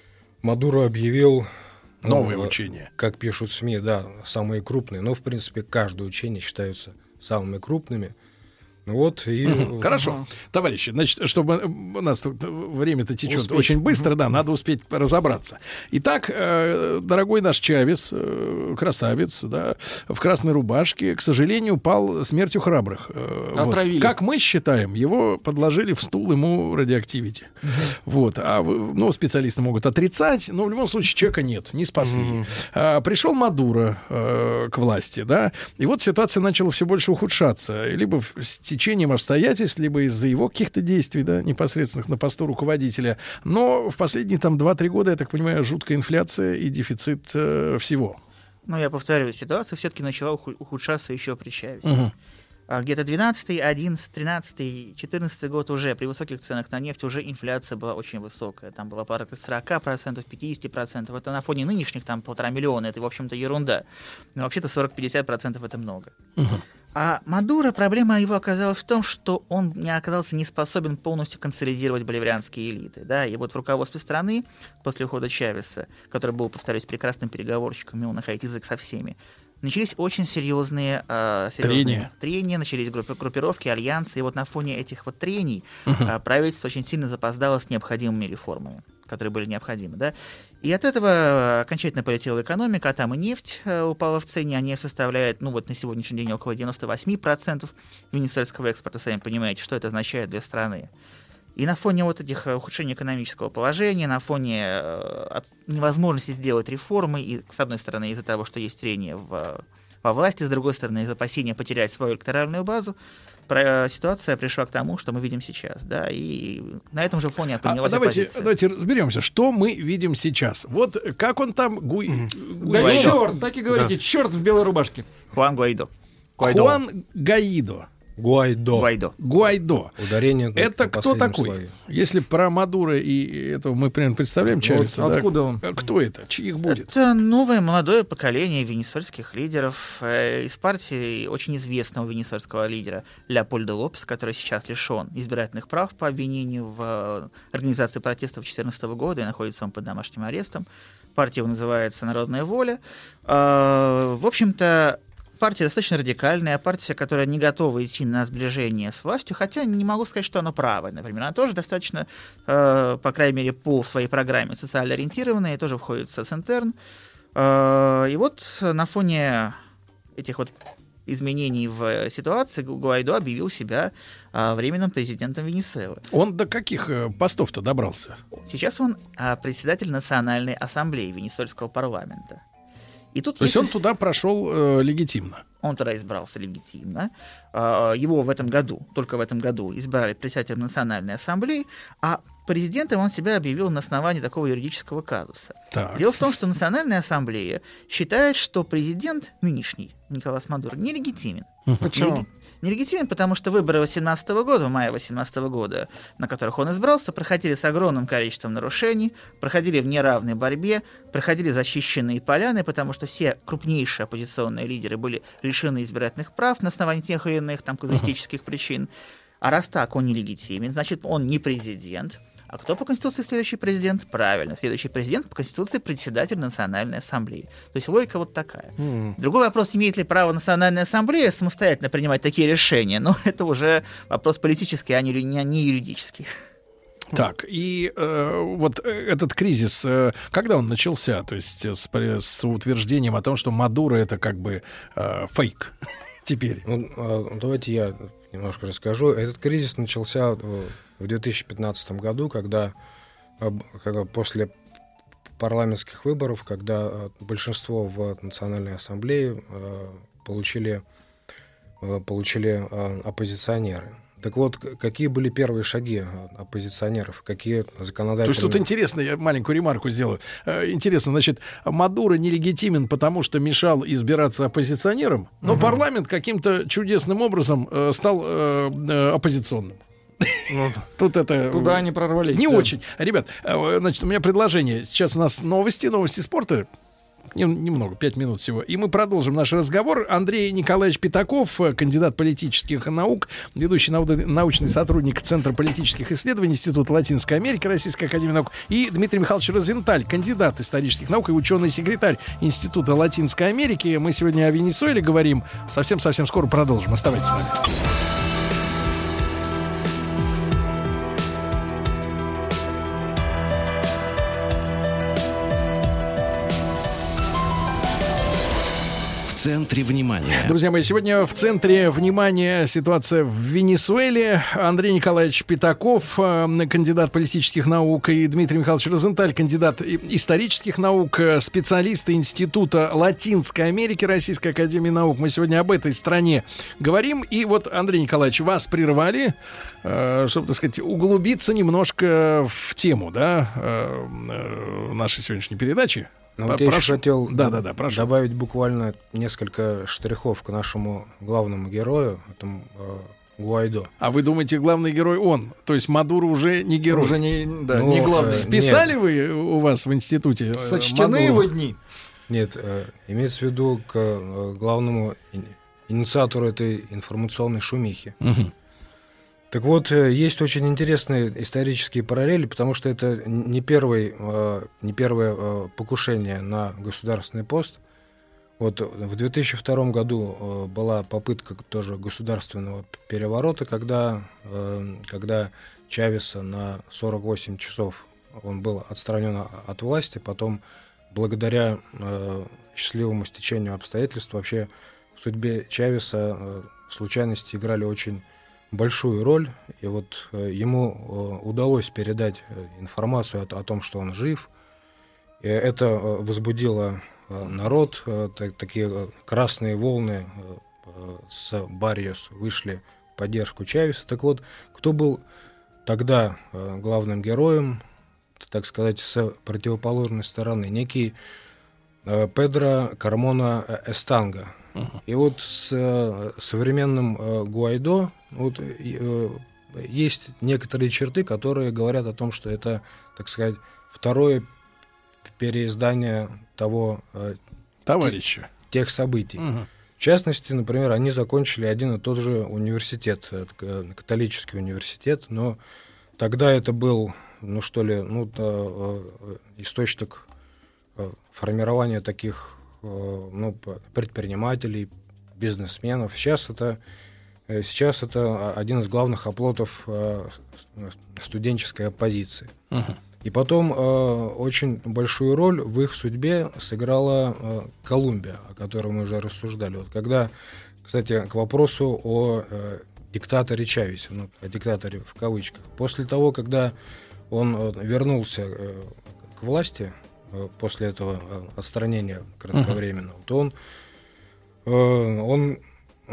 N: Мадуро объявил
B: новые
N: ну,
B: учения.
N: Как пишут СМИ, да, самые крупные. Но, в принципе, каждое учение считаются самыми крупными. Вот, и...
B: Угу. Хорошо. Угу. Товарищи, значит, чтобы у нас тут время-то течет
C: успеть.
B: Очень быстро,
C: угу.
B: да, надо успеть разобраться. Итак, э, дорогой наш Чавес, э, красавец, да, в красной рубашке, к сожалению, пал смертью храбрых. Э,
C: Отравили.
B: Вот. Как мы считаем, его подложили в стул ему радиоактивити. Угу. Вот. А, ну, специалисты могут отрицать, но в любом случае человека нет, не спасли. Угу. А, пришел Мадуро э, к власти, да, и вот ситуация начала все больше ухудшаться. Либо в течением обстоятельств, либо из-за его каких-то действий, да, непосредственных на посту руководителя. Но в последние там два-три года, я так понимаю, жуткая инфляция и дефицит э, всего.
M: Ну, я повторюсь, ситуация все-таки начала ухудшаться еще при Чавесе.
B: Угу.
M: Где-то двенадцатый, одиннадцатый, тринадцатый, четырнадцатый год уже при высоких ценах на нефть уже инфляция была очень высокая. Там была порядка сорок процентов, пятьдесят процентов. Это на фоне нынешних там полтора миллиона. Это, в общем-то, ерунда. Но вообще-то сорок-пятьдесят процентов это много. Угу. А Мадуро, проблема его оказалась в том, что он не оказался не способен полностью консолидировать боливарианские элиты. Да? И вот в руководстве страны после ухода Чавеса, который был, повторюсь, прекрасным переговорщиком, умел находить язык со всеми, начались очень серьезные, э, серьезные трения. трения, начались группи- группировки, альянсы. И вот на фоне этих вот трений uh-huh. э, правительство очень сильно запоздало с необходимыми реформами, которые были необходимы. Да? И от этого окончательно полетела экономика, а там и нефть э, упала в цене, а нефть составляет, ну вот на сегодняшний день около девяносто восемь процентов венесуэльского экспорта. Сами понимаете, что это означает для страны. И на фоне вот этих ухудшений экономического положения, на фоне э, невозможности сделать реформы, и, с одной стороны, из-за того, что есть трение в, во власти, с другой стороны, из-за опасения потерять свою электоральную базу, про, ситуация пришла к тому, что мы видим сейчас. Да, и на этом же фоне поднялась
B: а, давайте,
M: оппозиция.
B: Давайте разберемся, что мы видим сейчас. Вот как он там... Гуй,
C: mm. Да черт, так и говорите, да. Черт в белой рубашке.
M: Хуан Гуайдо.
B: Хуан Гаидо.
N: Гуайдо.
M: Гуайдо.
B: Гуайдо.
N: Ударение.
B: Это кто такой? Слое. Если про Мадуро и этого мы примерно представляем Чавеса,
C: вот
B: да?
C: Откуда он?
B: Кто это? Чьих будет?
M: Это новое молодое поколение венесуэльских лидеров э, из партии очень известного венесуэльского лидера Леопольда Лопеса, который сейчас лишен избирательных прав по обвинению в э, организации протестов две тысячи четырнадцатого года, и находится он под домашним арестом. Партия его называется «Народная воля». Э, в общем-то, партия достаточно радикальная, партия, которая не готова идти на сближение с властью, хотя не могу сказать, что она правая, например. Она тоже достаточно, э, по крайней мере, по своей программе социально ориентированная, тоже входит в социнтерн. Э, и вот на фоне этих вот изменений в ситуации Гуайдо объявил себя э, временным президентом Венесуэлы.
B: Он до каких э, постов-то добрался?
M: Сейчас он э, председатель Национальной ассамблеи Венесуэльского парламента. И тут
B: То есть, есть он туда прошел э, легитимно?
M: Он туда избрался легитимно. Его в этом году, только в этом году, избрали председателем Национальной ассамблеи, а президентом он себя объявил на основании такого юридического казуса. Так. Дело в том, что Национальная ассамблея считает, что президент нынешний, Николас Мадуро, нелегитимен.
C: Почему?
M: Нелегитимен, потому что выборы две тысячи восемнадцатого года, в мае две тысячи восемнадцатого года, на которых он избрался, проходили с огромным количеством нарушений, проходили в неравной борьбе, проходили защищенные поляны, потому что все крупнейшие оппозиционные лидеры были лишены избирательных прав на основании тех или иных там казуистических причин. А раз так, он нелегитимен, значит, он не президент. А кто по Конституции следующий президент? Правильно, следующий президент по Конституции председатель Национальной ассамблеи. То есть логика вот такая. Mm. Другой вопрос, имеет ли право Национальная ассамблея самостоятельно принимать такие решения, но это уже вопрос политический, а не, не, не юридический.
B: Так, и э, вот этот кризис, э, когда он начался? То есть с, с утверждением о том, что Мадуро — это как бы э, фейк теперь.
N: Ну, э, давайте я немножко расскажу. Этот кризис начался в две тысячи пятнадцатом году, когда, э, когда после парламентских выборов, когда э, большинство в Национальной ассамблее э, получили, э, получили э, оппозиционеры. Так вот, какие были первые шаги оппозиционеров? Какие законодательные...
B: То есть тут интересно, я маленькую ремарку сделаю. Интересно, значит, Мадуро нелегитимен, потому что мешал избираться оппозиционером, но угу. парламент каким-то чудесным образом стал э, оппозиционным. Ну, тут это...
C: Туда они прорвались.
B: Не
C: да.
B: очень. Ребят, значит, у меня предложение. Сейчас у нас новости, новости спорта. Немного, пять минут всего. И мы продолжим наш разговор. Андрей Николаевич Пятаков, кандидат политических наук, ведущий научный сотрудник Центра политических исследований Института Латинской Америки Российской академии наук, и Дмитрий Михайлович Розенталь, кандидат исторических наук и ученый-секретарь Института Латинской Америки. Мы сегодня о Венесуэле говорим. Совсем-совсем скоро продолжим. Оставайтесь с нами.
A: В центре внимания.
B: Друзья мои, сегодня в центре внимания ситуация в Венесуэле. Андрей Николаевич Пятаков, кандидат политических наук, и Дмитрий Михайлович Розенталь, кандидат исторических наук, специалисты Института Латинской Америки Российской академии наук. Мы сегодня об этой стране говорим. И вот, Андрей Николаевич, вас прервали, чтобы, так сказать, углубиться немножко в тему, да, нашей сегодняшней передачи.
N: Ну, вот я еще хотел
B: да, да, да,
N: добавить буквально несколько штрихов к нашему главному герою, этому э, Гуайдо.
B: А вы думаете, главный герой он? То есть Мадуро уже не герой?
C: Уже не, да,
N: ну,
C: не главный.
N: Э,
B: Списали
N: нет.
B: вы у вас в институте э,
C: Сочтены
B: Мадуро?
C: его дни?
N: Нет, э, имеется в виду к э, главному инициатору этой информационной шумихи.
B: Угу.
N: Так вот, есть очень интересные исторические параллели, потому что это не, первый, не первое покушение на государственный пост. Вот в две тысячи втором году была попытка тоже государственного переворота, когда, когда Чавеса на сорок восемь часов он был отстранен от власти, потом благодаря счастливому стечению обстоятельств вообще в судьбе Чавеса случайности играли очень большую роль, и вот э, ему э, удалось передать э, информацию о, о том, что он жив. И это э, возбудило э, народ, э, так, такие э, красные волны э, э, с Барриос вышли в поддержку Чавеса. Так вот, кто был тогда э, главным героем, так сказать, с противоположной стороны? Некий э, Педро Кармона Эстанга. И вот с э, современным э, Гуайдо вот, э, есть некоторые черты, которые говорят о том, что это, так сказать, второе переиздание того э,
B: товарища,
N: тех, тех событий.
B: Угу.
N: В частности, например, они закончили один и тот же университет, католический университет, но тогда это был, ну что ли, ну, э, э, источник э, формирования таких ну, предпринимателей, бизнесменов. Сейчас это, сейчас это один из главных оплотов студенческой оппозиции. Uh-huh. И потом очень большую роль в их судьбе сыграла Колумбия, о которой мы уже рассуждали. Вот когда, кстати, к вопросу о диктаторе Чавесе, ну, о диктаторе в кавычках. После того, когда он вернулся к власти, после этого отстранения кратковременного, uh-huh. то он, он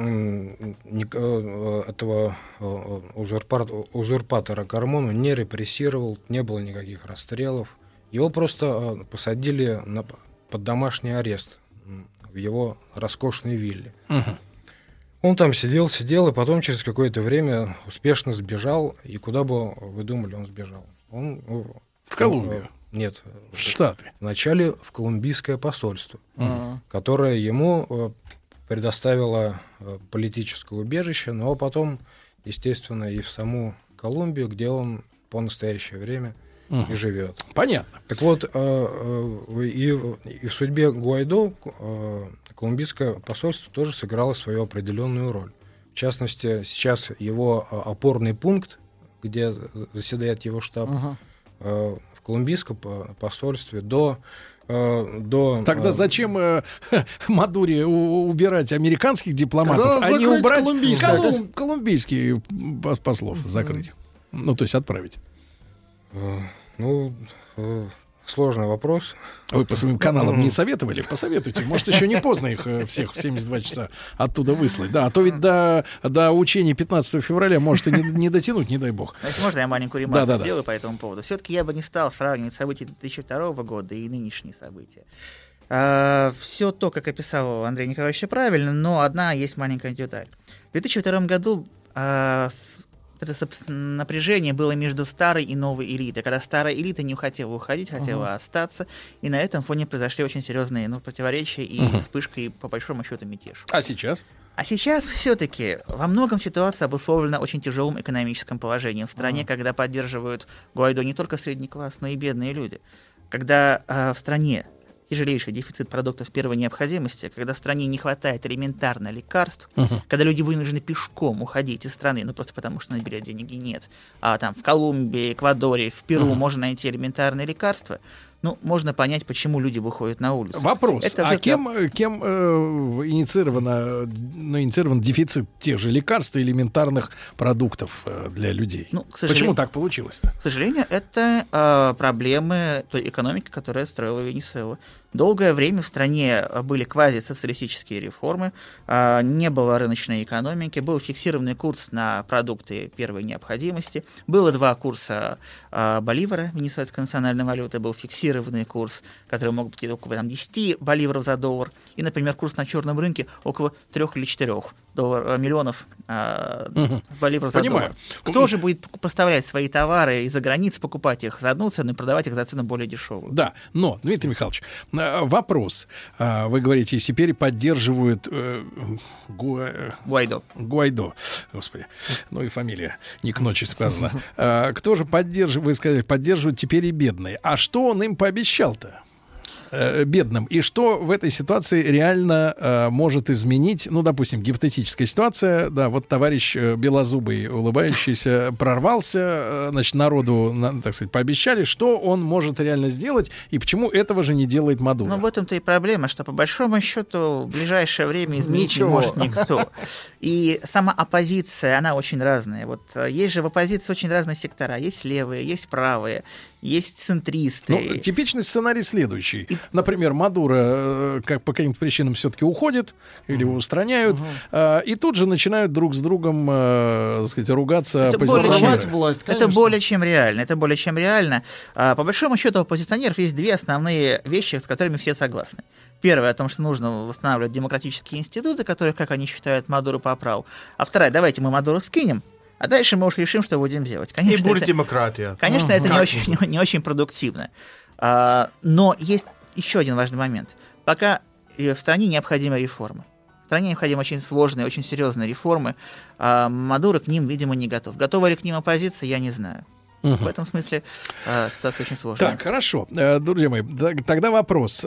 N: этого узурпатора, узурпатора Кармону не репрессировал, не было никаких расстрелов. Его просто посадили на, под домашний арест в его роскошной вилле. Uh-huh. Он там сидел, сидел, и потом через какое-то время успешно сбежал. И куда бы вы думали, он сбежал? Он,
B: в Колумбию?
N: Нет,
B: в Штаты.
N: Вначале в колумбийское посольство,
B: uh-huh.
N: которое ему предоставило политическое убежище, но потом, естественно, и в саму Колумбию, где он по настоящее время uh-huh. и живет.
B: Понятно.
N: Так вот, и, и в судьбе Гуайдо колумбийское посольство тоже сыграло свою определенную роль. В частности, сейчас его опорный пункт где заседает его штаб,
C: Ага.
N: э, в колумбийском посольстве, до... э, до
B: Тогда
N: э,
B: зачем э, Мадуре у- убирать американских дипломатов,
C: Тогда
B: а не
C: закрыть
B: убрать
C: колумбийских.
B: колум- колумбийские пос- послов, закрыть? Ну, то есть отправить.
N: э, ну, э, сложный вопрос.
B: Вы по своим каналам не советовали? Посоветуйте. Может, еще не поздно их э, всех в семьдесят два часа оттуда выслать. Да, а то ведь до, до учения пятнадцатого февраля может и не, не дотянуть, не дай бог.
M: Если можно, я маленькую ремарку
B: Да-да-да.
M: сделаю по этому поводу. Все-таки я бы не стал сравнивать события две тысячи второго года и нынешние события. Все то, как описал Андрей Николаевич, правильно, но одна есть маленькая деталь. В две тысячи втором году а, с- это, собственно, напряжение было между старой и новой элитой, когда старая элита не хотела уходить, хотела
B: Ага.
M: остаться, и на этом фоне произошли очень серьезные ну, противоречия и
B: Мгм.
M: вспышка, и по большому счету мятеж.
B: А сейчас?
M: А сейчас все-таки во многом ситуация обусловлена очень тяжелым экономическим положением в стране,
B: Ага.
M: когда поддерживают Гуайдо не только средний класс, но и бедные люди. Когда э, в стране тяжелейший дефицит продуктов первой необходимости, когда в стране не хватает элементарно лекарств,
B: Мгм.
M: когда люди вынуждены пешком уходить из страны, ну просто потому что на билет денег нет, а там в Колумбии, Эквадоре, в Перу
B: Мгм.
M: можно найти элементарные лекарства, ну, можно понять, почему люди выходят на улицу.
B: Вопрос.
M: Это
B: а
M: всё-таки
B: кем, э, кем э, инициировано, ну, инициирован дефицит тех же лекарств и элементарных продуктов э, для людей?
M: Ну, к сожалению-
B: Почему так получилось-то?
M: К сожалению, это э, проблемы той экономики, которая строила Венесуэла. Долгое время в стране э, были квазисоциалистические реформы, э, не было рыночной экономики, был фиксированный курс на продукты первой необходимости, было два курса э, боливара, венесуэльской национальной валюты, был фиксированный курс, который мог быть около там, десять боливаров за доллар, и, например, курс на черном рынке около трех или четырех доллар, миллионов э,
B: Мгм.
M: боливаров за
B: Понимаю.
M: доллар. Кто же будет поставлять свои товары из-за границы, покупать их за одну цену и продавать их за цену более дешевую?
B: Да, но, Дмитрий Михайлович, э, вопрос. А, Вы говорите, теперь поддерживают э, Гуа-
M: Гуайдо.
B: Гуайдо. Господи, ну и фамилия не к ночи сказана. А, Кто же поддерживает, вы сказали, поддерживают теперь и бедные. А что он им пообещал-то? э, бедным. И что в этой ситуации реально э, может изменить, ну, допустим, гипотетическая ситуация, да, вот товарищ э, белозубый, улыбающийся, прорвался, э, значит, народу, на, так сказать, пообещали, что он может реально сделать, и почему этого же не делает Мадуро?
M: Ну, в этом-то и проблема, что по большому счету в ближайшее время изменить
B: Ничего.
M: не может никто. И сама оппозиция, она очень разная. Вот э, есть же в оппозиции очень разные сектора. Есть левые, есть правые, есть центристы.
B: Ну, типичный сценарий следующий. Например, Мадуро э, как по каким-то причинам все-таки уходит или его устраняют, э, и тут же начинают друг с другом, э, так сказать, ругаться
M: Это более,
B: оппозиционеры.
M: чем, это более чем реально. Это более чем реально. А, по большому счету, у оппозиционеров есть две основные вещи, с которыми все согласны. Первое, о том, что нужно восстанавливать демократические институты, которых, как они считают, Мадуро поправил. А вторая, давайте мы Мадуро скинем, а дальше мы уж решим, что будем делать. Конечно,
D: И будет
M: это,
D: демократия.
M: Конечно,
D: Ага.
M: это не
D: Как
M: очень, не, не очень продуктивно. А, но есть еще один важный момент. Пока э, в стране необходимы реформы. В стране необходимы очень сложные, очень серьезные реформы. А Мадуро к ним, видимо, не готов. Готова ли к ним оппозиция, я не знаю.
B: Мгм.
M: В этом смысле э, ситуация очень сложная.
B: Так, хорошо. Э, Друзья мои, т- тогда вопрос.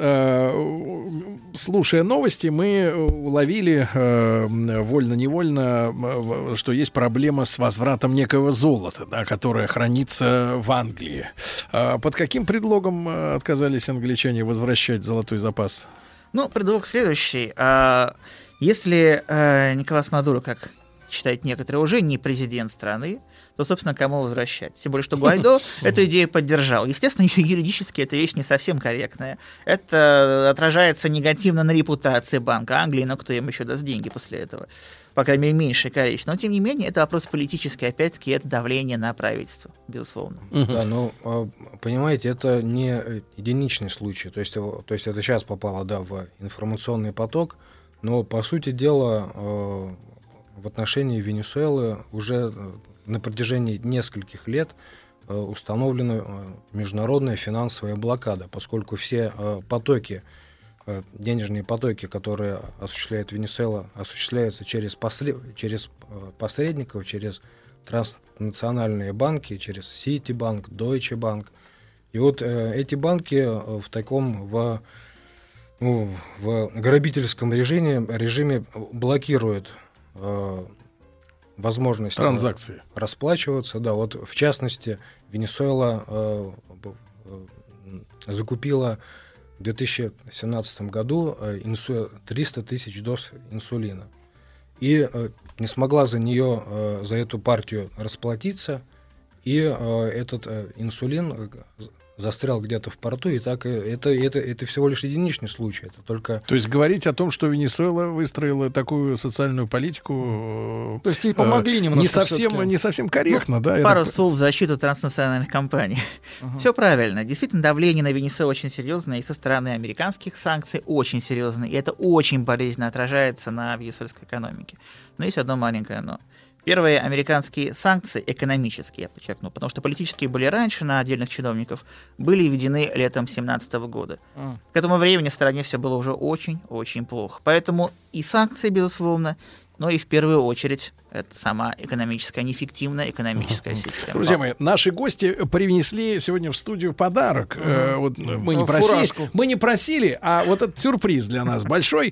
B: Э, Слушая новости, мы уловили э, вольно-невольно, э, что есть проблема с возвратом некого золота, да, которое хранится в Англии. А под каким предлогом э, отказались англичане возвращать золотой запас?
M: Ну, предлог следующий. А, Если э, Николас Мадуро, как считают некоторые, уже не президент страны, то, собственно, кому возвращать? Тем более, что Гуайдо эту идею поддержал. Естественно, юридически эта вещь не совсем корректная. Это отражается негативно на репутации Банка Англии, но кто им еще даст деньги после этого? По крайней мере, меньшее количество. Но, тем не менее, это вопрос политический. Опять-таки, это давление на правительство, безусловно.
N: Да, ну, а, понимаете, это не единичный случай. То есть, его- то есть это сейчас попало, да, в информационный поток, но, по сути дела, э, в отношении Венесуэлы уже э, на протяжении нескольких лет э, установлена э, международная финансовая блокада, поскольку все э, потоки, э, денежные потоки, которые осуществляет Венесуэла, осуществляются через, после- через э, посредников, через транснациональные банки, через Ситибанк, Deutsche Bank. И вот э, эти банки э, в таком в, ну, в грабительском режиме, режиме блокируют э, возможность
B: транзакции
N: расплачиваться. Да, вот в частности, Венесуэла э, э, закупила в две тысячи семнадцатом году э, инсу... триста тысяч доз инсулина. И э, не смогла за нее, э, за эту партию расплатиться, и э, этот э, инсулин застрял где-то в порту, и так это, это, это всего лишь единичный случай. Это только...
B: То есть говорить о том, что Венесуэла выстроила такую социальную политику,
C: то есть ей помогли немножко,
B: не совсем, не совсем корректно,
M: ну,
B: да?
M: Пару
B: это...
M: слов в защиту транснациональных компаний. Uh-huh. Все правильно. Действительно, давление на Венесуэлу очень серьезное, и со стороны американских санкций очень серьезное, и это очень болезненно отражается на венесуэльской экономике. Но есть одно маленькое но. Первые американские санкции, экономические, я подчеркну, потому что политические были раньше на отдельных чиновников, были введены летом две тысячи семнадцатого года. Mm. К этому времени в стране все было уже очень-очень плохо. Поэтому и санкции, безусловно, но и в первую очередь это сама экономическая, неэффективная экономическая система.
B: Друзья мои, наши гости принесли сегодня в студию подарок. Uh-huh. Вот мы не просили, Фуражку. мы не просили, а вот этот сюрприз для нас большой.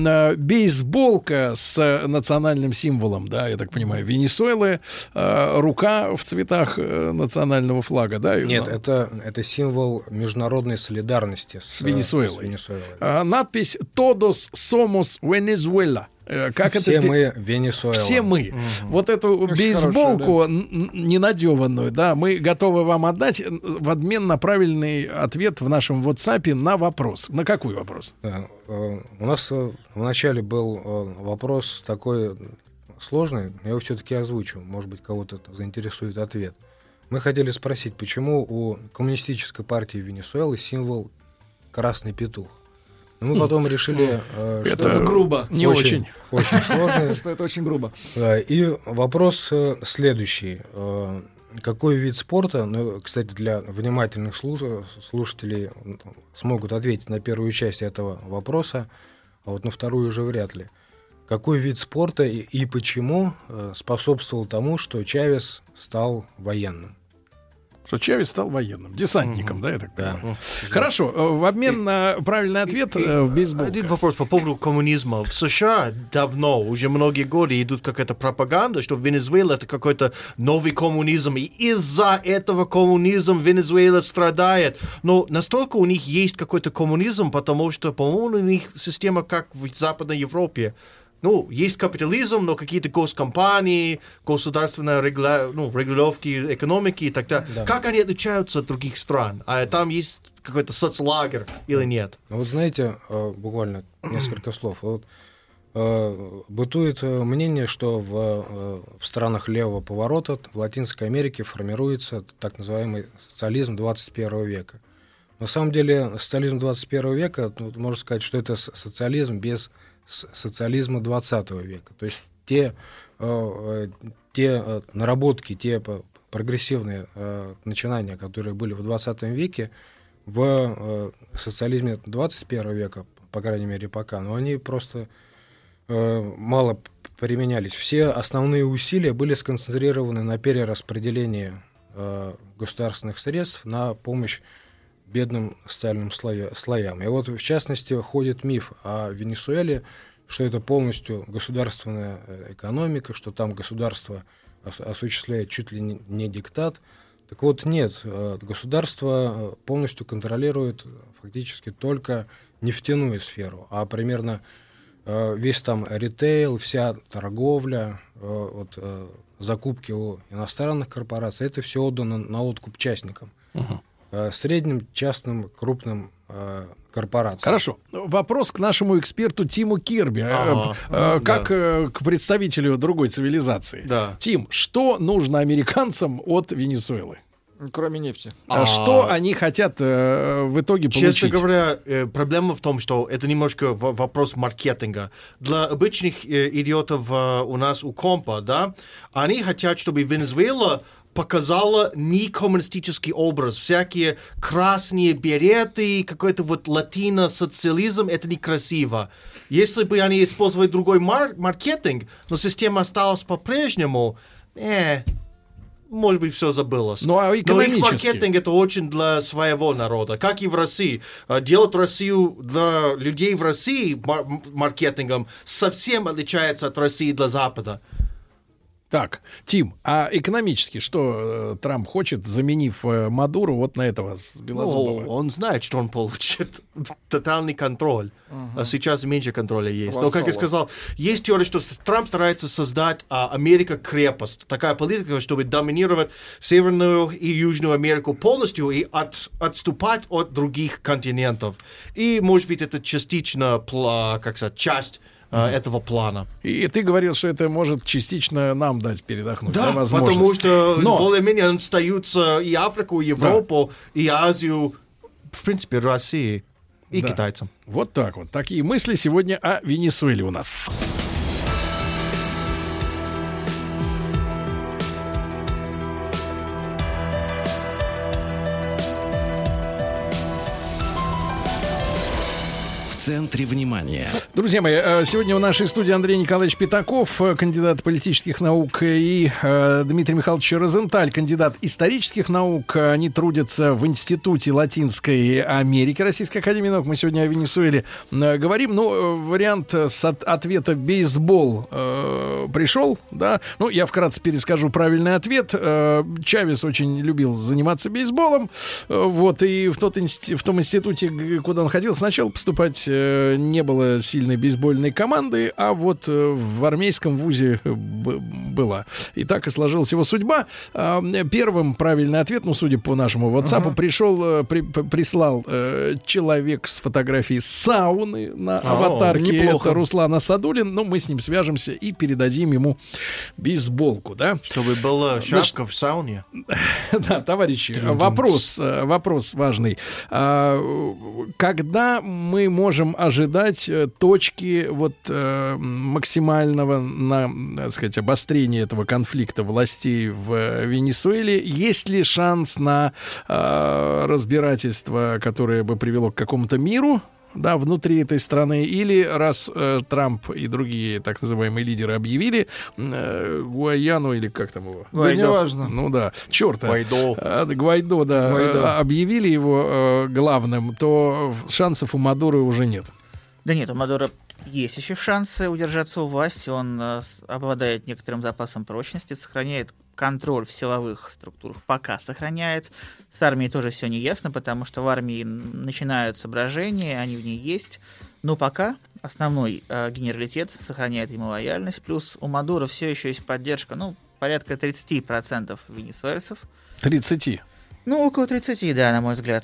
B: Бейсболка с национальным символом, да, я так понимаю, Венесуэлы, рука в цветах национального флага, да?
N: Нет, это, это символ международной солидарности с,
B: с Венесуэлой.
N: С Венесуэлой.
B: Надпись «Todos somos Venezuela». Как
N: все
B: это...
N: мы Венесуэла.
B: Все мы. Угу. Вот эту очень бейсболку хорошая, да? ненадеванную, да, мы готовы вам отдать в обмен на правильный ответ в нашем WhatsApp на вопрос. На какой вопрос?
N: Да. У нас вначале был вопрос такой сложный, я его все-таки озвучу, может быть, кого-то заинтересует ответ. Мы хотели спросить, почему у коммунистической партии Венесуэлы символ красный петух? Но мы потом решили,
C: э, что это, это грубо,
B: не очень,
N: очень, очень сложно.
C: Что это очень грубо.
N: И вопрос следующий: какой вид спорта, ну, кстати, для внимательных слушателей смогут ответить на первую часть этого вопроса, а вот на вторую уже вряд ли. Какой вид спорта и, и почему способствовал тому, что Чавес стал военным?
B: Что Чавес стал военным, десантником, uh-huh. да, я так понимаю.
D: Да.
B: Хорошо, в обмен на правильный ответ в бейсболке.
D: Один вопрос по поводу коммунизма. В США давно, уже многие годы идут какая-то пропаганда, что Венесуэла это какой-то новый коммунизм, и из-за этого коммунизм Венесуэла страдает. Но настолько у них есть какой-то коммунизм, потому что, по-моему, у них система как в Западной Европе. Ну, есть капитализм, но какие-то госкомпании, государственные регуля... ну, регулировки экономики и так далее. Да. Как они отличаются от других стран? А там есть какой-то соцлагерь или нет?
N: Вот знаете, буквально несколько слов. Вот, бытует мнение, что в, в странах левого поворота в Латинской Америке формируется так называемый социализм двадцать первого века. На самом деле, социализм двадцать первого века, ну, можно сказать, что это социализм без социализма двадцатого века. То есть те, э, те э, наработки, те прогрессивные э, начинания, которые были в двадцатом веке, в э, социализме двадцать первого века, по крайней мере пока, но они просто э, мало применялись. Все основные усилия были сконцентрированы на перераспределении э, государственных средств на помощь бедным социальным слоям. И вот, в частности, ходит миф о Венесуэле, что это полностью государственная экономика, что там государство осуществляет чуть ли не диктат. Так вот, нет, государство полностью контролирует фактически только нефтяную сферу, а примерно весь там ритейл, вся торговля, вот, закупки у иностранных корпораций, это все отдано на откуп частникам. Uh-huh. Средним, частным, крупным э, корпорациям.
B: Хорошо. Вопрос к нашему эксперту Тиму Кирби, ага, э, э, как да. э, к представителю другой цивилизации.
D: Да.
B: Тим, что нужно американцам от Венесуэлы?
C: Кроме нефти.
B: А что они хотят э, в итоге получить?
D: Честно говоря, э, проблема в том, что это немножко в- вопрос маркетинга. Для обычных э, идиотов э, у нас у компа, да, они хотят, чтобы Венесуэла показала некоммунистический образ. Всякие красные береты, какой-то вот латино-социализм, это некрасиво. Если бы они использовали другой мар- маркетинг, но система осталась по-прежнему, э, может быть, все забылось.
B: Ну, а
D: но их маркетинг это очень для своего народа, как и в России. Делать Россию для людей в России мар- маркетингом совсем отличается от России для Запада.
B: Так, Тим, а экономически что э, Трамп хочет, заменив э, Мадуру вот на этого с Белозубова?
D: Ну, он знает, что он получит тотальный контроль. А сейчас меньше контроля есть. Но, как я сказал, есть теория, что Трамп старается создать а, Америка-крепость. Такая политика, чтобы доминировать Северную и Южную Америку полностью и от, отступать от других континентов. И, может быть, это частично, пла, как сказать, часть а, этого плана.
B: И ты говорил, что это может частично нам дать передохнуть.
D: Да,
B: да,
D: потому что
B: Но...
D: более-менее остаются и Африку, и Европу, да. и Азию, в принципе, России и
B: да.
D: китайцам.
B: Вот так вот. Такие мысли сегодня о Венесуэле у нас.
A: В центре внимания.
B: Друзья мои, сегодня в нашей студии Андрей Николаевич Пятаков, кандидат политических наук, и э, Дмитрий Михайлович Розенталь, кандидат исторических наук. Они трудятся в Институте Латинской Америки Российской академии наук. Мы сегодня о Венесуэле э, говорим. Ну, вариант с от, ответа «бейсбол» э, пришел, да. Ну, я вкратце перескажу правильный ответ. Э, Чавес очень любил заниматься бейсболом. Э, вот, и в, тот инсти- в том институте, куда он ходил, сначала поступать не было сильной бейсбольной команды, а вот в армейском вузе была. И так и сложилась его судьба. Первым правильный ответ, ну, судя по нашему WhatsApp, uh-huh. пришел, при, прислал человек с фотографией сауны на oh, аватарке. Неплохо. Это Руслан Асадулин. Ну, мы с ним свяжемся и передадим ему бейсболку, да?
D: Чтобы была шапка в сауне.
B: Да, товарищи, вопрос, вопрос важный. Когда мы можем ожидать точки вот э, максимального, на, так сказать, обострения этого конфликта властей в Венесуэле? Есть ли шанс на э, разбирательство, которое бы привело к какому-то миру, да, внутри этой страны? Или раз э, Трамп и другие так называемые лидеры объявили э, Гуайану, или как там его?
C: Да, неважно.
B: Ну да, черт.
D: Гвайдо.
B: Э, Гвайдо, да, Гвайдо. Э, объявили его э, главным, то шансов у Мадуры уже нет.
M: Да нет, у Мадуро есть еще шансы удержаться у власти. Он э, обладает некоторым запасом прочности, сохраняет контроль в силовых структурах, пока сохраняет. С армией тоже все не ясно, потому что в армии начинаются брожения, они в ней есть. Но пока основной э, генералитет сохраняет ему лояльность. Плюс у Мадуро все еще есть поддержка, ну, порядка тридцать процентов венесуэльцев.
B: тридцать?
M: Ну, около тридцати, да, на мой взгляд,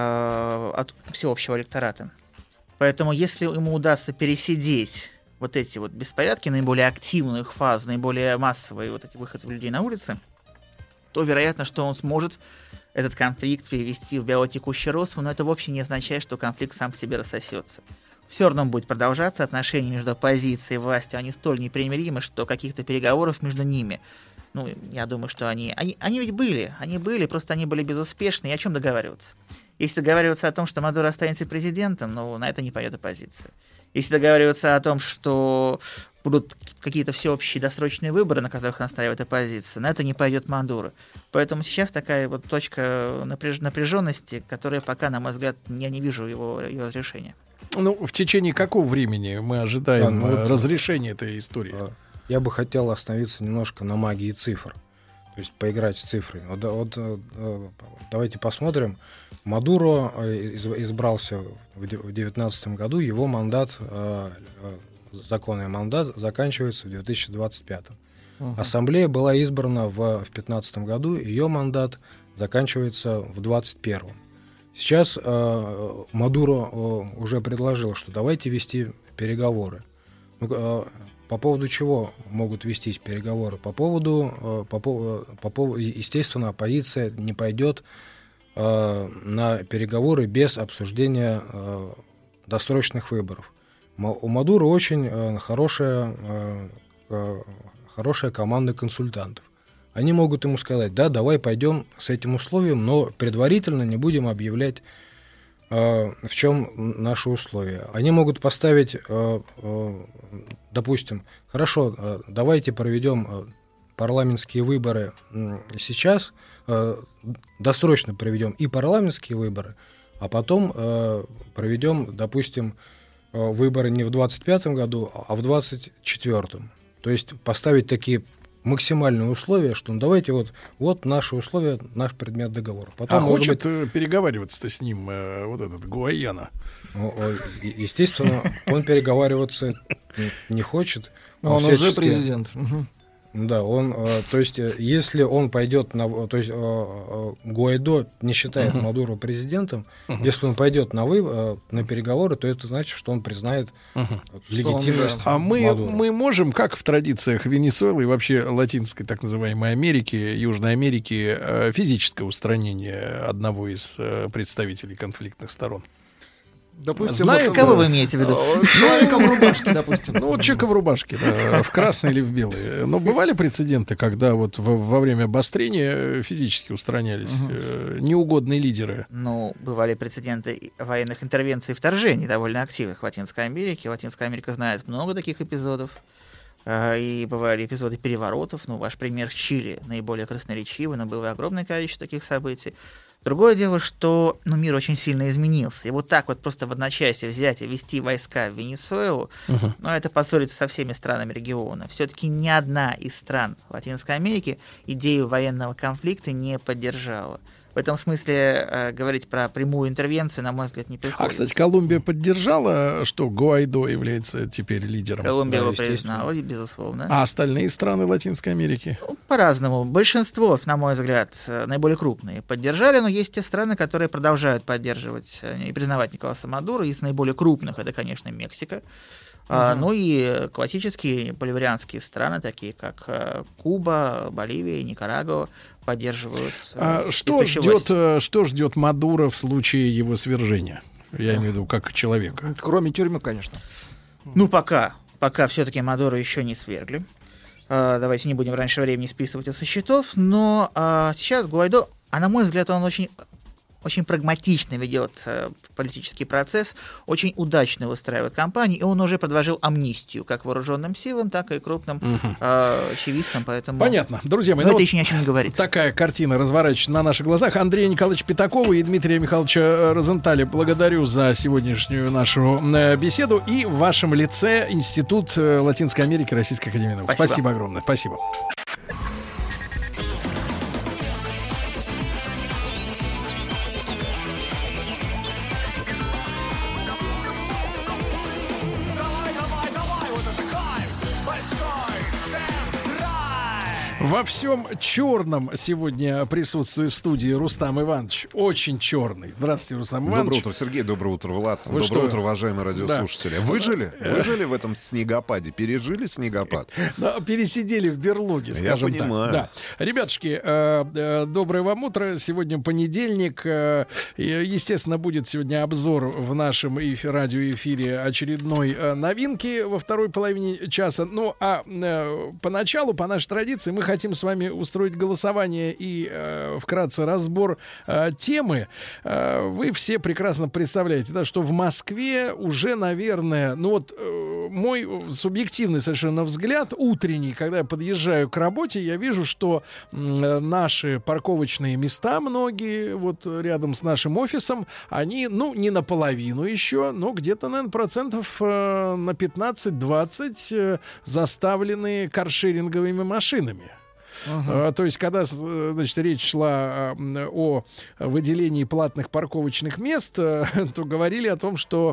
M: э, от всеобщего электората. Поэтому, если ему удастся пересидеть вот эти вот беспорядки, наиболее активную их фазу, наиболее массовые вот эти выходы людей на улицы, то вероятно, что он сможет этот конфликт перевести в вялотекущий рост, но это вовсе не означает, что конфликт сам в себе рассосется. Все равно он будет продолжаться, отношения между оппозицией и властью, они столь непримиримы, что каких-то переговоров между ними, ну, я думаю, что они, они, они ведь были, они были, просто они были безуспешны, и о чем договариваться? Если договариваться о том, что Мадуро останется президентом, ну, на это не пойдет оппозиция. Если договариваться о том, что будут какие-то всеобщие досрочные выборы, на которых настаивает оппозиция, на это не пойдет Мадуро. Поэтому сейчас такая вот точка напряж... напряженности, которая пока, на мой взгляд, я не вижу его, его разрешения.
B: Ну, в течение какого времени мы ожидаем да, ну, разрешения этой истории?
N: Я бы хотел остановиться немножко на магии цифр. То есть поиграть с цифрами. Вот, вот, давайте посмотрим. Мадуро избрался в две тысячи девятнадцатом году, его мандат, законный мандат, заканчивается в две тысячи двадцать пятом. Uh-huh. Ассамблея была избрана в две тысячи пятнадцатом году, ее мандат заканчивается в две тысячи двадцать первом. Сейчас э, Мадуро э, уже предложил, что давайте вести переговоры. Ну, э, по поводу чего могут вестись переговоры? По поводу, э, по, по, по, естественно, оппозиция не пойдет э, на переговоры без обсуждения э, досрочных выборов. У Мадуро очень э, хорошая, э, э, хорошая команда консультантов. Они могут ему сказать: да, давай пойдем с этим условием, но предварительно не будем объявлять, э, в чем наши условия. Они могут поставить, э, э, допустим, хорошо, э, давайте проведем э, парламентские выборы э, сейчас, э, досрочно проведем и парламентские выборы, а потом э, проведем, допустим, э, выборы не в двадцать пятом году, а в двадцать четвёртом. То есть поставить такие максимальные условия, что ну, давайте вот, вот наши условия, наш предмет договора. Потом,
B: а
N: может
B: хочет
N: быть,
B: переговариваться-то с ним э, вот этот Гуайяна?
N: Ну, естественно, он переговариваться не хочет.
C: Он, он уже президент.
N: Да, он, то есть, если он пойдет на, то есть, Гуайдо не считает uh-huh. Мадуро президентом, uh-huh. если он пойдет на вы, на переговоры, то это значит, что он признает uh-huh. легитимность.
B: А мы, мы можем, как в традициях Венесуэлы и вообще латинской так называемой Америки, Южной Америки, физическое устранение одного из представителей конфликтных сторон?
C: Допустим,
M: Знаете,
C: вот,
M: кого вы имеете в виду?
C: Человека в рубашке, допустим.
B: Ну, вот человека в рубашке, да, в красной или в белой. Но бывали прецеденты, когда вот во, во время обострения физически устранялись угу. э, неугодные лидеры?
M: Ну, бывали прецеденты военных интервенций и вторжений довольно активных в Латинской Америке. Латинская Америка знает много таких эпизодов. И бывали эпизоды переворотов. Ну, ваш пример Чили наиболее красноречивый, но было огромное количество таких событий. Другое дело, что ну, мир очень сильно изменился. И вот так вот просто в одночасье взять и вести войска в Венесуэлу, uh-huh. ну, это поссорится со всеми странами региона. Все-таки ни одна из стран Латинской Америки идею военного конфликта не поддержала. В этом смысле э, говорить про прямую интервенцию, на мой взгляд, не приходится.
B: А, кстати, Колумбия поддержала, что Гуайдо является теперь лидером?
M: Колумбия да, его признала, безусловно.
B: А остальные страны Латинской Америки?
M: По-разному. Большинство, на мой взгляд, наиболее крупные, поддержали, но есть те страны, которые продолжают поддерживать и признавать Николаса Мадуро. Из наиболее крупных это, конечно, Мексика. Uh-huh. Ну и классические боливарианские страны, такие как Куба, Боливия, Никарагуа, поддерживают.
B: А что ждет, что ждет Мадуро в случае его свержения? Я имею в виду как человека.
C: Кроме тюрьмы, конечно.
M: Ну пока, пока все-таки Мадуро еще не свергли. А, давайте не будем раньше времени списывать это со счетов. Но а, сейчас Гуайдо, а на мой взгляд, он очень очень прагматично ведет э, политический процесс, очень удачно выстраивает кампанию, и он уже предложил амнистию как вооруженным силам, так и крупным угу. э, очевидцам. Поэтому...
B: Понятно. Друзья мои,
M: но
B: ну,
M: это еще ни о чем не говорит.
B: Такая картина разворачивается на наших глазах. Андрея Николаевича Пятакова и Дмитрия Михайловича Розенталя благодарю за сегодняшнюю нашу э, беседу. И в вашем лице Институт Латинской Америки Российской Академии Наук. Спасибо. Спасибо огромное. Спасибо. Во всем черном сегодня присутствует в студии Рустам Иванович. Очень черный. Здравствуйте, Рустам Иванович.
O: Доброе утро, Сергей. Доброе утро, Влад.
B: Вы
O: Доброе
B: что?
O: утро, уважаемые радиослушатели. Да. Выжили? Выжили в этом снегопаде? Пережили снегопад?
B: Да, пересидели в берлоге, скажем так.
O: Я понимаю.
B: Да. Ребятушки, э, э, доброе вам утро. Сегодня понедельник. Э, естественно, будет сегодня обзор в нашем эфи- радиоэфире очередной э, новинки во второй половине часа. Ну, а э, поначалу, по нашей традиции, мы хотим с вами устроить голосование и э, вкратце разбор э, темы. Э, вы все прекрасно представляете, да, что в Москве уже, наверное, ну вот э, мой субъективный совершенно взгляд, утренний, когда я подъезжаю к работе, я вижу, что э, наши парковочные места, многие, вот рядом с нашим офисом, они, ну, не наполовину еще, но где-то, наверное, процентов э, на пятнадцать-двадцать э, заставлены каршеринговыми машинами. Uh-huh. То есть, когда, значит, речь шла о выделении платных парковочных мест, то говорили о том, что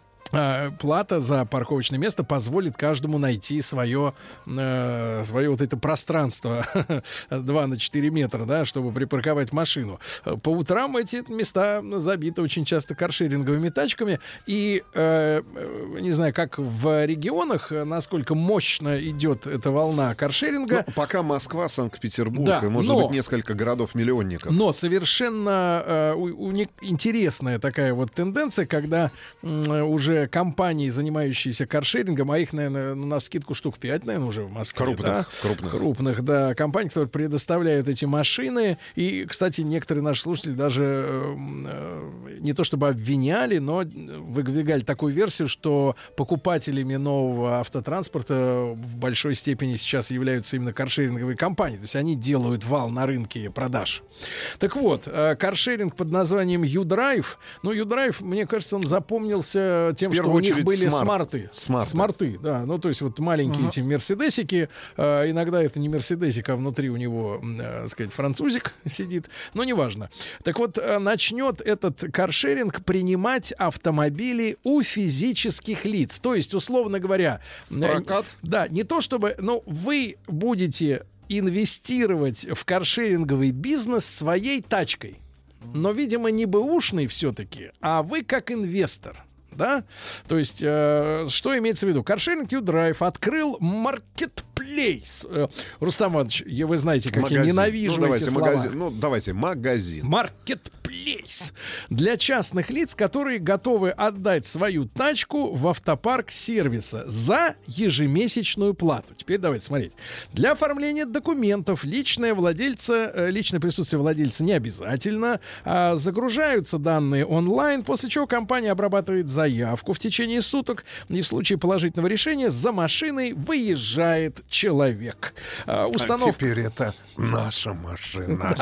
B: плата за парковочное место позволит каждому найти свое, э, свое вот это пространство два на четыре метра, да, чтобы припарковать машину. По утрам эти места забиты очень часто каршеринговыми тачками. И э, не знаю, как в регионах, насколько мощно идет эта волна каршеринга.
O: Ну, пока Москва, Санкт-Петербург,
B: да,
O: и, может
B: но,
O: быть, несколько городов-миллионников.
B: Но совершенно э, уник, интересная такая вот тенденция, когда э, уже компании, занимающиеся каршерингом, а их, наверное, навскидку штук пять, наверное, уже в Москве.
O: Крупных,
B: да?
O: крупных.
B: Крупных, да, компаний, которые предоставляют эти машины. И, кстати, некоторые наши слушатели даже э, не то чтобы обвиняли, но выдвигали такую версию, что покупателями нового автотранспорта в большой степени сейчас являются именно каршеринговые компании. То есть они делают вал на рынке продаж. Так вот, каршеринг под названием U-Drive. Ну, U-Drive, мне кажется, он запомнился тем, тем,
O: В
B: что
O: первую
B: у них
O: очередь
B: были
O: смарт.
B: смарты.
O: Смарты.
B: Смарты, да. Ну, то есть вот маленькие
C: Ага.
B: эти мерседесики. э, иногда это не мерседесик, а внутри у него, э, сказать, французик сидит. Но неважно. Так вот, э, начнет этот каршеринг принимать автомобили у физических лиц. То есть, условно говоря... э,
C: Прокат?
B: Да, не то чтобы... Но вы будете инвестировать в каршеринговый бизнес своей тачкой. Но, видимо, не бэушный все-таки, а вы как инвестор. Да? То есть, э, что имеется в виду? Каршеринг Ю-Драйв открыл маркетплейс. Э, Рустам Иванович, я- вы знаете, как я
O: Магазин.
B: ненавижу
O: ну, давайте,
B: эти слова.
O: магазин. Ну, давайте, магазин.
B: Маркетплейс для частных лиц, которые готовы отдать свою тачку в автопарк сервиса за ежемесячную плату. Теперь давайте смотреть. Для оформления документов личное владельца, э, личное присутствие владельца не обязательно. А загружаются данные онлайн, после чего компания обрабатывает заявку в течение суток, и в случае положительного решения за машиной выезжает человек. А, установка...
O: А теперь это наша машина.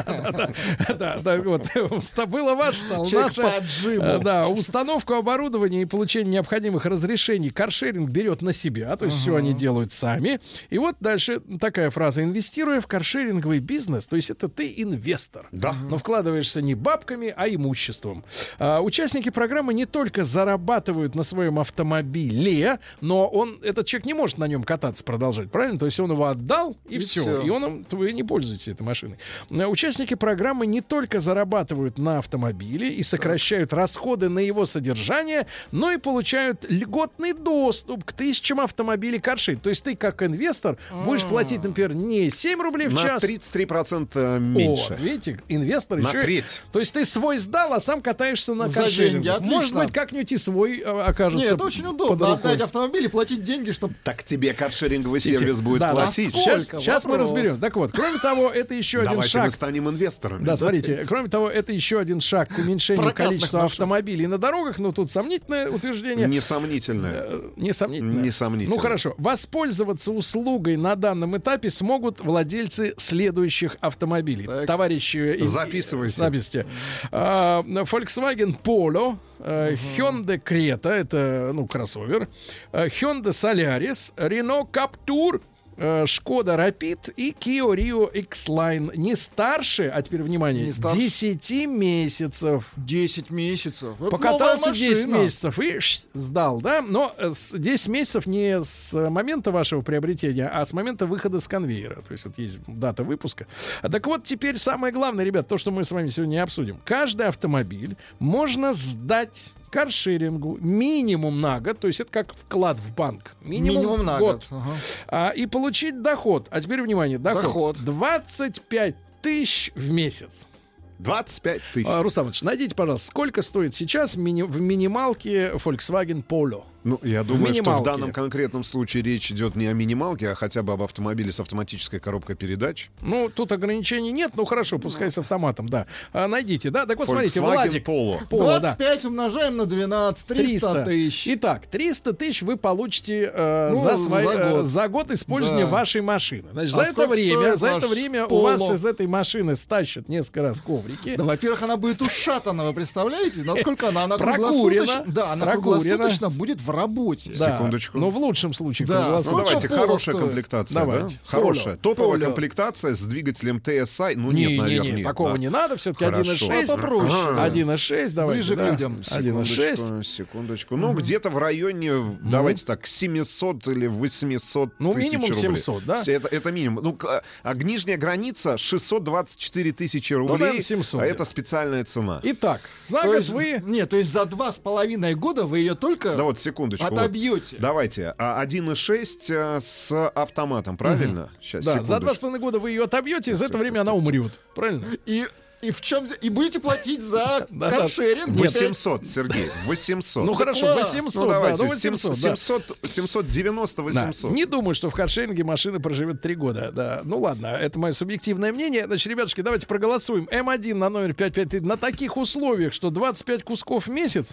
B: Да, да, вот. Было ваше, стало
C: Человек
B: наше.
C: по джиму.
B: Э, Да, установку оборудования и получение необходимых разрешений каршеринг берет на себя, то есть все они делают сами. И вот дальше такая фраза: инвестируя в каршеринговый бизнес, то есть это ты инвестор.
O: Да.
B: Но вкладываешься не бабками, а имуществом. А, участники программы не только зарабатывают на своем автомобиле, но он, этот человек не может на нем кататься, продолжать, правильно? То есть он его отдал, и,
C: И
B: все.
C: всё.
B: И он им, вы не пользуетесь этой машиной. А, участники программы не только зарабатывают на автомобиле и сокращают расходы на его содержание, но и получают льготный доступ к тысячам автомобилей каршеринг. То есть ты, как инвестор, будешь платить, например, не семь рублей в
O: На
B: час.
O: тридцать три процента меньше.
B: О, видите, инвестор
O: На
B: еще...
O: треть.
B: То есть ты свой сдал, а сам катаешься на
C: За
B: каршеринге.
C: деньги, отлично.
B: Может быть, как-нибудь и свой э, окажется.
C: Нет, это очень
B: под
C: удобно.
B: рукой.
C: Отдать автомобиль и платить деньги, чтобы...
O: Так тебе каршеринговый сервис будет
B: Да,
O: платить.
B: Сейчас,
C: Сколько?
B: сейчас мы
C: Вопрос.
B: разберем. Так вот, кроме того, это еще один
O: Давайте
B: шаг.
O: мы станем инвесторами.
B: Да, смотрите, кроме того, это еще один шаг к уменьшению
C: Прокатных
B: количества
C: машин.
B: автомобилей на дорогах. Но тут сомнительное утверждение.
O: Несомнительно.
B: Э, Несомнительно.
O: Несомнительно.
B: Ну хорошо. Воспользоваться услугой на данном этапе смогут владельцы следующих автомобилей.
C: Так.
B: Товарищи, из-
O: Записывайте.
B: записывайте. А, Volkswagen Polo, э, Hyundai Creta, это ну кроссовер, э, Hyundai Solaris, Renault Captur, э, Шкода Rapid и Kia Rio X-Line не старше, а теперь внимание,
C: Не старше.
B: десять месяцев.
C: десять месяцев. Это
B: Покатался
C: новая
B: десять
C: машина.
B: месяцев и ш, сдал, да? Но э, с- десять месяцев не с момента вашего приобретения, а с момента выхода с конвейера. То есть вот есть дата выпуска. А так вот теперь самое главное, ребят, то, что мы с вами сегодня обсудим. Каждый автомобиль можно сдать каршерингу минимум на год, то есть это как вклад в банк. Минимум,
C: Минимум на год. Ага.
B: А, и получить доход. А теперь внимание, доход.
C: Доход.
B: двадцать пять тысяч в месяц.
O: двадцать пять тысяч.
B: А, Рустам Ильич, найдите, пожалуйста, сколько стоит сейчас мини- в минималке Volkswagen Polo?
O: Ну, я думаю, что в
B: минималке.
O: данном конкретном случае речь идет не о минималке, а хотя бы об автомобиле с автоматической коробкой передач.
B: Ну, тут ограничений нет, ну хорошо, пускай с автоматом, да. А, найдите, да? Так вот, смотрите,
O: Volkswagen
B: Владик.
O: Polo.
B: Polo, да.
C: двадцать пять умножаем на двенадцать, триста тысяч.
B: Итак, триста тысяч вы получите э,
C: Ну,
B: за, свой,
C: за
B: э,
C: год.
B: за год использования
C: Да.
B: вашей машины. Значит,
C: А
B: за это
C: сколько
B: время,
C: стоит
B: за это
C: ваш
B: время у
C: Polo?
B: вас из этой машины стащат несколько раз коврики.
C: Да, во-первых, она будет ушатана, вы представляете? Насколько она? Она
B: Прокурена.
C: круглосуточно, да, она
B: Прокурена.
C: круглосуточно будет в работе.
B: Да,
O: Секундочку.
B: но в лучшем случае
C: Да.
O: Ну,
B: круглосуточно.
O: давайте,
C: Polo
O: хорошая
C: стоит?
O: комплектация,
B: Давайте.
O: да? Хорошая.
B: Polo.
O: Топовая
C: Polo.
O: комплектация с двигателем ти эс ай. Ну,
B: не,
O: нет,
B: не,
O: наверное,
B: не,
O: нет.
B: такого
O: да.
B: не надо, все-таки один и
O: Хорошо.
B: шесть.
C: А попроще.
O: Ага.
B: один и шесть, давайте.
C: Ближе к
B: да.
C: людям.
B: один и шесть.
O: Секундочку, секундочку. Ну, где-то в районе, давайте так, семьсот или восемьсот
B: Ну,
O: тысяч
B: минимум
O: рублей.
B: семьсот, да?
O: Это, это минимум. Ну, к- а нижняя граница шестьсот двадцать четыре тысячи рублей.
B: наверное, семьсот
O: а
B: где-то.
O: это специальная цена.
B: Итак, за
C: То
B: год
C: есть,
B: вы...
C: Нет, то есть за два с половиной года вы ее только
O: Да вот, секундочку. вот.
C: отобьете.
O: Давайте. А один и шесть а, с автоматом, правильно? Сейчас,
B: Да, за два с половиной года вы ее отобьете, и за это время она умрет. Правильно?
C: И, и в чем... И будете платить за
B: Да, да.
C: каршеринг.
O: восемьсот, Сергей, восемьсот.
B: Ну хорошо,
C: класс.
B: восемьсот,
O: Ну,
B: да,
O: давайте,
B: ну восемьсот, да.
O: семьсот, семьсот девяносто,
B: Да.
O: восемьсот.
B: Не думаю, что в каршеринге машина проживет три года. Да. Ну ладно, это мое субъективное мнение. Значит, ребятушки, давайте проголосуем. эм один на номер пять пять три на таких условиях, что двадцать пять кусков в месяц.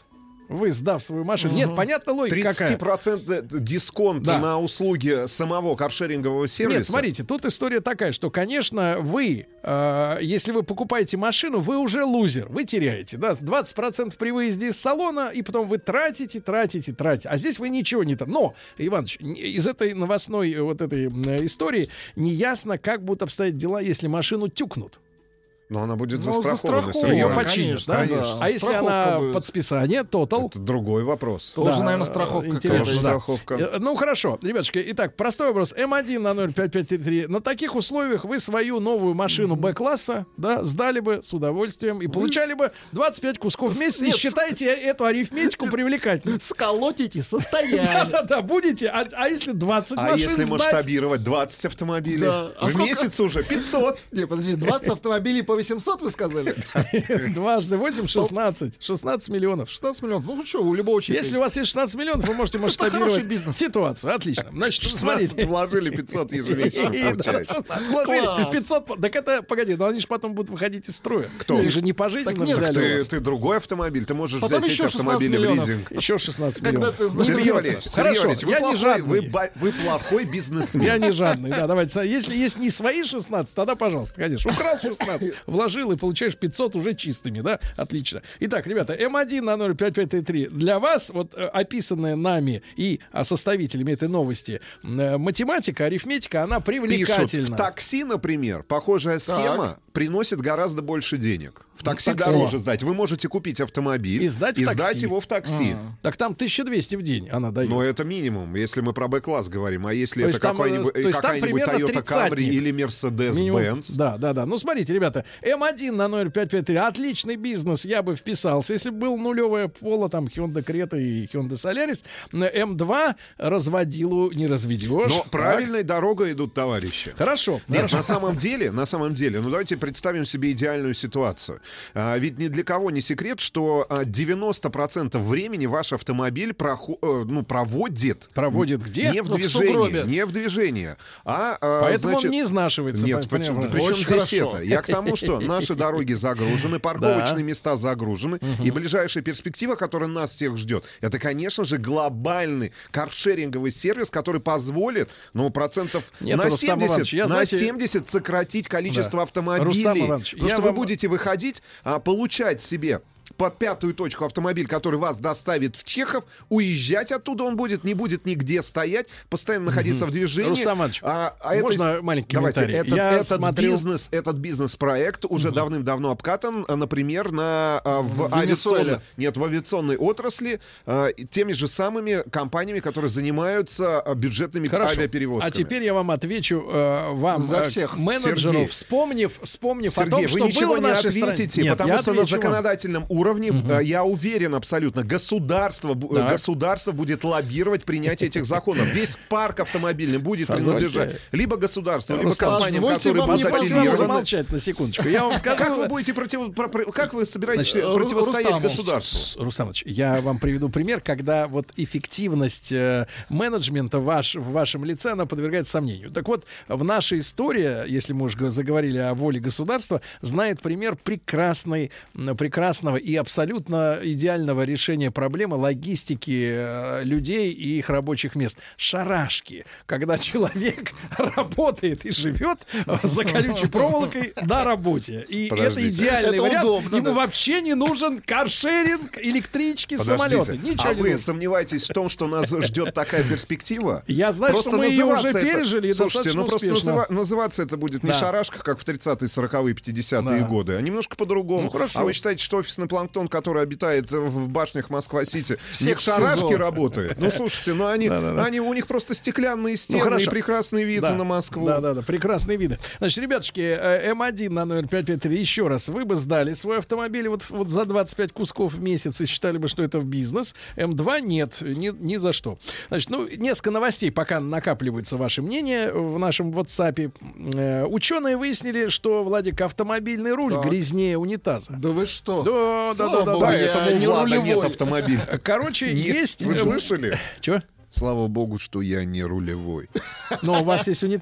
B: вы, сдав свою машину... Нет, понятно, логика какая.
O: тридцать процентов дисконт
B: Да.
O: на услуги самого каршерингового сервиса.
B: Нет, смотрите, тут история такая, что, конечно, вы, э, если вы покупаете машину, вы уже лузер, вы теряете, да, двадцать процентов при выезде из салона, и потом вы тратите, тратите, тратите. А здесь вы ничего не тратите. Но, Иваныч, из этой новостной вот этой э, истории неясно, как будут обстоять дела, если машину тюкнут.
O: Но она будет
B: Ну,
O: застрахована.
B: застрахована, ее
O: Сергей.
B: починишь, да?
O: Конечно.
B: А если
C: Страховка
B: она
C: будет.
B: под списание, тотал?
O: Это другой вопрос.
C: Тоже,
B: Да,
C: наверное, страховка.
B: интересно,
O: Тоже
B: да.
O: страховка.
B: Э, Ну, хорошо, ребятушки. Итак, простой вопрос. эм один на ноль пять пять три три. На таких условиях вы свою новую машину Б-класса, да, сдали бы с удовольствием и получали бы двадцать пять кусков в месяц. И
C: Нет,
B: считайте эту арифметику привлекательной.
C: Сколотите состояние.
B: Да-да-да, будете. А а если двадцать
O: А
B: машин
O: если
B: сдать?
O: масштабировать двадцать автомобилей?
C: Да. А
O: В
C: сколько?
O: месяц уже пятьсот.
C: Не, подожди, двадцать автомобилей по восемьсот, вы сказали?
B: Дважды восемь, шестнадцать. шестнадцать миллионов.
C: шестнадцать миллионов. Ну что, у любого человека.
B: Если у вас есть шестнадцать миллионов, вы можете
C: хороший
B: масштабировать
C: бизнес.
B: ситуацию. Отлично. Значит,
O: шестнадцать
B: смотрите.
O: вложили, пятьсот ежемесячно
B: И, да,
O: получаете.
B: вложили
C: Класс.
B: пятьсот. Так это, погоди, но они же потом будут выходить из строя.
O: Кто?
B: Их же не пожизненно
C: Так нет,
B: взяли у
O: Ты,
B: вас.
O: ты другой автомобиль, ты можешь
C: Потом
O: взять эти
C: еще шестнадцать
O: автомобили в
C: миллионов.
O: лизинг.
B: Еще шестнадцать
C: Когда
B: миллионов.
C: ты
B: Ну,
O: Сергей
B: берется.
O: Валерьевич, Сергей
B: Хорошо,
O: Валерьевич, вы
B: я не
O: плохой,
B: жадный.
O: вы, ба- вы плохой бизнесмен.
B: Я не жадный, да, давайте. Если есть не свои шестнадцать, тогда, пожалуйста, конечно. Украл шестнадцать, вложил и получаешь пятьсот уже чистыми, да? Отлично. Итак, ребята, эм один на ноль пять пять три три. Для вас, вот э, описанная нами и а, составителями этой новости э, математика, арифметика, она
O: Пишут,
B: привлекательна.
O: в такси, например, похожая схема приносит гораздо больше денег. В такси
B: такси.
O: дороже сдать. Вы можете купить автомобиль
B: И сдать в такси.
O: его в такси.
B: А. Так там тысяча двести в день она дает.
O: Но это минимум, если мы про Б-класс говорим. А если
B: То
O: это
B: есть там,
O: какой-нибудь,
B: э, то есть там
O: какая-нибудь
B: примерно
O: Toyota Camry
B: тридцатник.
O: или
B: Минимум.
O: Mercedes-Benz.
B: Да, да, да. Ну, смотрите, ребята, эм один на ноль пять пять три. Отличный бизнес, я бы вписался. Если бы был нулевое поло, там, Hyundai Creta и Hyundai Solaris, эм два разводилу не разведешь.
O: Но
B: Так.
O: правильной дорогой идут товарищи.
B: Хорошо.
O: Нет,
B: хорошо.
O: на самом деле, на самом деле, ну давайте представим себе идеальную ситуацию. А, ведь ни для кого не секрет, что а, девяносто процентов времени ваш автомобиль прохо- э, ну, проводит.
B: Проводит где?
O: Не в
B: Ну, в
O: движении,
B: сугробе.
O: не в движении. А, а,
B: Поэтому
O: значит,
B: он не изнашивается.
O: Нет,
B: пон-
O: почему?
B: понятно.
O: Причем
B: Очень
O: здесь
B: хорошо.
O: это? Я к тому, что наши дороги загружены, парковочные
B: Да.
O: места загружены, и ближайшая перспектива, которая нас всех ждет, это, конечно же, глобальный каршеринговый сервис, который позволит, ну, процентов
B: Нет,
O: на
B: Рустам
O: семьдесят,
B: Иванович, я,
O: на
B: знаете-
O: семьдесят сократить количество
B: Да.
O: автомобилей.
B: Рустам Иванович,
O: Потому
B: я
O: что вы
B: вам-
O: будете выходить, а, получать себе под пятую точку автомобиль, который вас доставит в Чехов, уезжать оттуда он будет, не будет нигде стоять, постоянно находиться в движении.
B: Рустам Иванович,
O: а, а это-
B: можно маленький
O: Давайте,
B: комментарий?
O: этот,
B: Я
O: этот
B: смотрел-
O: бизнес, этот бизнес-проект уже давным-давно обкатан, а, например, на, а, в,
C: В
O: авиационной,
C: Венесуэле.
O: нет, в авиационной отрасли а, и теми же самыми компаниями, которые занимаются а, бюджетными
B: Хорошо.
O: авиаперевозками.
B: А теперь я вам отвечу, э, вам,
C: За
B: э,
C: всех.
B: менеджеров,
O: Сергей.
B: вспомнив, вспомнив о
O: Сергей,
B: том,
O: вы
B: что
O: ничего
B: было в
O: не
B: нашей
O: ответите,
B: стране. Нет,
O: потому
B: я
O: что на
B: отвечу вам.
O: законодательном уровне, э, я уверен абсолютно, государство, бу-
B: Так.
O: государство будет лоббировать принятие этих законов. Весь парк автомобильный будет
B: Позвольте.
O: принадлежать либо государству, либо
B: Рустам,
O: компаниям,
C: позвольте
O: которые
C: вам
O: будут
C: не
B: Позвольте вам
O: активированы.
B: замолчать на секундочку. Я вам скажу.
O: Как вы будете против... про- про- как вы собираетесь
B: Значит,
O: противостоять
C: Рустаму.
O: государству?
B: С- Рустам Ильич, я вам приведу пример, когда вот эффективность э, менеджмента ваш, в вашем лице, она подвергается сомнению. Так вот, в нашей истории, если мы уже заговорили о воле государства, знает пример прекрасной, м, прекрасного и абсолютно идеального решения проблемы логистики э, людей и их рабочих мест. Шарашки. Когда человек работает и живет э, за колючей проволокой на работе. И
O: Подождите.
B: это идеальный
C: Это
B: вариант.
C: удобно,
B: Ему
C: да.
B: вообще не нужен каршеринг, электрички,
O: Подождите,
B: самолеты. Ничего
O: а
B: не
O: вы
B: нужно.
O: сомневаетесь в том, что нас ждет такая перспектива?
B: Я знаю,
O: Просто
B: что мы ее
O: называться
B: уже
O: это-
B: пережили и
O: Слушайте,
B: достаточно
O: ну просто
B: успешно.
O: называ- называться это будет не
B: Да.
O: шарашка, как в тридцатые, сороковые, пятидесятые
B: Да.
O: годы, а немножко по-другому.
B: Ну, хорошо.
O: А вы считаете, что офисный планктон, который обитает в башнях Москва-Сити, не
C: Всех
O: в шарашке
C: СИЗО.
O: работает? Ну, слушайте, ну они,
B: Да-да-да.
O: они, у них просто стеклянные стены
B: хорошо.
O: и прекрасный вид
B: Да.
O: на Москву.
B: Да, да, да, прекрасные виды. Значит, ребятушки, э, эм один на номер пять пять три, еще раз, вы бы сдали свой автомобиль вот, вот за двадцать пять кусков в месяц и считали бы, что это в бизнес. эм два нет, ни, ни за что. Значит, ну, несколько новостей, пока накапливается ваше мнение в нашем WhatsApp. Э, ученые выяснили, что, Владик, автомобильный руль
C: Так.
B: грязнее унитаза.
C: Да вы что?
B: Да, да,
C: Слава
B: да, да,
C: богу,
B: да.
C: я
O: Поэтому
C: не
O: у Влада
C: рулевой.
O: нет автомобиля.
B: Короче,
O: Нет,
B: есть...
O: вы
B: э,
O: слышали?
B: Чего?
O: Слава богу, что я не рулевой.
B: Но у вас есть унитаз.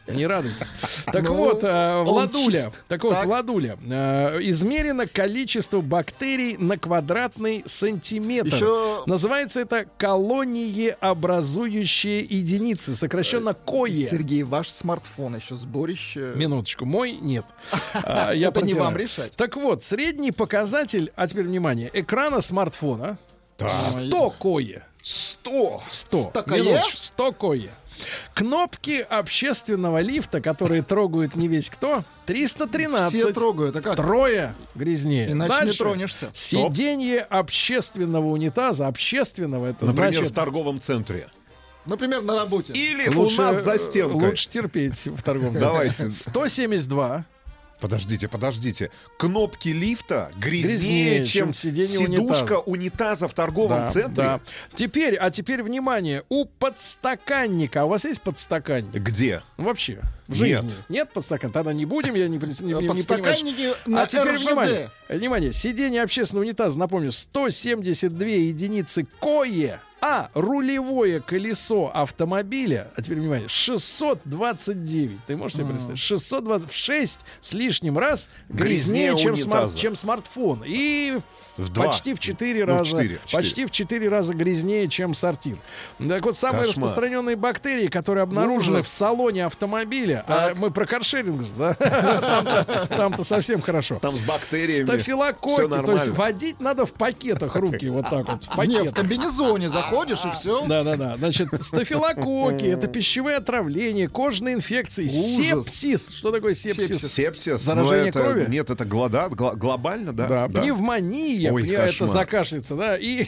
B: Не радуйтесь. Так
C: Ну,
B: вот, э,
C: он
B: Владуля,
C: чист.
B: так вот,
C: Так.
B: Владуля, э, измерено количество бактерий на квадратный сантиметр.
C: Еще-
B: Называется это колониеобразующие единицы, сокращенно КОЕ.
C: Сергей, ваш смартфон еще сборище.
B: Минуточку, мой нет. А, я
C: Это не
B: протираю.
C: вам решать.
B: Так вот, средний показатель, а теперь внимание, экрана смартфона сто кое.
O: сто.
B: сто.
C: сто кое?
B: Минуточку, сто кое. Кнопки общественного лифта, которые трогают не весь кто, триста тринадцать.
C: Все трогают, а как?
B: Трое грязнее.
C: Иначе не
B: Дальше.
C: тронешься.
B: Сиденье общественного унитаза, общественного, это
O: Например,
B: значит...
O: в торговом центре.
C: Например, на работе.
O: Или
B: лучше,
O: у нас за стенкой.
B: Лучше терпеть в торговом
O: Давайте.
B: центре. сто семьдесят два.
O: Подождите, подождите. Кнопки лифта грязнее,
B: Грязнее,
O: чем,
B: чем сиденье
O: сидушка
B: унитаза.
O: унитаза в торговом
B: Да,
O: центре.
B: да. Теперь, а теперь внимание, у подстаканника, а у вас есть подстаканник?
O: Где?
B: Вообще, в жизни.
O: Нет.
B: Нет подстаканника? Тогда не будем, я не, не, не, не
C: Подстаканники
B: понимаю.
C: на
B: А теперь
C: эр жэ дэ.
B: внимание, внимание, сиденье общественного унитаза, напомню, сто семьдесят две единицы КОЕ, а рулевое колесо автомобиля, а теперь внимание, шестьсот двадцать девять. Ты можешь себе представить? шестьсот двадцать шесть с лишним раз грязнее,
O: Грязнее
B: чем, смарт,
O: унитаза.
B: чем смартфон. И
O: В два.
B: почти в четыре
O: Ну, в
B: раза,
O: четыре, в четыре.
B: почти в четыре раза грязнее, чем сортир. Так вот, самые
O: Кошмар.
B: распространенные бактерии, которые обнаружены
C: Ужас.
B: в салоне автомобиля, а мы про каршеринг же, да? Там-то- Там-то совсем хорошо.
O: Там с бактериями.
B: Стафилококки,
O: Всё
B: то есть
O: нормально.
B: водить надо в пакетах руки, вот так вот, в
C: Не, в
B: пакетах.
C: комбинезоне заходишь и все.
B: Да-да-да. Значит, стафилококки, это пищевые отравления, кожные инфекции,
C: Ужас.
B: сепсис. Что такое сепсис?
O: Сепсис.
B: Заражение
O: ну, это,
B: крови?
O: Нет, это глода, гла- глобально, да?
B: Да, пневмония,
O: Ой,
B: пне- это
O: кошмар.
B: закашляться, да, и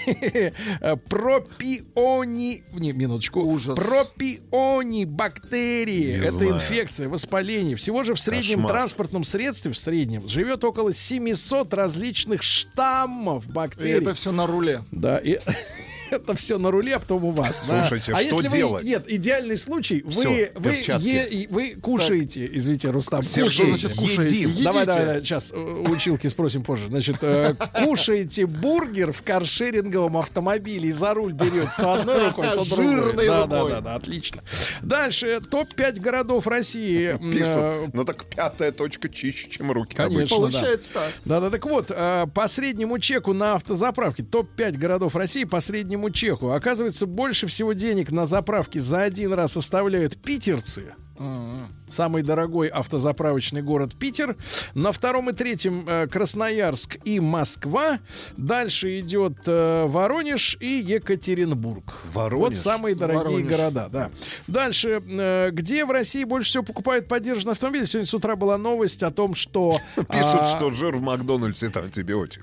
B: пропиони, не, минуточку,
C: Ужас.
B: пропиони бактерии,
O: Не
B: это
O: знаю.
B: инфекция, воспаление. Всего же в среднем
O: Кошмар.
B: транспортном средстве, в среднем, живет около семисот различных штаммов
C: И
B: бактерий.
C: это все на руле.
B: Да, и это все на руле, а потом у вас. да.
O: Слушайте,
B: а
O: что
B: если
O: делать?
B: Вы, нет, идеальный случай. Вы,
O: Всё,
B: вы,
O: перчатки.
B: е- вы кушаете, извините, Рустам,
O: Сергей,
B: кушаете.
O: значит, кушаете?
C: Едим.
B: Давай, давай, давай, сейчас у училки спросим позже. Значит, э, кушаете бургер в каршеринговом автомобиле и за руль берете то одной рукой, то другой.
C: Жирной
B: Да,
C: рукой.
B: да, да, да, отлично. Дальше топ пять городов России. м,
O: Пишут,
B: э,
O: ну так пятая точка чище, чем руки.
B: Конечно,
O: обычно.
C: Получается так.
B: Да, да, так вот, э, по среднему чеку на автозаправке, топ пять городов России по среднему чеку. Оказывается, больше всего денег на заправке за один раз составляют питерцы. Самый дорогой автозаправочный город Питер. На втором и третьем э, Красноярск и Москва. Дальше идет э, Воронеж и Екатеринбург.
O: Воронеж?
B: Вот самые дорогие
C: Воронеж.
B: города, да. Дальше, э, где в России больше всего покупают подержанные автомобили? Сегодня с утра была новость о том, что...
O: Пишут,
B: а,
O: что жир в Макдональдсе это антибиотик.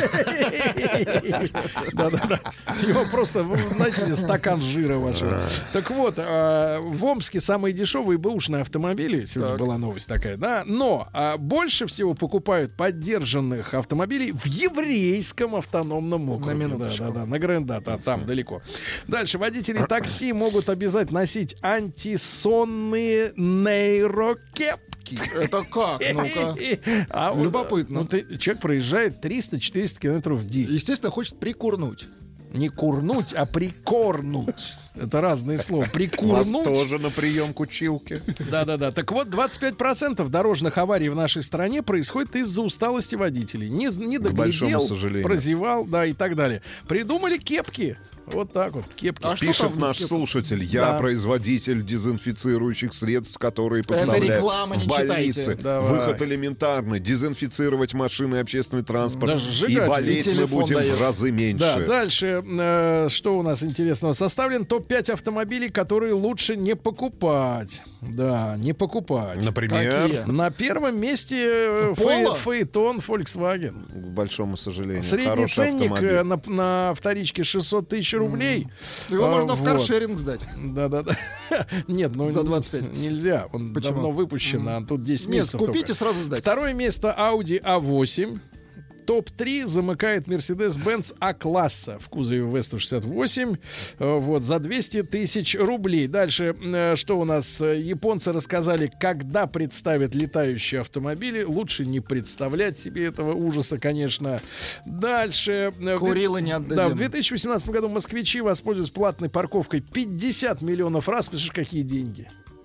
B: Да-да-да. Его просто, вы знаете, стакан жира вашего. Так вот, а, в Омске самые дешевые бэушные автомобили. Сегодня
C: Так.
B: была новость такая, да. Но а, больше всего покупают поддержанных автомобилей в еврейском автономном округе.
C: На минуточку.
B: Да-да-да, на Грандата, там далеко. Дальше. Водители такси могут обязательно носить антисонные нейрокепки.
C: Это как? Ну-ка.
B: А вот,
C: Любопытно.
B: ну, ты- человек проезжает триста-четыреста километров в день.
C: Естественно, хочет прикурнуть.
B: Не курнуть, а прикорнуть. Это разные слова.
O: Вас
B: Прикурнуть.
O: тоже на прием к училке.
B: Да-да-да. Так вот, двадцать пять процентов дорожных аварий в нашей стране происходит из-за усталости водителей. Не, не
O: большому
B: доглядел,
O: сожалению.
B: прозевал, да, и так далее. Придумали кепки. Вот так вот, кепки.
C: А что
O: Пишет
C: там в
O: наш
C: кепках?
O: слушатель, я
B: Да.
O: производитель дезинфицирующих средств, которые поставляют
C: реклама,
O: в
C: не
O: больнице.
C: читайте.
B: Давай.
O: Выход элементарный. Дезинфицировать машины и общественный транспорт.
B: Даже
O: И
B: сжигать,
O: болеть
C: и
O: мы
C: телефон
O: будем
C: дает.
O: в разы меньше.
B: Да, дальше, э, что у нас интересного? Составлен топ пять автомобилей, которые лучше не покупать. Да, не покупать.
O: Например,
C: Какие?
B: На первом месте э,
C: Polo?
B: фе- Фаэтон Volkswagen.
O: к большому сожалению,
B: Средний
O: хороший
B: ценник
O: автомобиль.
B: э, на, на вторичке шестьсот тысяч рублей.
C: Его
B: А,
C: можно в
B: вот.
C: каршеринг сдать.
B: Да-да-да. Нет, ну
C: За двадцать пять.
B: нельзя. Он
C: Почему?
B: давно выпущен, а тут десять
C: Нет,
B: месяцев
C: купите,
B: только.
C: сразу сдать.
B: Второе место Audi а восемь. топ три замыкает Mercedes-Benz А-класса в кузове вэ сто шестьдесят восемь. э, Вот, за двести тысяч рублей. Дальше, э, что у нас? Э, Японцы рассказали, когда представят летающие автомобили. Лучше не представлять себе этого ужаса, конечно. Дальше. э, в
C: Курила не отдадим.
B: Да, в две тысячи восемнадцатом году москвичи воспользуются платной парковкой пятьдесят миллионов раз. Слышишь, какие деньги?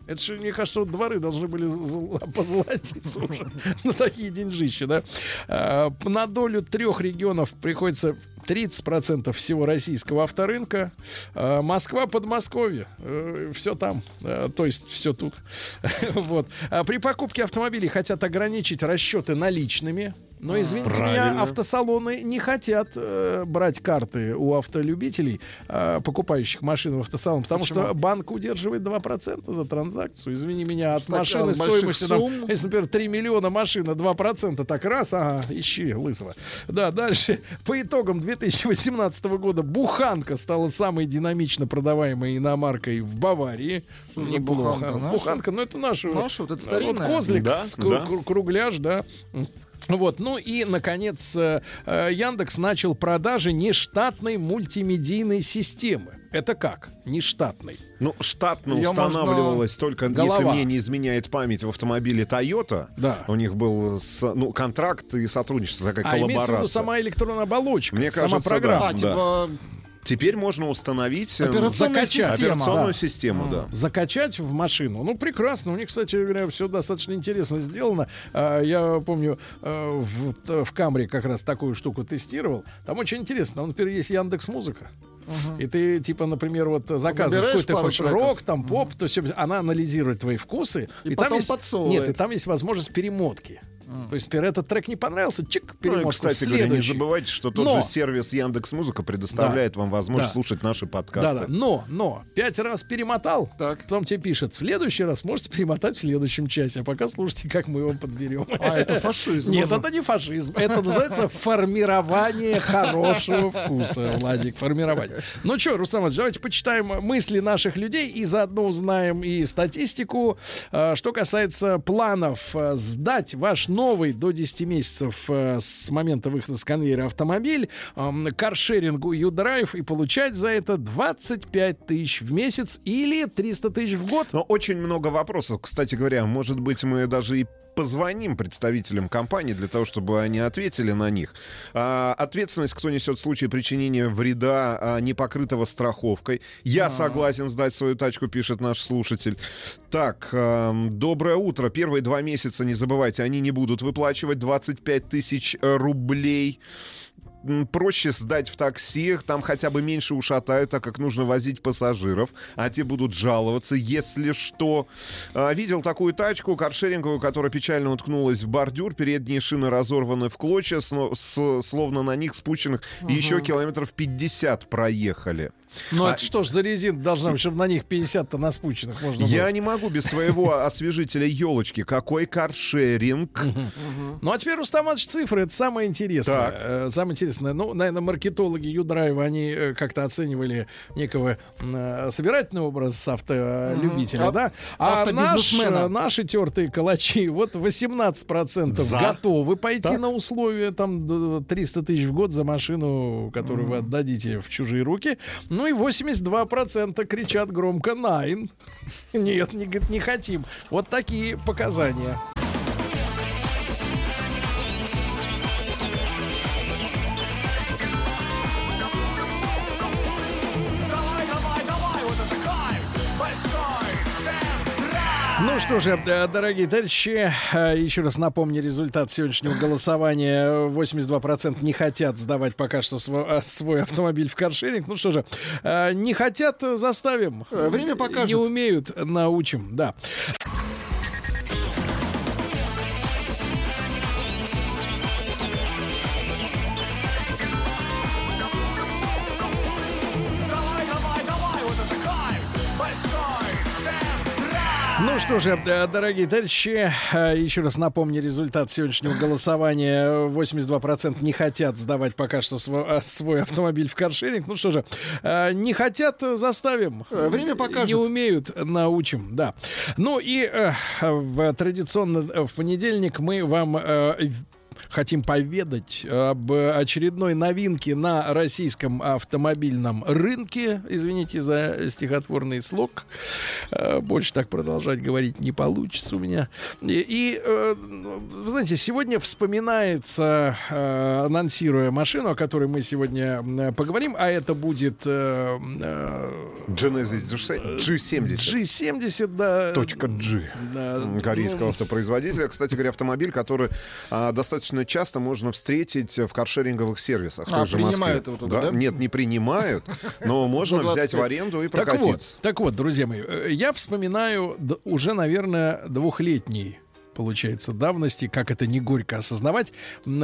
B: Это же, мне кажется, вот дворы должны были зл- позолотиться уже на такие деньжища, да? А, на долю трех регионов приходится тридцать процентов всего российского авторынка. А, Москва, Подмосковье. Э, все там. Э, то есть все тут. Вот. А при покупке автомобилей хотят ограничить расчеты наличными. Но, извините
O: Правильно.
B: меня, автосалоны не хотят э, брать карты у автолюбителей, э, покупающих машины в автосалон, потому
C: Почему?
B: что банк удерживает два процента за транзакцию. Извини меня, от
C: Такая
B: машины
C: с больших
B: стоимостью, там,
C: сумм.
B: если, например, три миллиона машина, два процента, так раз, ага, ищи лысого. Да, дальше. По итогам две тысячи восемнадцатого года буханка стала самой динамично продаваемой иномаркой в Баварии.
C: Что за
B: Неплохо.
C: буханка? Наша?
B: Буханка, ну это наша.
C: Наша, вот это
B: Вот
C: старинная?
B: козлик,
O: Да,
B: с-
O: да.
B: кру- кругляш, да. Вот, ну и, наконец, э, э, Яндекс начал продажи нештатной мультимедийной системы. Это как? Нештатной.
O: Ну, штатно
B: Её
O: устанавливалось
B: можно-
O: только,
B: Голова.
O: если мне не изменяет память, в автомобиле Toyota.
B: Да.
O: У них был с- ну, контракт и сотрудничество, такая
B: А имеется в виду
O: коллаборация.
B: сама электронная оболочка,
O: Мне
B: сама
O: кажется,
B: программа.
O: да,
C: А,
O: да.
C: типа...
O: Теперь можно установить э,
C: Операционная
O: закачать.
C: система.
O: операционную
B: Да.
O: систему, да.
B: Закачать в машину. Ну, прекрасно. У них, кстати говоря, все достаточно интересно сделано. А, Я помню, э, в, т- в Камри как раз такую штуку тестировал. Там очень интересно. Там, например, есть Яндекс.Музыка. И ты, типа, например, вот заказываешь
C: Выбираешь
B: какой-то
C: пару
B: хочешь
C: треков.
B: рок, там поп, то все, она анализирует твои вкусы.
C: И
B: там
C: потом
B: есть,
C: подсовывает.
B: нет, и там есть возможность перемотки. То есть, например, этот трек не понравился, чик,
O: Ну, и,
B: перемотку.
O: кстати говоря, не
B: следующий.
O: забывайте, что тот
B: Но-
O: же сервис Яндекс.Музыка предоставляет
B: Да.
O: вам возможность
B: Да.
O: слушать наши подкасты.
B: Да, да. Но, но, пять раз перемотал, потом тебе пишет, в следующий раз можете перемотать в следующем часе, а пока слушайте, как мы его подберем.
C: А, это фашизм.
B: Нет,
C: уже.
B: это не фашизм. Это называется формирование хорошего вкуса, Владик, формирование. Ну что, Рустам Иванович, давайте почитаем мысли наших людей и заодно узнаем и статистику. А, Что касается планов а, сдать ваш новый до десяти месяцев а, с момента выхода с конвейера автомобиль ам, каршерингу Юдрайв и получать за это двадцать пять тысяч в месяц или триста тысяч в год.
O: Но очень много вопросов. Кстати говоря, может быть, мы даже и позвоним представителям компании для того, чтобы они ответили на них. А, ответственность, кто несет в случае причинения вреда, а, не покрытого страховкой. Я согласен сдать свою тачку, пишет наш слушатель. Так, эм, доброе утро. Первые два месяца, не забывайте, они не будут выплачивать двадцать пять тысяч рублей. М, Проще сдать в такси, там хотя бы меньше ушатают, так как нужно возить пассажиров, а те будут жаловаться, если что. А, видел такую тачку каршеринговую, которая печально уткнулась в бордюр, передние шины разорваны в клочья, сно- с- словно на них спущенных, и еще километров пятьдесят проехали.
B: Ну
O: А-
B: это что ж за резина должна быть, чтобы на них пятьдесят-то на спущенных можно
O: Я
B: было?
O: не могу без своего освежителя елочки. Какой каршеринг?
B: Ну а теперь, Рустам Иванович, цифры, это самое интересное.
O: Так.
B: Э, Самое интересное. Ну, наверное, маркетологи Юдрайва, они э, как-то оценивали некого э, собирательный образ автолюбителя,
C: Мгм.
B: да? А наш,
C: Автобизнесмена.
B: э, наши тертые калачи, вот восемнадцать процентов
O: За?
B: готовы пойти
O: Так.
B: на условия там д- триста тысяч в год за машину, которую вы отдадите в чужие руки. Ну и восемьдесят два процента кричат громко «Найн». Нет, не, говорит, не хотим. Вот такие показания. Ну что же, э, дорогие товарищи, э, еще раз напомню результат сегодняшнего голосования. восемьдесят два процента не хотят сдавать пока что свой, э, свой автомобиль в каршеринг. Ну что же, э, не хотят, э, заставим.
C: Э, время покажет.
B: Не умеют, научим, да. Ну что же, э, дорогие товарищи, э, еще раз напомню результат сегодняшнего голосования. восемьдесят два процента не хотят сдавать пока что свой, э, свой автомобиль в каршеринг. Ну что же, э, не хотят, э, заставим.
C: Э, время покажет.
B: Не умеют, научим, да. Ну и э, в, традиционно э, в понедельник мы вам... э, хотим поведать об очередной новинке на российском автомобильном рынке. Извините за стихотворный слог. Больше так продолжать говорить не получится у меня. И, и вы знаете, сегодня вспоминается, анонсируя машину, о которой мы сегодня поговорим, а это будет
O: Genesis джи семьдесят.
B: джи семьдесят, да.
O: Точка G.
B: Да,
O: корейского
B: ну...
O: автопроизводителя. Кстати говоря, автомобиль, который а, достаточно часто можно встретить в каршеринговых сервисах.
C: А, принимают его туда, да?
O: да? Нет, не принимают, но можно взять в аренду и прокатиться.
B: Так вот, так вот, друзья мои, я вспоминаю уже, наверное, двухлетний, получается, давности, как это не горько осознавать,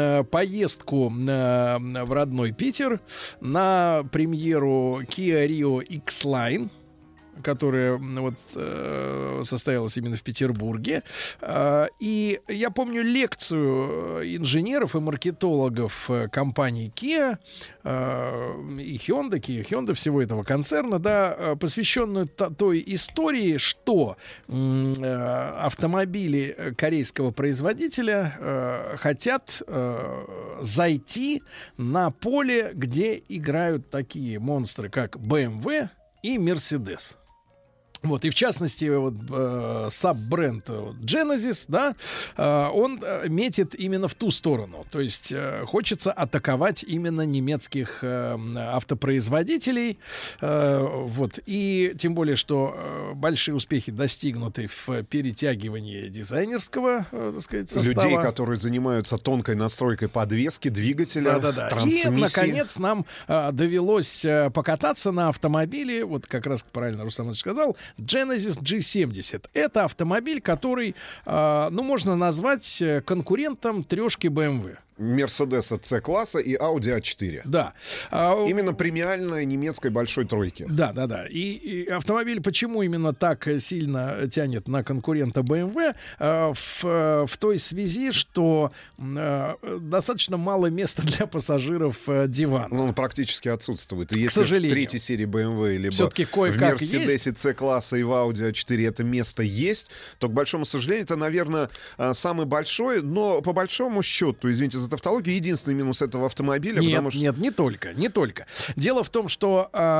B: поездку в родной Питер на премьеру Kia Rio X-Line, которая вот, э, состоялась именно в Петербурге. Э, и я помню лекцию инженеров и маркетологов компании Kia э, и Hyundai, Kia, Hyundai, всего этого концерна, да, посвященную т- той истории, что э, автомобили корейского производителя э, хотят э, зайти на поле, где играют такие монстры, как бэ эм вэ и Mercedes. Вот, и в частности, вот, э, саб-бренд Genesis, да, э, он метит именно в ту сторону. То есть э, хочется атаковать именно немецких э, автопроизводителей. Э, вот, и тем более, что э, большие успехи достигнуты в перетягивании дизайнерского, э, так сказать, состава.
O: Людей, которые занимаются тонкой настройкой подвески, двигателя,
B: да-да-да.
O: трансмиссии.
B: И, наконец, нам э, довелось э, покататься на автомобиле, вот как раз правильно Руслан Ильич сказал, Genesis джи семьдесят. Это автомобиль, который, э, ну, можно назвать конкурентом трешки бэ эм вэ.
O: Мерседеса С-класса и Audi а четыре.
B: Да.
O: Именно премиальной немецкой большой тройки.
B: Да, да, да. И, и автомобиль почему именно так сильно тянет на конкурента бэ эм вэ? В, в той связи, что достаточно мало места для пассажиров дивана.
O: Ну, он практически отсутствует. И
B: К
O: если
B: сожалению.
O: в третьей серии бэ эм вэ либо
B: Все-таки
O: в
B: кое-как
O: Мерседесе
B: есть.
O: С-класса и в Audi а четыре это место есть, то, к большому сожалению, это, наверное, самый большой, но по большому счету, извините за тавтологию, единственный минус этого автомобиля.
B: Нет,
O: потому что...
B: нет, не только, не только. Дело в том, что э,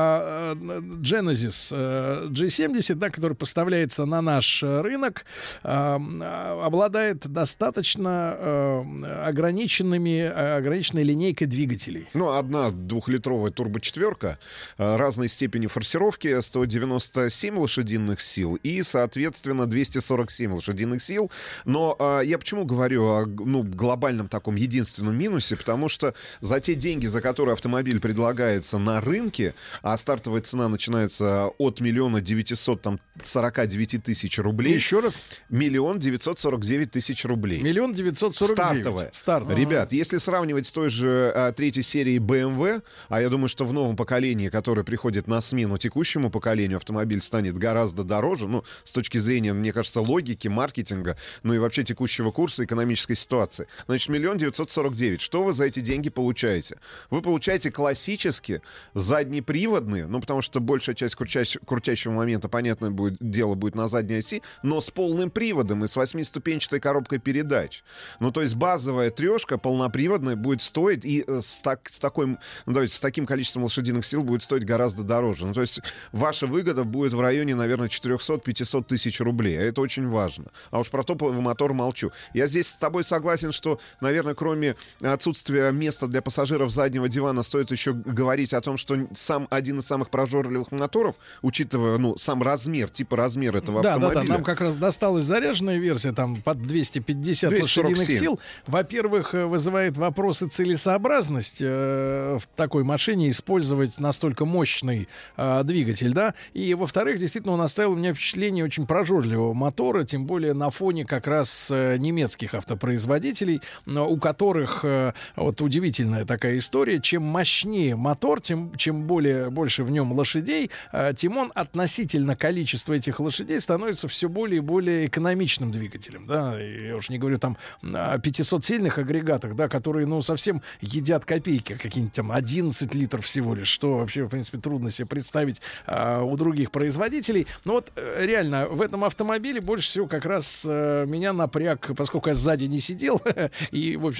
B: Genesis э, джи семьдесят, да, который поставляется на наш рынок, э, обладает достаточно э, ограниченными, ограниченной линейкой двигателей.
O: Ну, одна двухлитровая турбочетверка э, разной степени форсировки, сто девяносто семь лошадиных сил и, соответственно, двести сорок семь лошадиных сил. Но э, я почему говорю о ну, глобальном таком единственном минусе, потому что за те деньги, за которые автомобиль предлагается на рынке, а стартовая цена начинается от миллиона девятисот сорока девяти тысяч рублей.
B: Еще раз.
O: Миллион девятьсот сорок девять тысяч рублей.
B: Миллион девятьсот сорок девять.
O: Стартовая.
B: Стартовая.
O: Ребят, если сравнивать с той же а, третьей серией бэ эм вэ, а я думаю, что в новом поколении, которое приходит на смену текущему поколению, автомобиль станет гораздо дороже, ну, с точки зрения, мне кажется, логики, маркетинга, ну и вообще текущего курса экономической ситуации. Значит, миллион девятьсот сорок девять. Что вы за эти деньги получаете? Вы получаете классически заднеприводные, ну, потому что большая часть крутящ... крутящего момента, понятное будет, дело будет на задней оси, но с полным приводом и с восьмиступенчатой коробкой передач. Ну, то есть базовая трешка полноприводная будет стоить и с, так, с, такой, ну, давайте, с таким количеством лошадиных сил будет стоить гораздо дороже. Ну, то есть ваша выгода будет в районе, наверное, четыреста-пятьсот тысяч рублей. А это очень важно. А уж про топовый мотор молчу. Я здесь с тобой согласен, что, наверное, кроме отсутствия места для пассажиров заднего дивана, стоит еще говорить о том, что сам один из самых прожорливых моторов, учитывая, ну, сам размер, типа размер этого
B: да,
O: автомобиля.
B: Да, да, нам как раз досталась заряженная версия, там, под двести пятьдесят лошадиных сил. Во-первых, вызывает вопросы целесообразности э, в такой машине использовать настолько мощный э, двигатель, да, и, во-вторых, действительно, он оставил у меня впечатление очень прожорливого мотора, тем более на фоне как раз э, немецких автопроизводителей, у которых э, вот удивительная такая история, чем мощнее мотор, тем чем более, больше в нем лошадей, э, тем он относительно количества этих лошадей становится все более и более экономичным двигателем, да, и я уж не говорю там о пятисотсильных агрегатах, да, которые, ну, совсем едят копейки, какие-нибудь там одиннадцать литров всего лишь, что вообще, в принципе, трудно себе представить э, у других производителей. Но вот э, реально в этом автомобиле больше всего как раз э, меня напряг, поскольку я сзади не сидел и, в общем,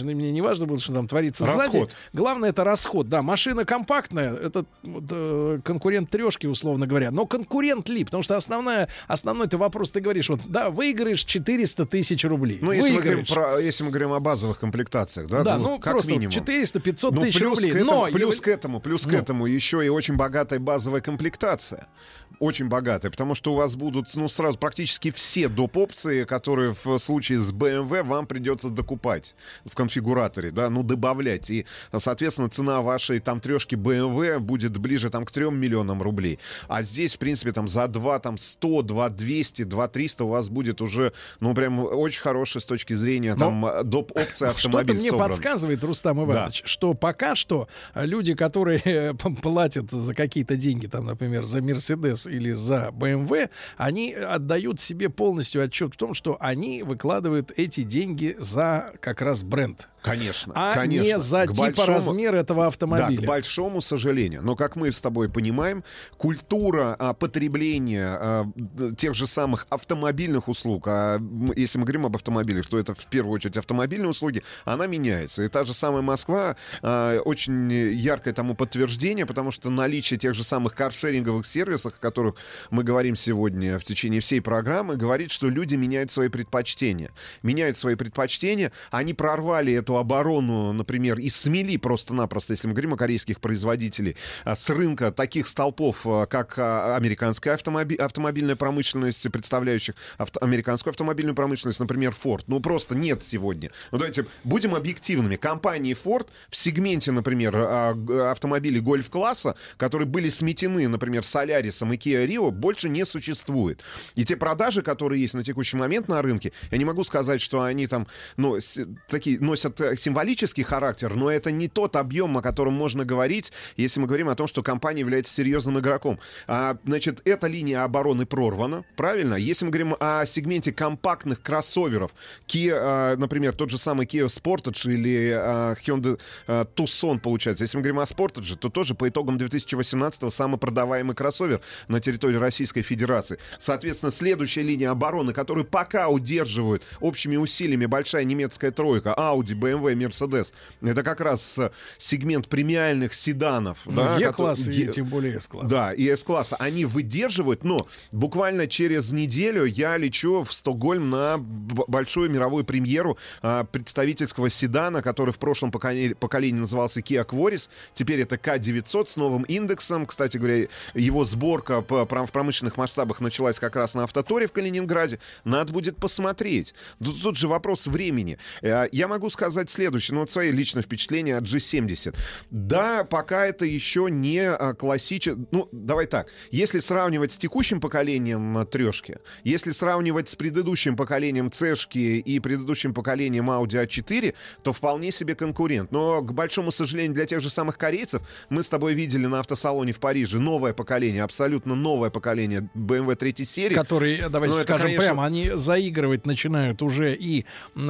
B: мне не важно будет, что там творится
O: Расход.
B: сзади. Главное, это расход. Да, машина компактная, это э, конкурент трешки, условно говоря. Но конкурент ли? Потому что основная, основной ты вопрос, ты говоришь, вот, да, выиграешь четыреста тысяч рублей.
O: Ну, если мы, говорим про, если мы говорим о базовых комплектациях, да,
B: да,
O: ну,
B: ну
O: как
B: просто
O: минимум.
B: четыреста-пятьсот
O: ну,
B: тысяч
O: плюс
B: рублей.
O: К этому,
B: Но
O: плюс
B: его...
O: к этому, плюс ну. к этому еще и очень богатая базовая комплектация. Очень богатая, потому что у вас будут, ну, сразу практически все доп. Опции, которые в случае с бэ эм вэ вам придется докупать в конфигураторе, да, ну, добавлять. И, соответственно, цена вашей там трешки бэ эм вэ будет ближе там к трем миллионам рублей. А здесь, в принципе, там за два, там сто, два двести, два триста у вас будет уже, ну, прям очень хорошая с точки зрения там Но доп. Опции автомобиля.
B: Что-то мне собран. Подсказывает, Рустам Иванович, да. что пока что люди, которые платят за какие-то деньги, там, например, за Мерседес или за бэ эм вэ, они отдают себе полностью отчет в том, что они выкладывают эти деньги за как раз бренд.
O: Конечно,
B: а
O: конечно.
B: не за к типа большому, размер этого автомобиля.
O: Да, к большому сожалению. Но, как мы с тобой понимаем, культура а, потребления а, тех же самых автомобильных услуг, а если мы говорим об автомобилях, то это в первую очередь автомобильные услуги, она меняется. И та же самая Москва а, очень яркое тому подтверждение, потому что наличие тех же самых каршеринговых сервисов, о которых мы говорим сегодня в течение всей программы, говорит, что люди меняют свои предпочтения. Меняют свои предпочтения, они прорвали эту оборону, например, и смели просто-напросто, если мы говорим о корейских производителей, с рынка таких столпов, как американская автомоби- автомобильная промышленность, представляющих авто- американскую автомобильную промышленность, например, Ford. Ну, просто нет сегодня. Ну, давайте будем объективными. Компании Ford в сегменте, например, автомобилей гольф-класса, которые были сметены, например, Солярисом и Kia Rio, больше не существует. И те продажи, которые есть на текущий момент на рынке, я не могу сказать, что они там, ну, с- такие носят символический характер, но это не тот объем, о котором можно говорить, если мы говорим о том, что компания является серьезным игроком. А, значит, эта линия обороны прорвана, правильно? Если мы говорим о сегменте компактных кроссоверов, Kia, а, например, тот же самый Kia Sportage или а, Hyundai а, Tucson, получается. Если мы говорим о Sportage, то тоже по итогам две тысячи восемнадцатого самый продаваемый кроссовер на территории Российской Федерации. Соответственно, следующая линия обороны, которую пока удерживают общими усилиями большая немецкая тройка, Audi, бэ эм вэ, Mercedes, это как раз сегмент премиальных седанов.
B: Ну,
O: да,
B: E-класс
O: который,
B: и тем более S-класс.
O: Да, и S-класса. Они выдерживают, но буквально через неделю я лечу в Стокгольм на б- большую мировую премьеру а, представительского седана, который в прошлом поколении, поколении назывался Kia Quaris. Теперь это К девятьсот с новым индексом. Кстати говоря, его сборка по, в промышленных масштабах началась как раз на Автоторе в Калининграде. Надо будет посмотреть. Тут, тут же вопрос времени. Я могу сказать следующее, ну вот свои личные впечатления от джи семьдесят. Да, пока это еще не классический... Ну, давай так. Если сравнивать с текущим поколением трешки, если сравнивать с предыдущим поколением Цешки и предыдущим поколением Audi а четыре, то вполне себе конкурент. Но, к большому сожалению, для тех же самых корейцев, мы с тобой видели на автосалоне в Париже новое поколение, абсолютно новое поколение бэ эм вэ третьей серии.
B: Которые, давайте
O: ну,
B: скажем
O: это, конечно...
B: прямо, они заигрывать начинают уже и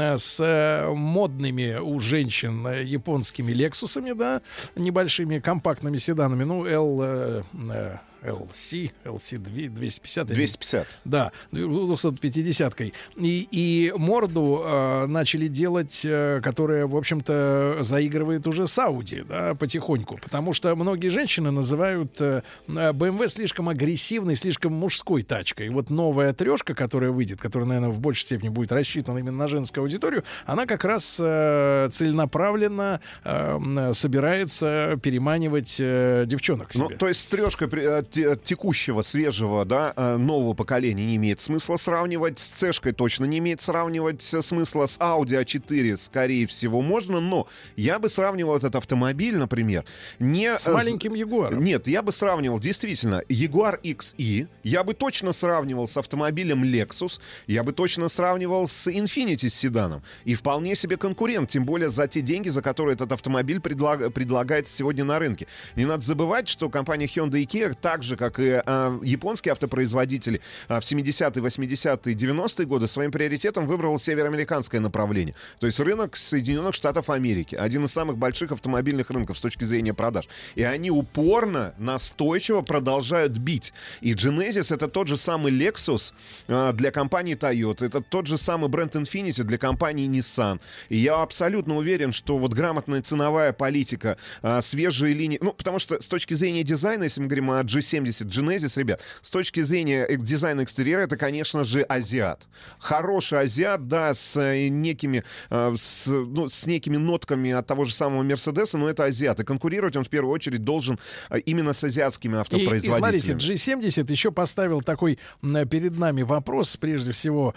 B: с модными у женщин японскими лексусами, да, небольшими компактными седанами, ну, L, э, эл си, эл си двести пятьдесят.
O: двести пятьдесят.
B: Да, двухсот пятидесяткой. И, и морду э, начали делать, э, которая, в общем-то, заигрывает уже с Audi, да, потихоньку. Потому что многие женщины называют э, бэ эм вэ слишком агрессивной, слишком мужской тачкой. И вот новая трешка, которая выйдет, которая, наверное, в большей степени будет рассчитана именно на женскую аудиторию, она как раз э, целенаправленно э, собирается переманивать э, девчонок к себе.
O: Ну, то есть трешка текущего, свежего, да, нового поколения не имеет смысла сравнивать. С Цешкой точно не имеет сравнивать смысла. С Audi а четыре, скорее всего, можно, но я бы сравнивал этот автомобиль, например, не...
B: С маленьким Ягуаром.
O: Нет, я бы сравнивал, действительно, Jaguar икс и, я бы точно сравнивал с автомобилем Lexus, я бы точно сравнивал с Infiniti, с седаном. И вполне себе конкурент, тем более за те деньги, за которые этот автомобиль предлаг... предлагается сегодня на рынке. Не надо забывать, что компания Hyundai и Kia так так же, как и а, японские автопроизводители а, в семидесятые, восьмидесятые, девяностые годы своим приоритетом выбрал североамериканское направление. То есть рынок Соединенных Штатов Америки. Один из самых больших автомобильных рынков с точки зрения продаж. И они упорно, настойчиво продолжают бить. И Genesis — это тот же самый Lexus а, для компании Toyota. Это тот же самый бренд Infiniti для компании Nissan. И я абсолютно уверен, что вот грамотная ценовая политика, а, свежие линии... Ну, потому что с точки зрения дизайна, если мы говорим о джи семьдесят Genesis, ребят, с точки зрения дизайна экстерьера, это, конечно же, азиат. Хороший азиат, да, с некими, а, с, ну, с некими нотками от того же самого Мерседеса, но это азиат. И конкурировать он в первую очередь должен а, именно с азиатскими автопроизводителями.
B: И, и смотрите, джи семьдесят еще поставил такой перед нами вопрос, прежде всего,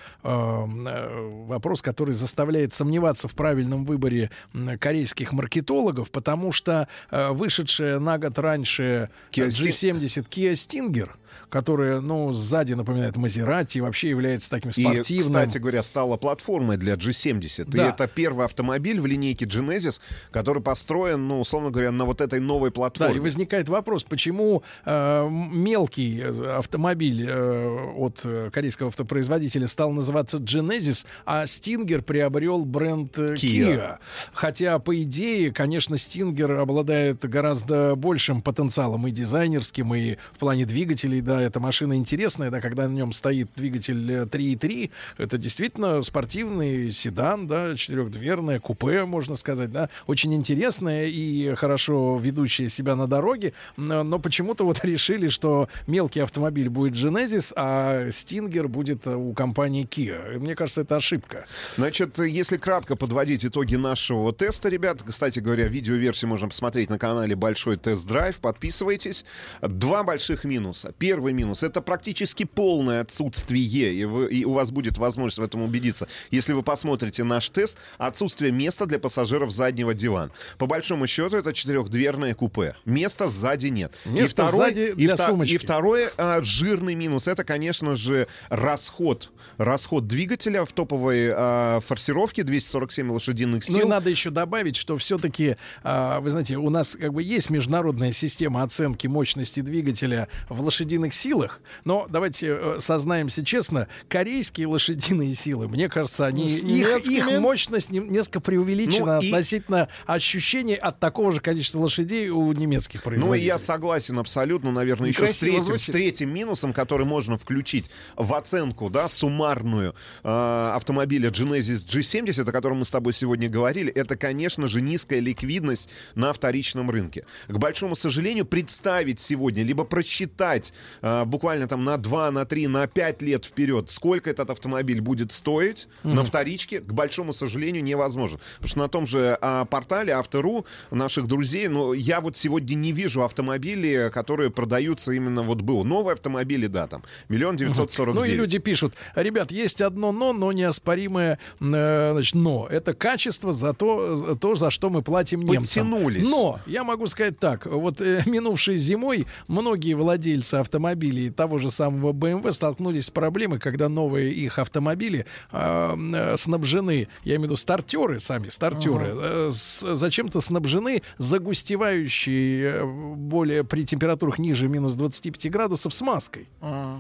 B: э, вопрос, который заставляет сомневаться в правильном выборе корейских маркетологов, потому что э, вышедшая на год раньше джи семьдесят Kia Stinger, которая, ну, сзади напоминает Мазерати и вообще является таким спортивным.
O: И, кстати говоря, стала платформой для джи семьдесят. Да. И это первый автомобиль в линейке Genesis, который построен, ну, условно говоря, на вот этой новой платформе.
B: Да, и возникает вопрос, почему э, мелкий автомобиль э, от корейского автопроизводителя стал называться Genesis, а Stinger приобрел бренд Kia. Kia. Хотя, по идее, конечно, Stinger обладает гораздо большим потенциалом и дизайнерским, и в плане двигателей. Да, эта машина интересная, да, когда на нем стоит двигатель три и три, это действительно спортивный седан, да, четырехдверное купе, можно сказать, да, очень интересное и хорошо ведущее себя на дороге, но, но почему-то вот решили, что мелкий автомобиль будет Genesis, а Stinger будет у компании Kia. И мне кажется, это ошибка.
O: Значит, если кратко подводить итоги нашего теста, ребят, кстати говоря, видеоверсию можно посмотреть на канале Большой Тест-Драйв, подписывайтесь. Два больших минуса. Первый минус — это практически полное отсутствие, и, вы, и у вас будет возможность в этом убедиться, если вы посмотрите наш тест, отсутствие места для пассажиров заднего дивана. По большому счету, это четырехдверное купе. Места сзади нет.
B: Место
O: и второй,
B: сзади для
O: и,
B: сумочки.
O: И второй а, жирный минус — это, конечно же, расход. Расход двигателя в топовой а, форсировке двести сорок семь лошадиных сил.
B: Ну и надо еще добавить, что все-таки, а, вы знаете, у нас как бы есть международная система оценки мощности двигателя в лошадиных силах, но давайте э, сознаемся честно, корейские лошадиные силы, мне кажется, они, их, их мощность не, несколько преувеличена, ну, и... относительно ощущений от такого же количества лошадей у немецких производителей.
O: Ну и я согласен абсолютно, наверное, еще с третьим, с третьим минусом, который можно включить в оценку, да, суммарную э, автомобиля Genesis джи семьдесят, о котором мы с тобой сегодня говорили, это, конечно же, низкая ликвидность на вторичном рынке. К большому сожалению, представить сегодня, либо просчитать Uh, буквально там на два, на три, на пять лет вперед, сколько этот автомобиль будет стоить mm-hmm. на вторичке, к большому сожалению, невозможно. Потому что на том же uh, портале Авто.ру наших друзей, ну, я вот сегодня не вижу автомобилей, которые продаются именно вот был. Новые автомобили, да, там, миллион девятьсот сорок девять.
B: Ну и люди пишут, ребят, есть одно но, но неоспоримое, э, значит, но. Это качество за то, то, за что мы платим немцам.
O: Подтянулись.
B: Но, я могу сказать так, вот э, минувшей зимой многие владельцы автомобилей того же самого бэ эм вэ столкнулись с проблемой, когда новые их автомобили э, э, снабжены, я имею в виду стартеры, сами стартеры, uh-huh. э, с, зачем-то снабжены загустевающей э, более при температурах ниже минус двадцати пяти градусов смазкой. Uh-huh.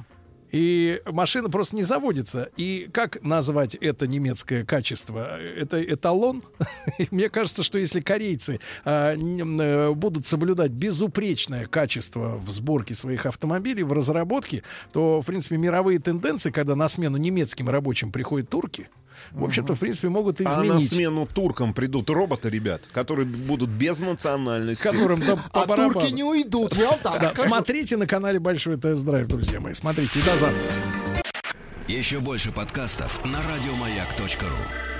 B: И машина просто не заводится. И как назвать это немецкое качество? Это эталон? Мне кажется, что если корейцы а, будут соблюдать безупречное качество в сборке своих автомобилей, в разработке, то, в принципе, мировые тенденции, когда на смену немецким рабочим приходят турки, в общем-то, в принципе, могут изменить.
O: А на смену туркам придут роботы, ребят, которые будут без национальности.
B: Которым, да,
C: а турки не уйдут, я так
B: да,
C: скажу.
B: Смотрите на канале Большой Тест-Драйв, друзья мои. Смотрите, и до завтра.
A: Еще больше подкастов на радиомаяк точка ру.